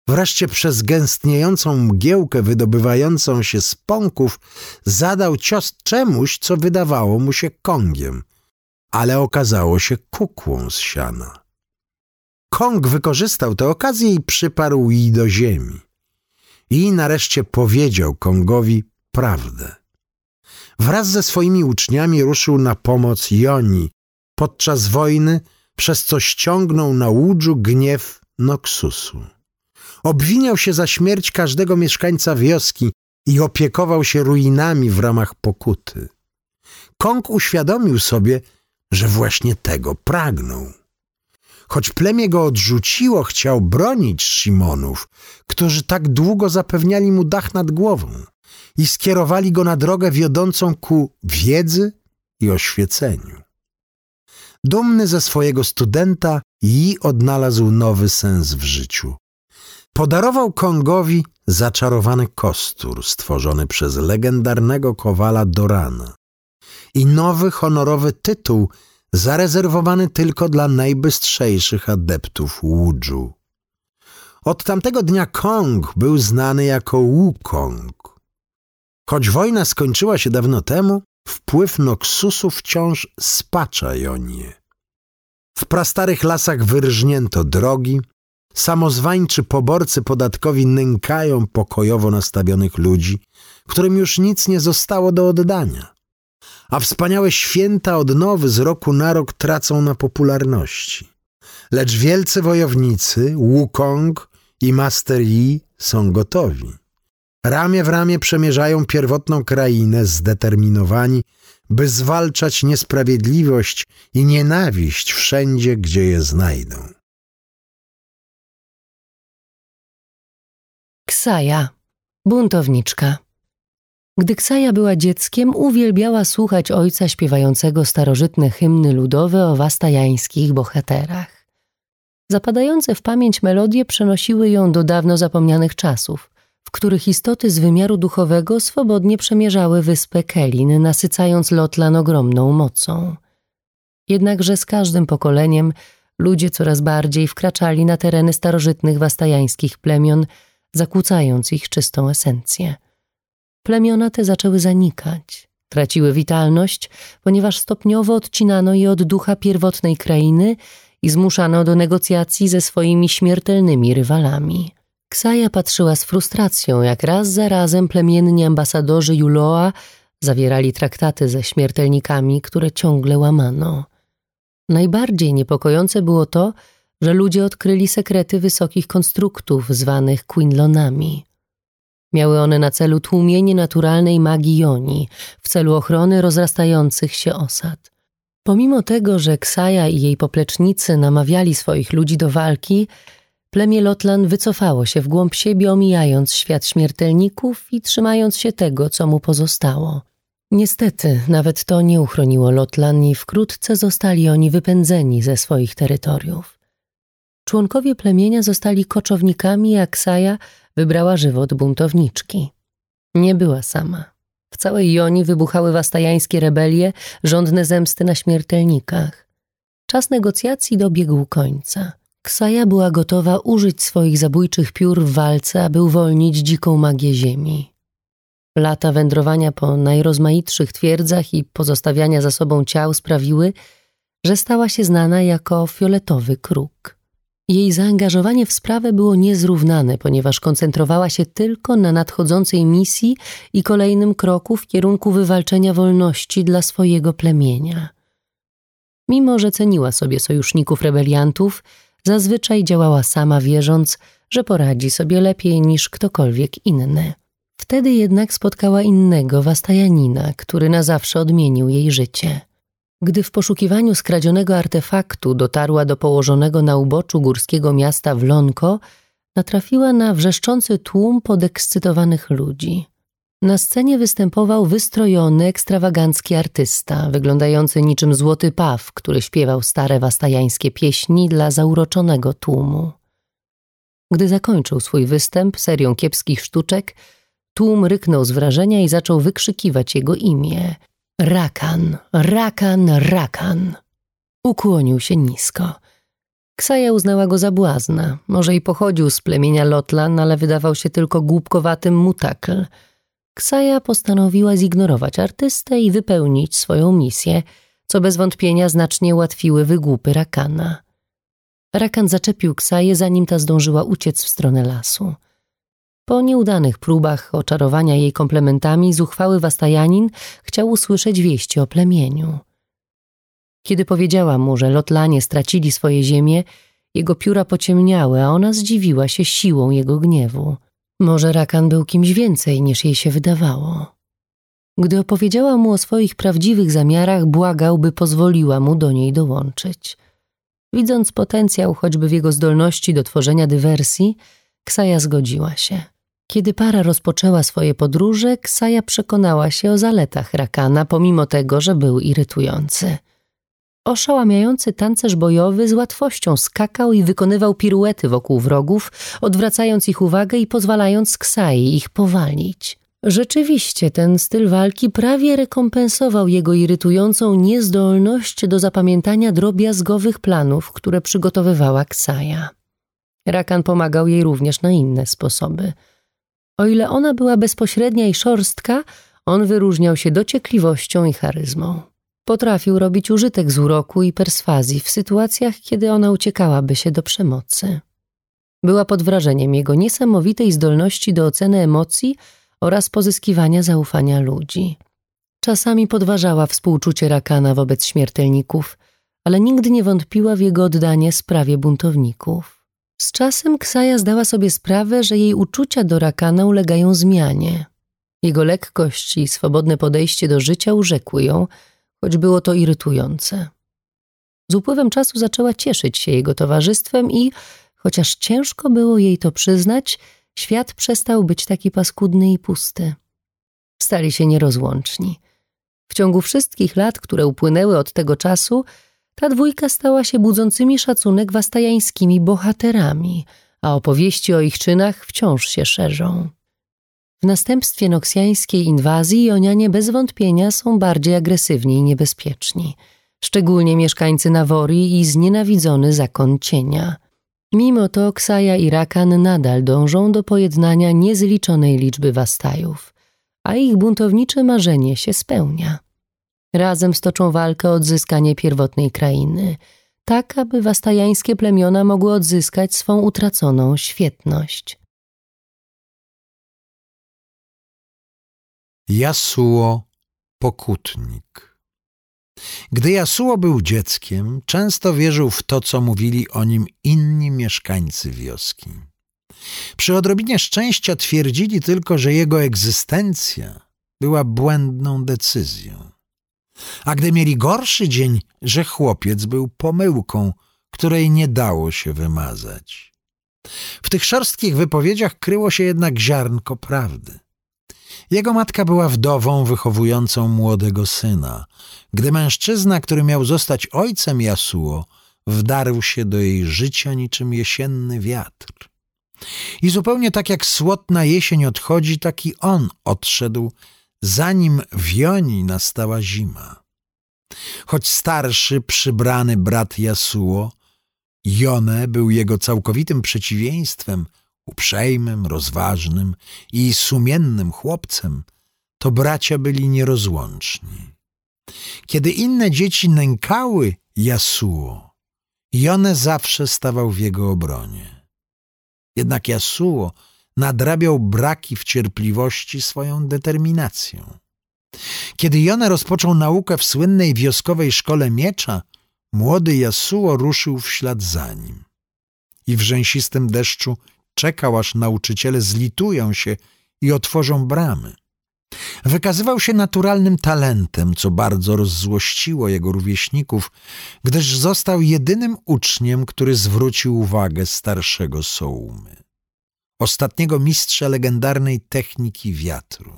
Wreszcie przez gęstniejącą mgiełkę wydobywającą się z pąków zadał cios czemuś, co wydawało mu się kągiem, ale okazało się kukłą z siana. Kąg wykorzystał tę okazję i przyparł jej do ziemi. I nareszcie powiedział Kągowi prawdę. Wraz ze swoimi uczniami ruszył na pomoc Joni podczas wojny, przez co ściągnął na Łudżu gniew Noksusu. Obwiniał się za śmierć każdego mieszkańca wioski i opiekował się ruinami w ramach pokuty. Kąg uświadomił sobie, że właśnie tego pragnął. Choć plemię go odrzuciło, chciał bronić Shimonów, którzy tak długo zapewniali mu dach nad głową i skierowali go na drogę wiodącą ku wiedzy i oświeceniu. Dumny ze swojego studenta, Yi odnalazł nowy sens w życiu. Podarował Kągowi zaczarowany kostur stworzony przez legendarnego kowala Dorana i nowy honorowy tytuł zarezerwowany tylko dla najbystrzejszych adeptów Łudżu. Od tamtego dnia Kąg był znany jako Wukong. Choć wojna skończyła się dawno temu, wpływ Noksusu wciąż spacza Jonię. W prastarych lasach wyrżnięto drogi, samozwańczy poborcy podatkowi nękają pokojowo nastawionych ludzi, którym już nic nie zostało do oddania, a wspaniałe święta odnowy z roku na rok tracą na popularności. Lecz wielcy wojownicy, Wukong i Master Yi, są gotowi. Ramię w ramię przemierzają pierwotną krainę, zdeterminowani, by zwalczać niesprawiedliwość i nienawiść wszędzie, gdzie je znajdą. Ksaja, buntowniczka. Gdy Ksaja była dzieckiem, uwielbiała słuchać ojca śpiewającego starożytne hymny ludowe o wastajańskich bohaterach. Zapadające w pamięć melodie przenosiły ją do dawno zapomnianych czasów, w których istoty z wymiaru duchowego swobodnie przemierzały wyspę Kelin, nasycając Lotlan ogromną mocą. Jednakże z każdym pokoleniem ludzie coraz bardziej wkraczali na tereny starożytnych wastajańskich plemion, zakłócając ich czystą esencję. Plemiona te zaczęły zanikać, traciły witalność, ponieważ stopniowo odcinano je od ducha pierwotnej krainy i zmuszano do negocjacji ze swoimi śmiertelnymi rywalami. Ksaja patrzyła z frustracją, jak raz za razem plemienni ambasadorzy Yuloa zawierali traktaty ze śmiertelnikami, które ciągle łamano. Najbardziej niepokojące było to, że ludzie odkryli sekrety wysokich konstruktów zwanych Quinlonami. Miały one na celu tłumienie naturalnej magii Joni w celu ochrony rozrastających się osad. Pomimo tego, że Ksaja i jej poplecznicy namawiali swoich ludzi do walki, plemię Lotlan wycofało się w głąb siebie, omijając świat śmiertelników i trzymając się tego, co mu pozostało. Niestety, nawet to nie uchroniło Lotlan i wkrótce zostali oni wypędzeni ze swoich terytoriów. Członkowie plemienia zostali koczownikami, a Ksaja wybrała żywot buntowniczki. Nie była sama. W całej Jonii wybuchały wastajańskie rebelie, żądne zemsty na śmiertelnikach. Czas negocjacji dobiegł końca. Ksaja była gotowa użyć swoich zabójczych piór w walce, aby uwolnić dziką magię ziemi. Lata wędrowania po najrozmaitszych twierdzach i pozostawiania za sobą ciał sprawiły, że stała się znana jako Fioletowy Kruk. Jej zaangażowanie w sprawę było niezrównane, ponieważ koncentrowała się tylko na nadchodzącej misji i kolejnym kroku w kierunku wywalczenia wolności dla swojego plemienia. Mimo że ceniła sobie sojuszników rebeliantów, zazwyczaj działała sama, wierząc, że poradzi sobie lepiej niż ktokolwiek inny. Wtedy jednak spotkała innego Wastajanina, który na zawsze odmienił jej życie. Gdy w poszukiwaniu skradzionego artefaktu dotarła do położonego na uboczu górskiego miasta Wlonko, natrafiła na wrzeszczący tłum podekscytowanych ludzi. Na scenie występował wystrojony, ekstrawagancki artysta, wyglądający niczym złoty paw, który śpiewał stare wastajańskie pieśni dla zauroczonego tłumu. Gdy zakończył swój występ serią kiepskich sztuczek, tłum ryknął z wrażenia i zaczął wykrzykiwać jego imię. Rakan, Rakan, Rakan. Ukłonił się nisko. Ksaja uznała go za błazna. Może i pochodził z plemienia Lotlan, ale wydawał się tylko głupkowatym mutakl. Ksaja postanowiła zignorować artystę i wypełnić swoją misję, co bez wątpienia znacznie ułatwiły wygłupy Rakana. Rakan zaczepił Ksaję, zanim ta zdążyła uciec w stronę lasu. Po nieudanych próbach oczarowania jej komplementami zuchwały Wastajanin chciał usłyszeć wieści o plemieniu. Kiedy powiedziała mu, że Lotlanie stracili swoje ziemie, jego pióra pociemniały, a ona zdziwiła się siłą jego gniewu. Może Rakan był kimś więcej, niż jej się wydawało. Gdy opowiedziała mu o swoich prawdziwych zamiarach, błagał, by pozwoliła mu do niej dołączyć. Widząc potencjał choćby w jego zdolności do tworzenia dywersji, Ksaja zgodziła się. Kiedy para rozpoczęła swoje podróże, Ksaja przekonała się o zaletach Rakana, pomimo tego, że był irytujący. Oszałamiający tancerz bojowy z łatwością skakał i wykonywał piruety wokół wrogów, odwracając ich uwagę i pozwalając Ksai ich powalić. Rzeczywiście ten styl walki prawie rekompensował jego irytującą niezdolność do zapamiętania drobiazgowych planów, które przygotowywała Ksaja. Rakan pomagał jej również na inne sposoby. O ile ona była bezpośrednia i szorstka, on wyróżniał się dociekliwością i charyzmą. Potrafił robić użytek z uroku i perswazji w sytuacjach, kiedy ona uciekałaby się do przemocy. Była pod wrażeniem jego niesamowitej zdolności do oceny emocji oraz pozyskiwania zaufania ludzi. Czasami podważała współczucie Rakana wobec śmiertelników, ale nigdy nie wątpiła w jego oddanie sprawie buntowników. Z czasem Ksaja zdała sobie sprawę, że jej uczucia do Rakana ulegają zmianie. Jego lekkość i swobodne podejście do życia urzekły ją, choć było to irytujące. Z upływem czasu zaczęła cieszyć się jego towarzystwem i, chociaż ciężko było jej to przyznać, świat przestał być taki paskudny i pusty. Stali się nierozłączni. W ciągu wszystkich lat, które upłynęły od tego czasu, ta dwójka stała się budzącymi szacunek wastajańskimi bohaterami, a opowieści o ich czynach wciąż się szerzą. W następstwie noksjańskiej inwazji Jonianie bez wątpienia są bardziej agresywni i niebezpieczni, szczególnie mieszkańcy Naworii i znienawidzony zakon cienia. Mimo to Ksaja i Rakan nadal dążą do pojednania niezliczonej liczby Wastajów, a ich buntownicze marzenie się spełnia. Razem stoczą walkę o odzyskanie pierwotnej krainy, tak aby wastajańskie plemiona mogły odzyskać swą utraconą świetność. Yasuo, pokutnik. Gdy Yasuo był dzieckiem, często wierzył w to, co mówili o nim inni mieszkańcy wioski. Przy odrobinie szczęścia twierdzili tylko, że jego egzystencja była błędną decyzją. A gdy mieli gorszy dzień, że chłopiec był pomyłką, której nie dało się wymazać. W tych szorstkich wypowiedziach kryło się jednak ziarnko prawdy. Jego matka była wdową wychowującą młodego syna, gdy mężczyzna, który miał zostać ojcem Yasuo, wdarł się do jej życia niczym jesienny wiatr. I zupełnie tak jak słodna jesień odchodzi, tak i on odszedł, zanim w Jonii nastała zima. Choć starszy, przybrany brat Yasuo, Jone był jego całkowitym przeciwieństwem, uprzejmym, rozważnym i sumiennym chłopcem, to bracia byli nierozłączni. Kiedy inne dzieci nękały Yasuo, Jone zawsze stawał w jego obronie. Jednak Yasuo nadrabiał braki w cierpliwości swoją determinacją. Kiedy Jone rozpoczął naukę w słynnej wioskowej szkole miecza, młody Yasuo ruszył w ślad za nim. I w rzęsistym deszczu czekał, aż nauczyciele zlitują się i otworzą bramy. Wykazywał się naturalnym talentem, co bardzo rozzłościło jego rówieśników, gdyż został jedynym uczniem, który zwrócił uwagę starszego Soumy, ostatniego mistrza legendarnej techniki wiatru.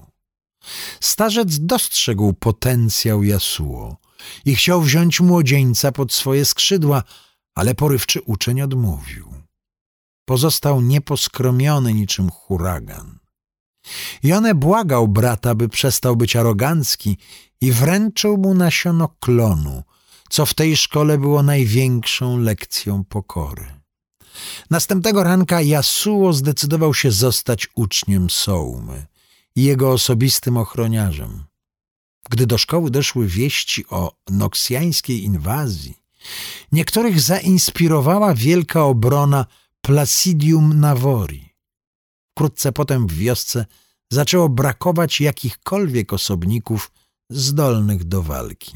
Starzec dostrzegł potencjał Yasuo i chciał wziąć młodzieńca pod swoje skrzydła, ale porywczy uczeń odmówił. Pozostał nieposkromiony niczym huragan. Jone błagał brata, by przestał być arogancki i wręczył mu nasiono klonu, co w tej szkole było największą lekcją pokory. Następnego ranka Yasuo zdecydował się zostać uczniem Soumy i jego osobistym ochroniarzem. Gdy do szkoły doszły wieści o noksjańskiej inwazji, niektórych zainspirowała wielka obrona Placidium Navori. Wkrótce potem w wiosce zaczęło brakować jakichkolwiek osobników zdolnych do walki.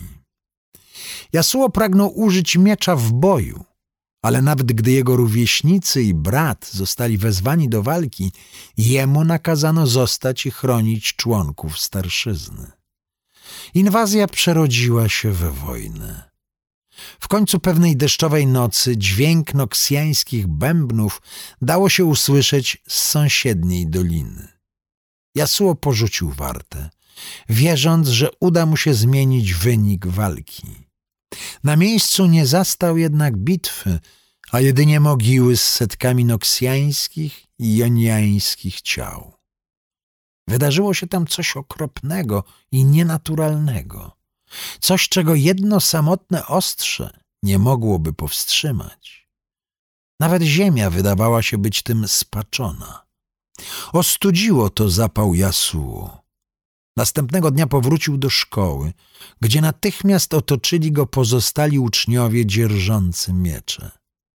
Yasuo pragnął użyć miecza w boju, ale nawet gdy jego rówieśnicy i brat zostali wezwani do walki, jemu nakazano zostać i chronić członków starszyzny. Inwazja przerodziła się we wojnę. W końcu pewnej deszczowej nocy dźwięk noksjańskich bębnów dało się usłyszeć z sąsiedniej doliny. Yasuo porzucił wartę, wierząc, że uda mu się zmienić wynik walki. Na miejscu nie zastał jednak bitwy, a jedynie mogiły z setkami noksjańskich i joniańskich ciał. Wydarzyło się tam coś okropnego i nienaturalnego. Coś, czego jedno samotne ostrze nie mogłoby powstrzymać. Nawet ziemia wydawała się być tym spaczona. Ostudziło to zapał Yasuo. Następnego dnia powrócił do szkoły, gdzie natychmiast otoczyli go pozostali uczniowie dzierżący miecze.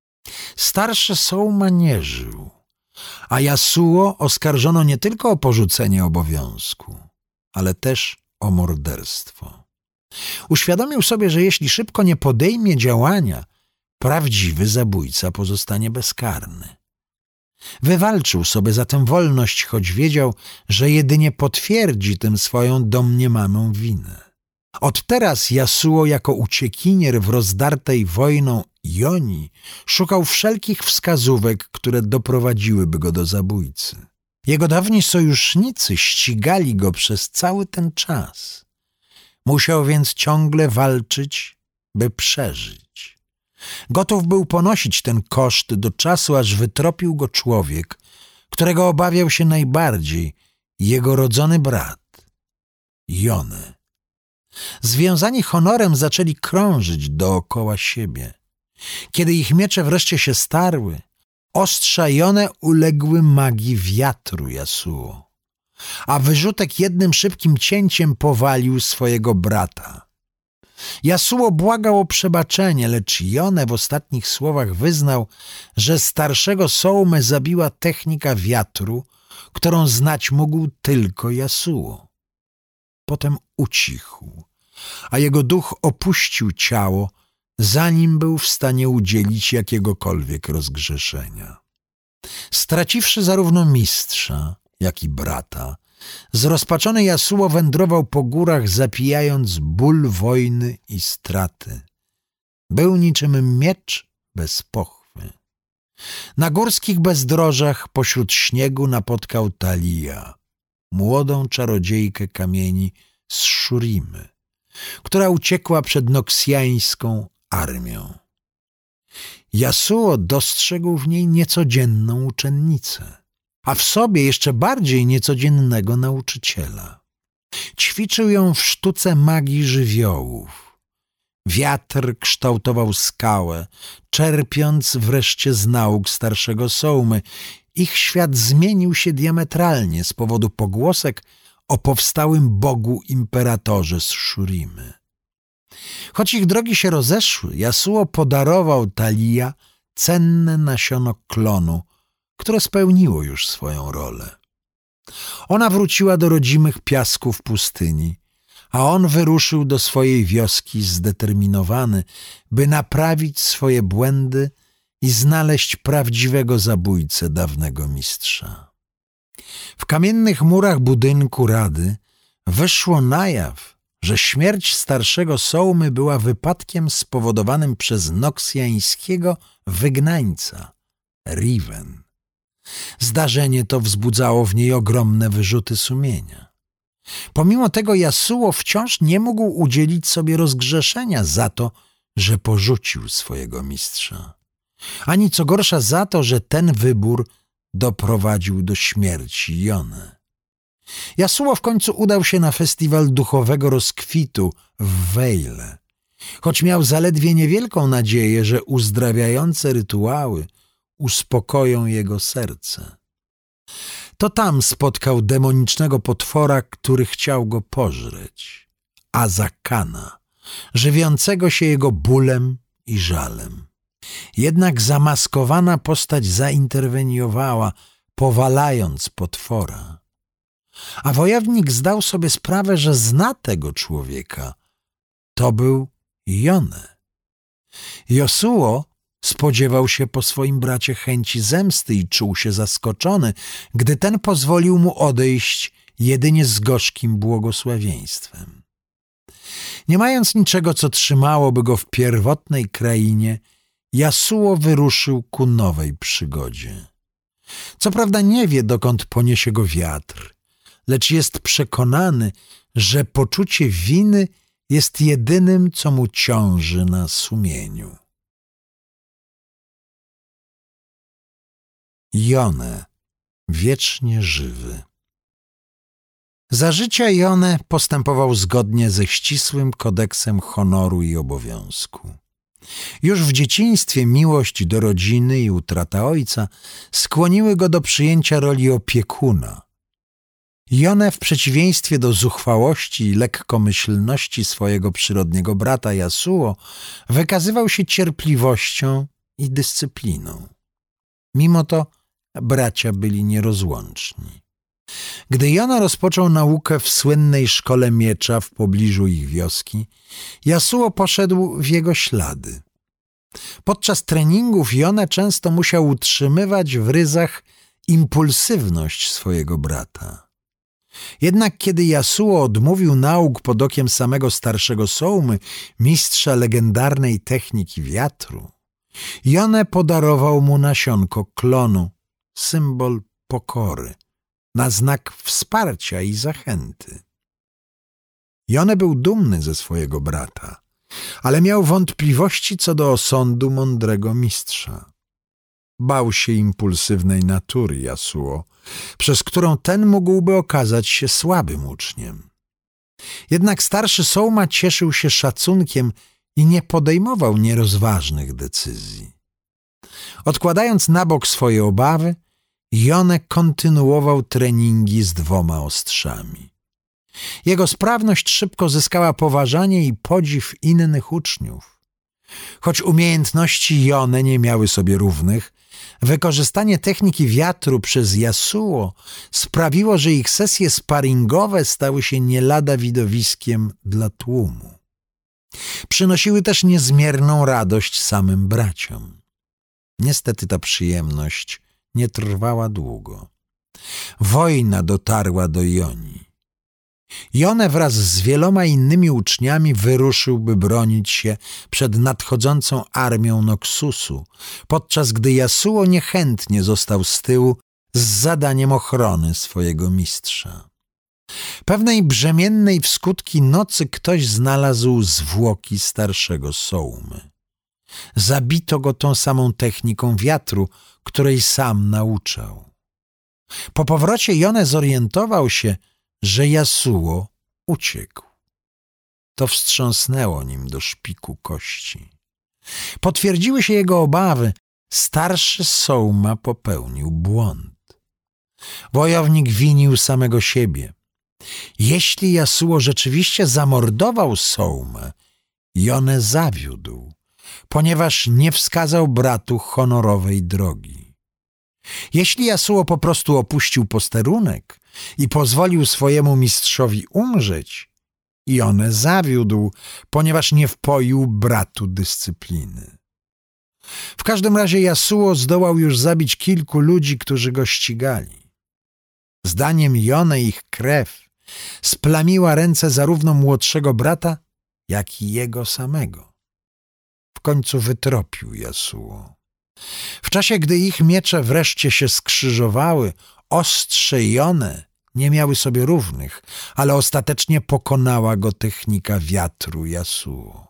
Starszy Souma nie żył, a Yasuo oskarżono nie tylko o porzucenie obowiązku, ale też o morderstwo. Uświadomił sobie, że jeśli szybko nie podejmie działania, prawdziwy zabójca pozostanie bezkarny. Wywalczył sobie zatem wolność, choć wiedział, że jedynie potwierdzi tym swoją domniemaną winę. Od teraz Yasuo jako uciekinier w rozdartej wojną Jonii szukał wszelkich wskazówek, które doprowadziłyby go do zabójcy. Jego dawni sojusznicy ścigali go przez cały ten czas. Musiał więc ciągle walczyć, by przeżyć. Gotów był ponosić ten koszt do czasu, aż wytropił go człowiek, którego obawiał się najbardziej, jego rodzony brat, Jony. Związani honorem zaczęli krążyć dookoła siebie. Kiedy ich miecze wreszcie się starły, ostrza Jone uległy magii wiatru Yasuo, a wyrzutek jednym szybkim cięciem powalił swojego brata. Yasuo błagał o przebaczenie, lecz Jone w ostatnich słowach wyznał, że starszego Soumę zabiła technika wiatru, którą znać mógł tylko Yasuo. Potem ucichł, a jego duch opuścił ciało, zanim był w stanie udzielić jakiegokolwiek rozgrzeszenia. Straciwszy zarówno mistrza, jak i brata, zrozpaczony Yasuo wędrował po górach, zapijając ból wojny i straty. Był niczym miecz bez pochwy. Na górskich bezdrożach pośród śniegu napotkał Talia, młodą czarodziejkę kamieni z Shurimy, która uciekła przed noksjańską armią. Yasuo dostrzegł w niej niecodzienną uczennicę, a w sobie jeszcze bardziej niecodziennego nauczyciela. Ćwiczył ją w sztuce magii żywiołów. Wiatr kształtował skałę, czerpiąc wreszcie z nauk starszego Soumy. Ich świat zmienił się diametralnie z powodu pogłosek o powstałym bogu imperatorze z Shurimy. Choć ich drogi się rozeszły, Yasuo podarował Talia cenne nasiono klonu, które spełniło już swoją rolę. Ona wróciła do rodzimych piasków pustyni, a on wyruszył do swojej wioski zdeterminowany, by naprawić swoje błędy i znaleźć prawdziwego zabójcę dawnego mistrza. W kamiennych murach budynku Rady wyszło na jaw, że śmierć starszego Soumy była wypadkiem spowodowanym przez noksjańskiego wygnańca, Riven. Zdarzenie to wzbudzało w niej ogromne wyrzuty sumienia. Pomimo tego Yasuo wciąż nie mógł udzielić sobie rozgrzeszenia za to, że porzucił swojego mistrza. Ani co gorsza za to, że ten wybór doprowadził do śmierci Jony. Yasuo w końcu udał się na festiwal duchowego rozkwitu w Vale choć miał zaledwie niewielką nadzieję, że uzdrawiające rytuały uspokoją jego serce. To tam spotkał demonicznego potwora, który chciał go pożreć, Azakana, żywiącego się jego bólem i żalem. Jednak zamaskowana postać zainterweniowała, powalając potwora. A wojownik zdał sobie sprawę, że zna tego człowieka. To był Jonę. Josuo spodziewał się po swoim bracie chęci zemsty i czuł się zaskoczony, gdy ten pozwolił mu odejść jedynie z gorzkim błogosławieństwem. Nie mając niczego, co trzymałoby go w pierwotnej krainie, Josuo wyruszył ku nowej przygodzie. Co prawda nie wie, dokąd poniesie go wiatr, lecz jest przekonany, że poczucie winy jest jedynym, co mu ciąży na sumieniu. Jonę, wiecznie żywy. Za życia Jonę postępował zgodnie ze ścisłym kodeksem honoru i obowiązku. Już w dzieciństwie miłość do rodziny i utrata ojca skłoniły go do przyjęcia roli opiekuna. Jonę, w przeciwieństwie do zuchwałości i lekkomyślności swojego przyrodniego brata Josuo, wykazywał się cierpliwością i dyscypliną. Mimo to bracia byli nierozłączni. Gdy Jonę rozpoczął naukę w słynnej szkole miecza w pobliżu ich wioski, Josuo poszedł w jego ślady. Podczas treningów Jonę często musiał utrzymywać w ryzach impulsywność swojego brata. Jednak kiedy Josuo odmówił nauk pod okiem samego starszego Sołmy, mistrza legendarnej techniki wiatru, Jonę podarował mu nasionko klonu, symbol pokory, na znak wsparcia i zachęty. Jonę był dumny ze swojego brata, ale miał wątpliwości co do osądu mądrego mistrza. Bał się impulsywnej natury Josuo, przez którą ten mógłby okazać się słabym uczniem. Jednak starszy Sołma cieszył się szacunkiem i nie podejmował nierozważnych decyzji. Odkładając na bok swoje obawy, Jonę kontynuował treningi z 2 ostrzami. Jego sprawność szybko zyskała poważanie i podziw innych uczniów. Choć umiejętności Jonę nie miały sobie równych, wykorzystanie techniki wiatru przez Josuo sprawiło, że ich sesje sparingowe stały się nie lada widowiskiem dla tłumu. Przynosiły też niezmierną radość samym braciom. Niestety ta przyjemność nie trwała długo. Wojna dotarła do Jonii. Jonę wraz z wieloma innymi uczniami wyruszył, by bronić się przed nadchodzącą armią Noksusu, podczas gdy Josuo niechętnie został z tyłu z zadaniem ochrony swojego mistrza. Pewnej brzemiennej w skutki nocy ktoś znalazł zwłoki starszego Sołmy. Zabito go tą samą techniką wiatru, której sam nauczał. Po powrocie Jonę zorientował się, że Josuo uciekł. To wstrząsnęło nim do szpiku kości. Potwierdziły się jego obawy. Starszy Sołma popełnił błąd. Wojownik winił samego siebie. Jeśli Josuo rzeczywiście zamordował Sołmę, Jonę zawiódł, ponieważ nie wskazał bratu honorowej drogi. Jeśli Josuo po prostu opuścił posterunek i pozwolił swojemu mistrzowi umrzeć, Jonę zawiódł, ponieważ nie wpoił bratu dyscypliny. W każdym razie Josuo zdołał już zabić kilku ludzi, którzy go ścigali. Zdaniem Jonę ich krew splamiła ręce zarówno młodszego brata, jak i jego samego. W końcu wytropił Josuo. W czasie, gdy ich miecze wreszcie się skrzyżowały, ostrze Jonę nie miały sobie równych, ale ostatecznie pokonała go technika wiatru Josuo.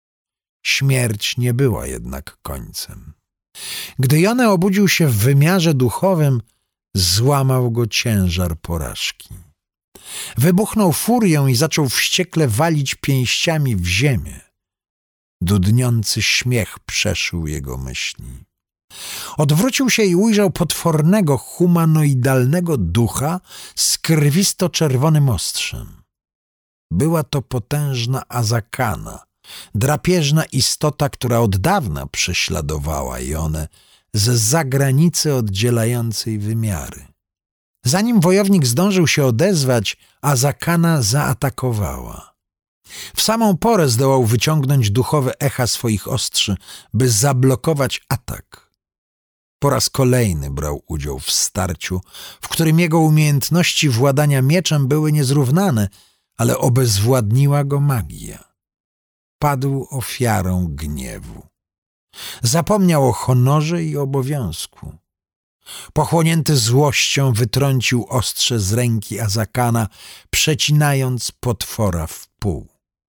Śmierć nie była jednak końcem. Gdy Jonę obudził się w wymiarze duchowym, złamał go ciężar porażki. Wybuchnął furią i zaczął wściekle walić pięściami w ziemię. Dudniący śmiech przeszył jego myśli. Odwrócił się i ujrzał potwornego, humanoidalnego ducha z krwisto-czerwonym ostrzem. Była to potężna Azakana, drapieżna istota, która od dawna prześladowała Jonę z zagranicy oddzielającej wymiary. Zanim wojownik zdążył się odezwać, Azakana zaatakowała. W samą porę zdołał wyciągnąć duchowe echa swoich ostrzy, by zablokować atak. Po raz kolejny brał udział w starciu, w którym jego umiejętności władania mieczem były niezrównane, ale obezwładniła go magia. Padł ofiarą gniewu. Zapomniał o honorze i obowiązku. Pochłonięty złością wytrącił ostrze z ręki Azakana, przecinając potwora w pół.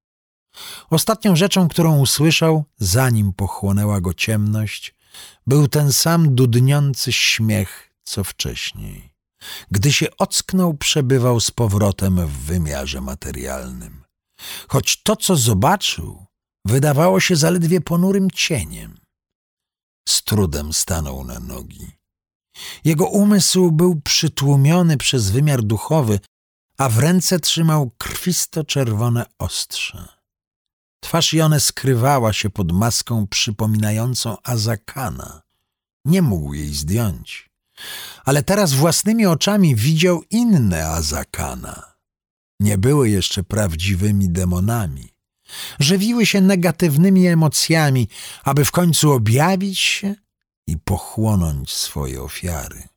Ostatnią rzeczą, którą usłyszał, zanim pochłonęła go ciemność, był ten sam dudniący śmiech, co wcześniej. Gdy się ocknął, przebywał z powrotem w wymiarze materialnym. Choć to, co zobaczył, wydawało się zaledwie ponurym cieniem. Z trudem stanął na nogi. Jego umysł był przytłumiony przez wymiar duchowy, a w ręce trzymał krwisto-czerwone ostrze. Twarz Jony skrywała się pod maską przypominającą Azakana. Nie mógł jej zdjąć. Ale teraz własnymi oczami widział inne Azakana. Nie były jeszcze prawdziwymi demonami. Żywiły się negatywnymi emocjami, aby w końcu objawić się i pochłonąć swoje ofiary.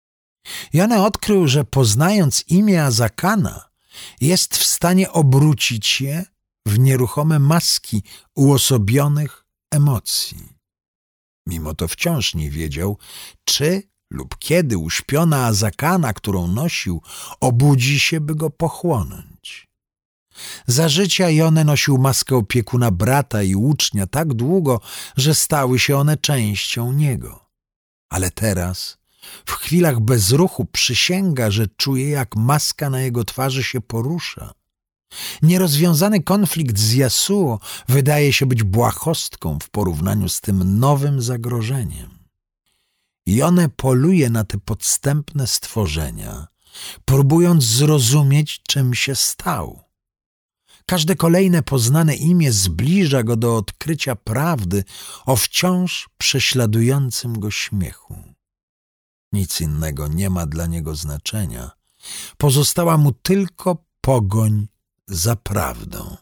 Jona odkrył, że poznając imię Azakana, jest w stanie obrócić je w nieruchome maski uosobionych emocji. Mimo to wciąż nie wiedział, czy lub kiedy uśpiona Azakana, którą nosił, obudzi się, by go pochłonąć. Za życia Jonę nosił maskę opiekuna brata i ucznia tak długo, że stały się one częścią niego. Ale teraz, w chwilach bezruchu, przysięga, że czuje, jak maska na jego twarzy się porusza. Nierozwiązany konflikt z Yasuo wydaje się być błahostką w porównaniu z tym nowym zagrożeniem. Jonę poluje na te podstępne stworzenia, próbując zrozumieć, czym się stał. Każde kolejne poznane imię zbliża go do odkrycia prawdy o wciąż prześladującym go śmiechu. Nic innego nie ma dla niego znaczenia. Pozostała mu tylko pogoń za prawdą.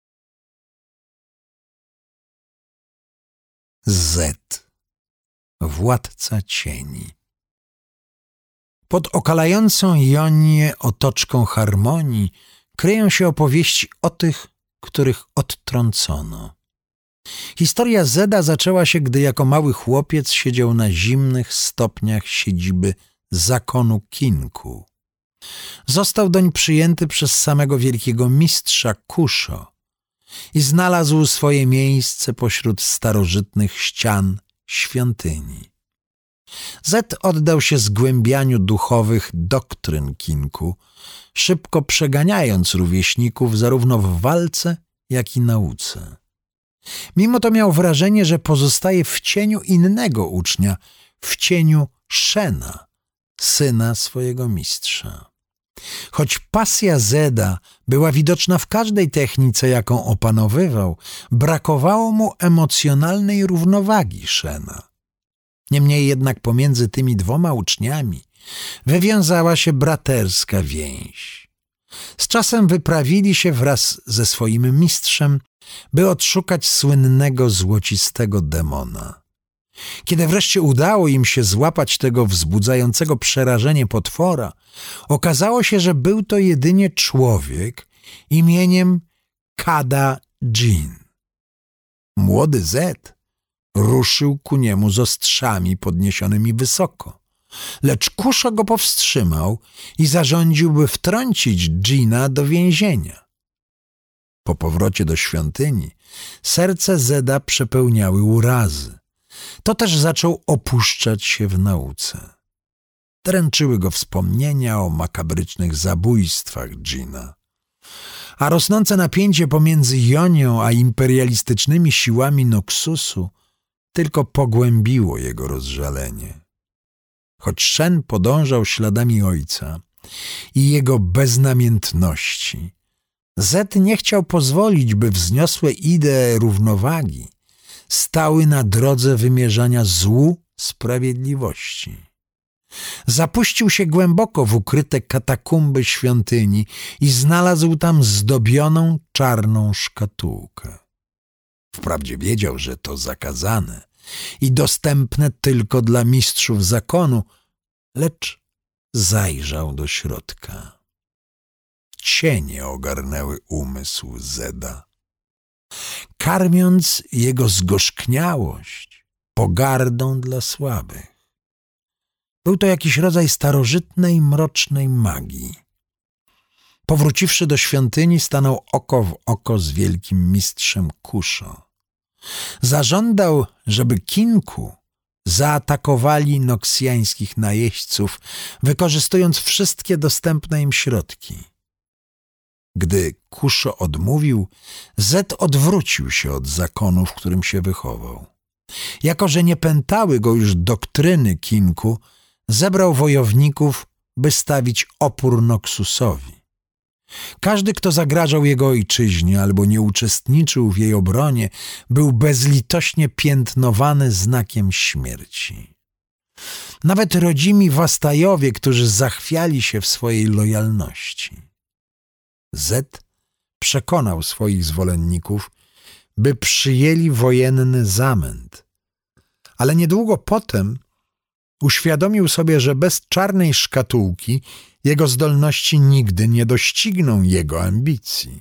Z. Władca cieni. Pod okalającą Jonię otoczką harmonii kryją się opowieści o tych, których odtrącono. Historia Zeda zaczęła się, gdy jako mały chłopiec siedział na zimnych stopniach siedziby zakonu Kinku. Został doń przyjęty przez samego wielkiego mistrza Kusho i znalazł swoje miejsce pośród starożytnych ścian świątyni. Zed oddał się zgłębianiu duchowych doktryn Kinku, szybko przeganiając rówieśników zarówno w walce, jak i nauce. Mimo to miał wrażenie, że pozostaje w cieniu innego ucznia, w cieniu Shena, syna swojego mistrza. Choć pasja Zeda była widoczna w każdej technice, jaką opanowywał, brakowało mu emocjonalnej równowagi Shena. Niemniej jednak pomiędzy tymi dwoma uczniami wywiązała się braterska więź. Z czasem wyprawili się wraz ze swoim mistrzem, by odszukać słynnego złocistego demona. Kiedy wreszcie udało im się złapać tego wzbudzającego przerażenie potwora, okazało się, że był to jedynie człowiek imieniem Kada Jin. Młody Zed ruszył ku niemu z ostrzami podniesionymi wysoko, lecz Kusho go powstrzymał i zarządził, by wtrącić Jina do więzienia. Po powrocie do świątyni serce Zeda przepełniały urazy. To też zaczął opuszczać się w nauce. Dręczyły go wspomnienia o makabrycznych zabójstwach Jina. a rosnące napięcie pomiędzy Jonią a imperialistycznymi siłami Noxusu tylko pogłębiło jego rozżalenie. Choć Shen podążał śladami ojca i jego beznamiętności, Zed nie chciał pozwolić, by wzniosłe idee równowagi stały na drodze wymierzania złu sprawiedliwości. Zapuścił się głęboko w ukryte katakumby świątyni i znalazł tam zdobioną czarną szkatułkę. Wprawdzie wiedział, że to zakazane i dostępne tylko dla mistrzów zakonu, lecz zajrzał do środka. Cienie ogarnęły umysł Zeda, karmiąc jego zgorzkniałość pogardą dla słabych. Był to jakiś rodzaj starożytnej, mrocznej magii. Powróciwszy do świątyni, stanął oko w oko z wielkim mistrzem Kusho. Zażądał, żeby Kinku zaatakowali noksjańskich najeźdźców, wykorzystując wszystkie dostępne im środki. Gdy Kusho odmówił, Zed odwrócił się od zakonu, w którym się wychował. Jako że nie pętały go już doktryny Kinku, zebrał wojowników, by stawić opór Noxusowi. Każdy, kto zagrażał jego ojczyźnie albo nie uczestniczył w jej obronie, był bezlitośnie piętnowany znakiem śmierci. Nawet rodzimi Wastajowie, którzy zachwiali się w swojej lojalności. Zed przekonał swoich zwolenników, by przyjęli wojenny zamęt, ale niedługo potem uświadomił sobie, że bez czarnej szkatułki jego zdolności nigdy nie dościgną jego ambicji.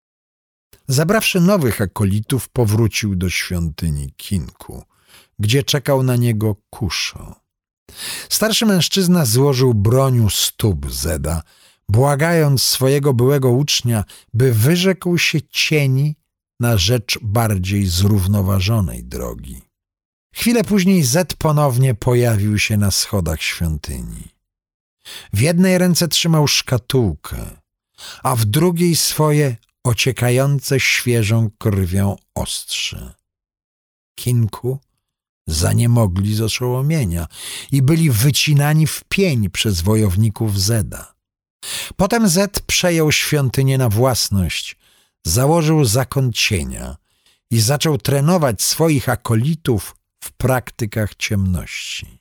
Zabrawszy nowych akolitów, powrócił do świątyni Kinku, gdzie czekał na niego Kusho. Starszy mężczyzna złożył broń u stóp Zeda, błagając swojego byłego ucznia, by wyrzekł się cieni na rzecz bardziej zrównoważonej drogi. Chwilę później Zed ponownie pojawił się na schodach świątyni. W jednej ręce trzymał szkatułkę, a w drugiej swoje ociekające świeżą krwią ostrze. Kinku zaniemogli z oszołomienia i byli wycinani w pień przez wojowników Zeda. Potem Zed przejął świątynię na własność, założył zakon cienia i zaczął trenować swoich akolitów w praktykach ciemności.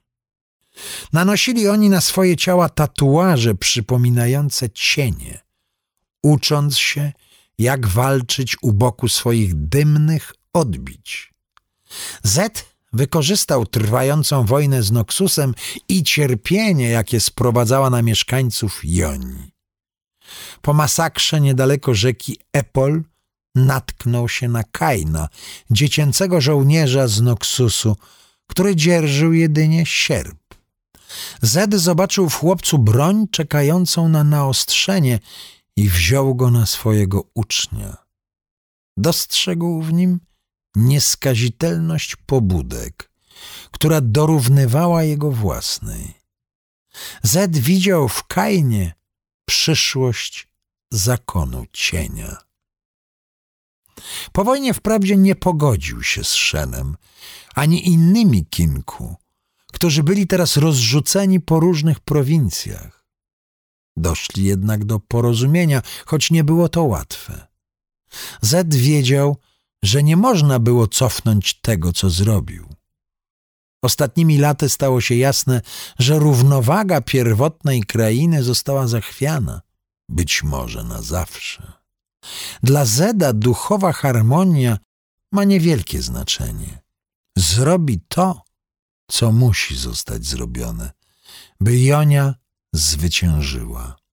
Nanosili oni na swoje ciała tatuaże przypominające cienie, ucząc się, jak walczyć u boku swoich dymnych odbić. Zed wykorzystał trwającą wojnę z Noxusem i cierpienie, jakie sprowadzała na mieszkańców Jonii. Po masakrze niedaleko rzeki Epol natknął się na Kaina, dziecięcego żołnierza z Noxusu, który dzierżył jedynie sierp. Zed zobaczył w chłopcu broń czekającą na naostrzenie i wziął go na swojego ucznia. Dostrzegł w nim nieskazitelność pobudek, która dorównywała jego własnej. Zed widział w Kainie przyszłość zakonu cienia. Po wojnie wprawdzie nie pogodził się z Shenem, ani innymi Kinku, którzy byli teraz rozrzuceni po różnych prowincjach. Doszli jednak do porozumienia, choć nie było to łatwe. Zed wiedział, że nie można było cofnąć tego, co zrobił. Ostatnimi laty stało się jasne, że równowaga pierwotnej krainy została zachwiana, być może na zawsze. Dla Zeda duchowa harmonia ma niewielkie znaczenie. Zrobi to, co musi zostać zrobione, by Jonia zwyciężyła.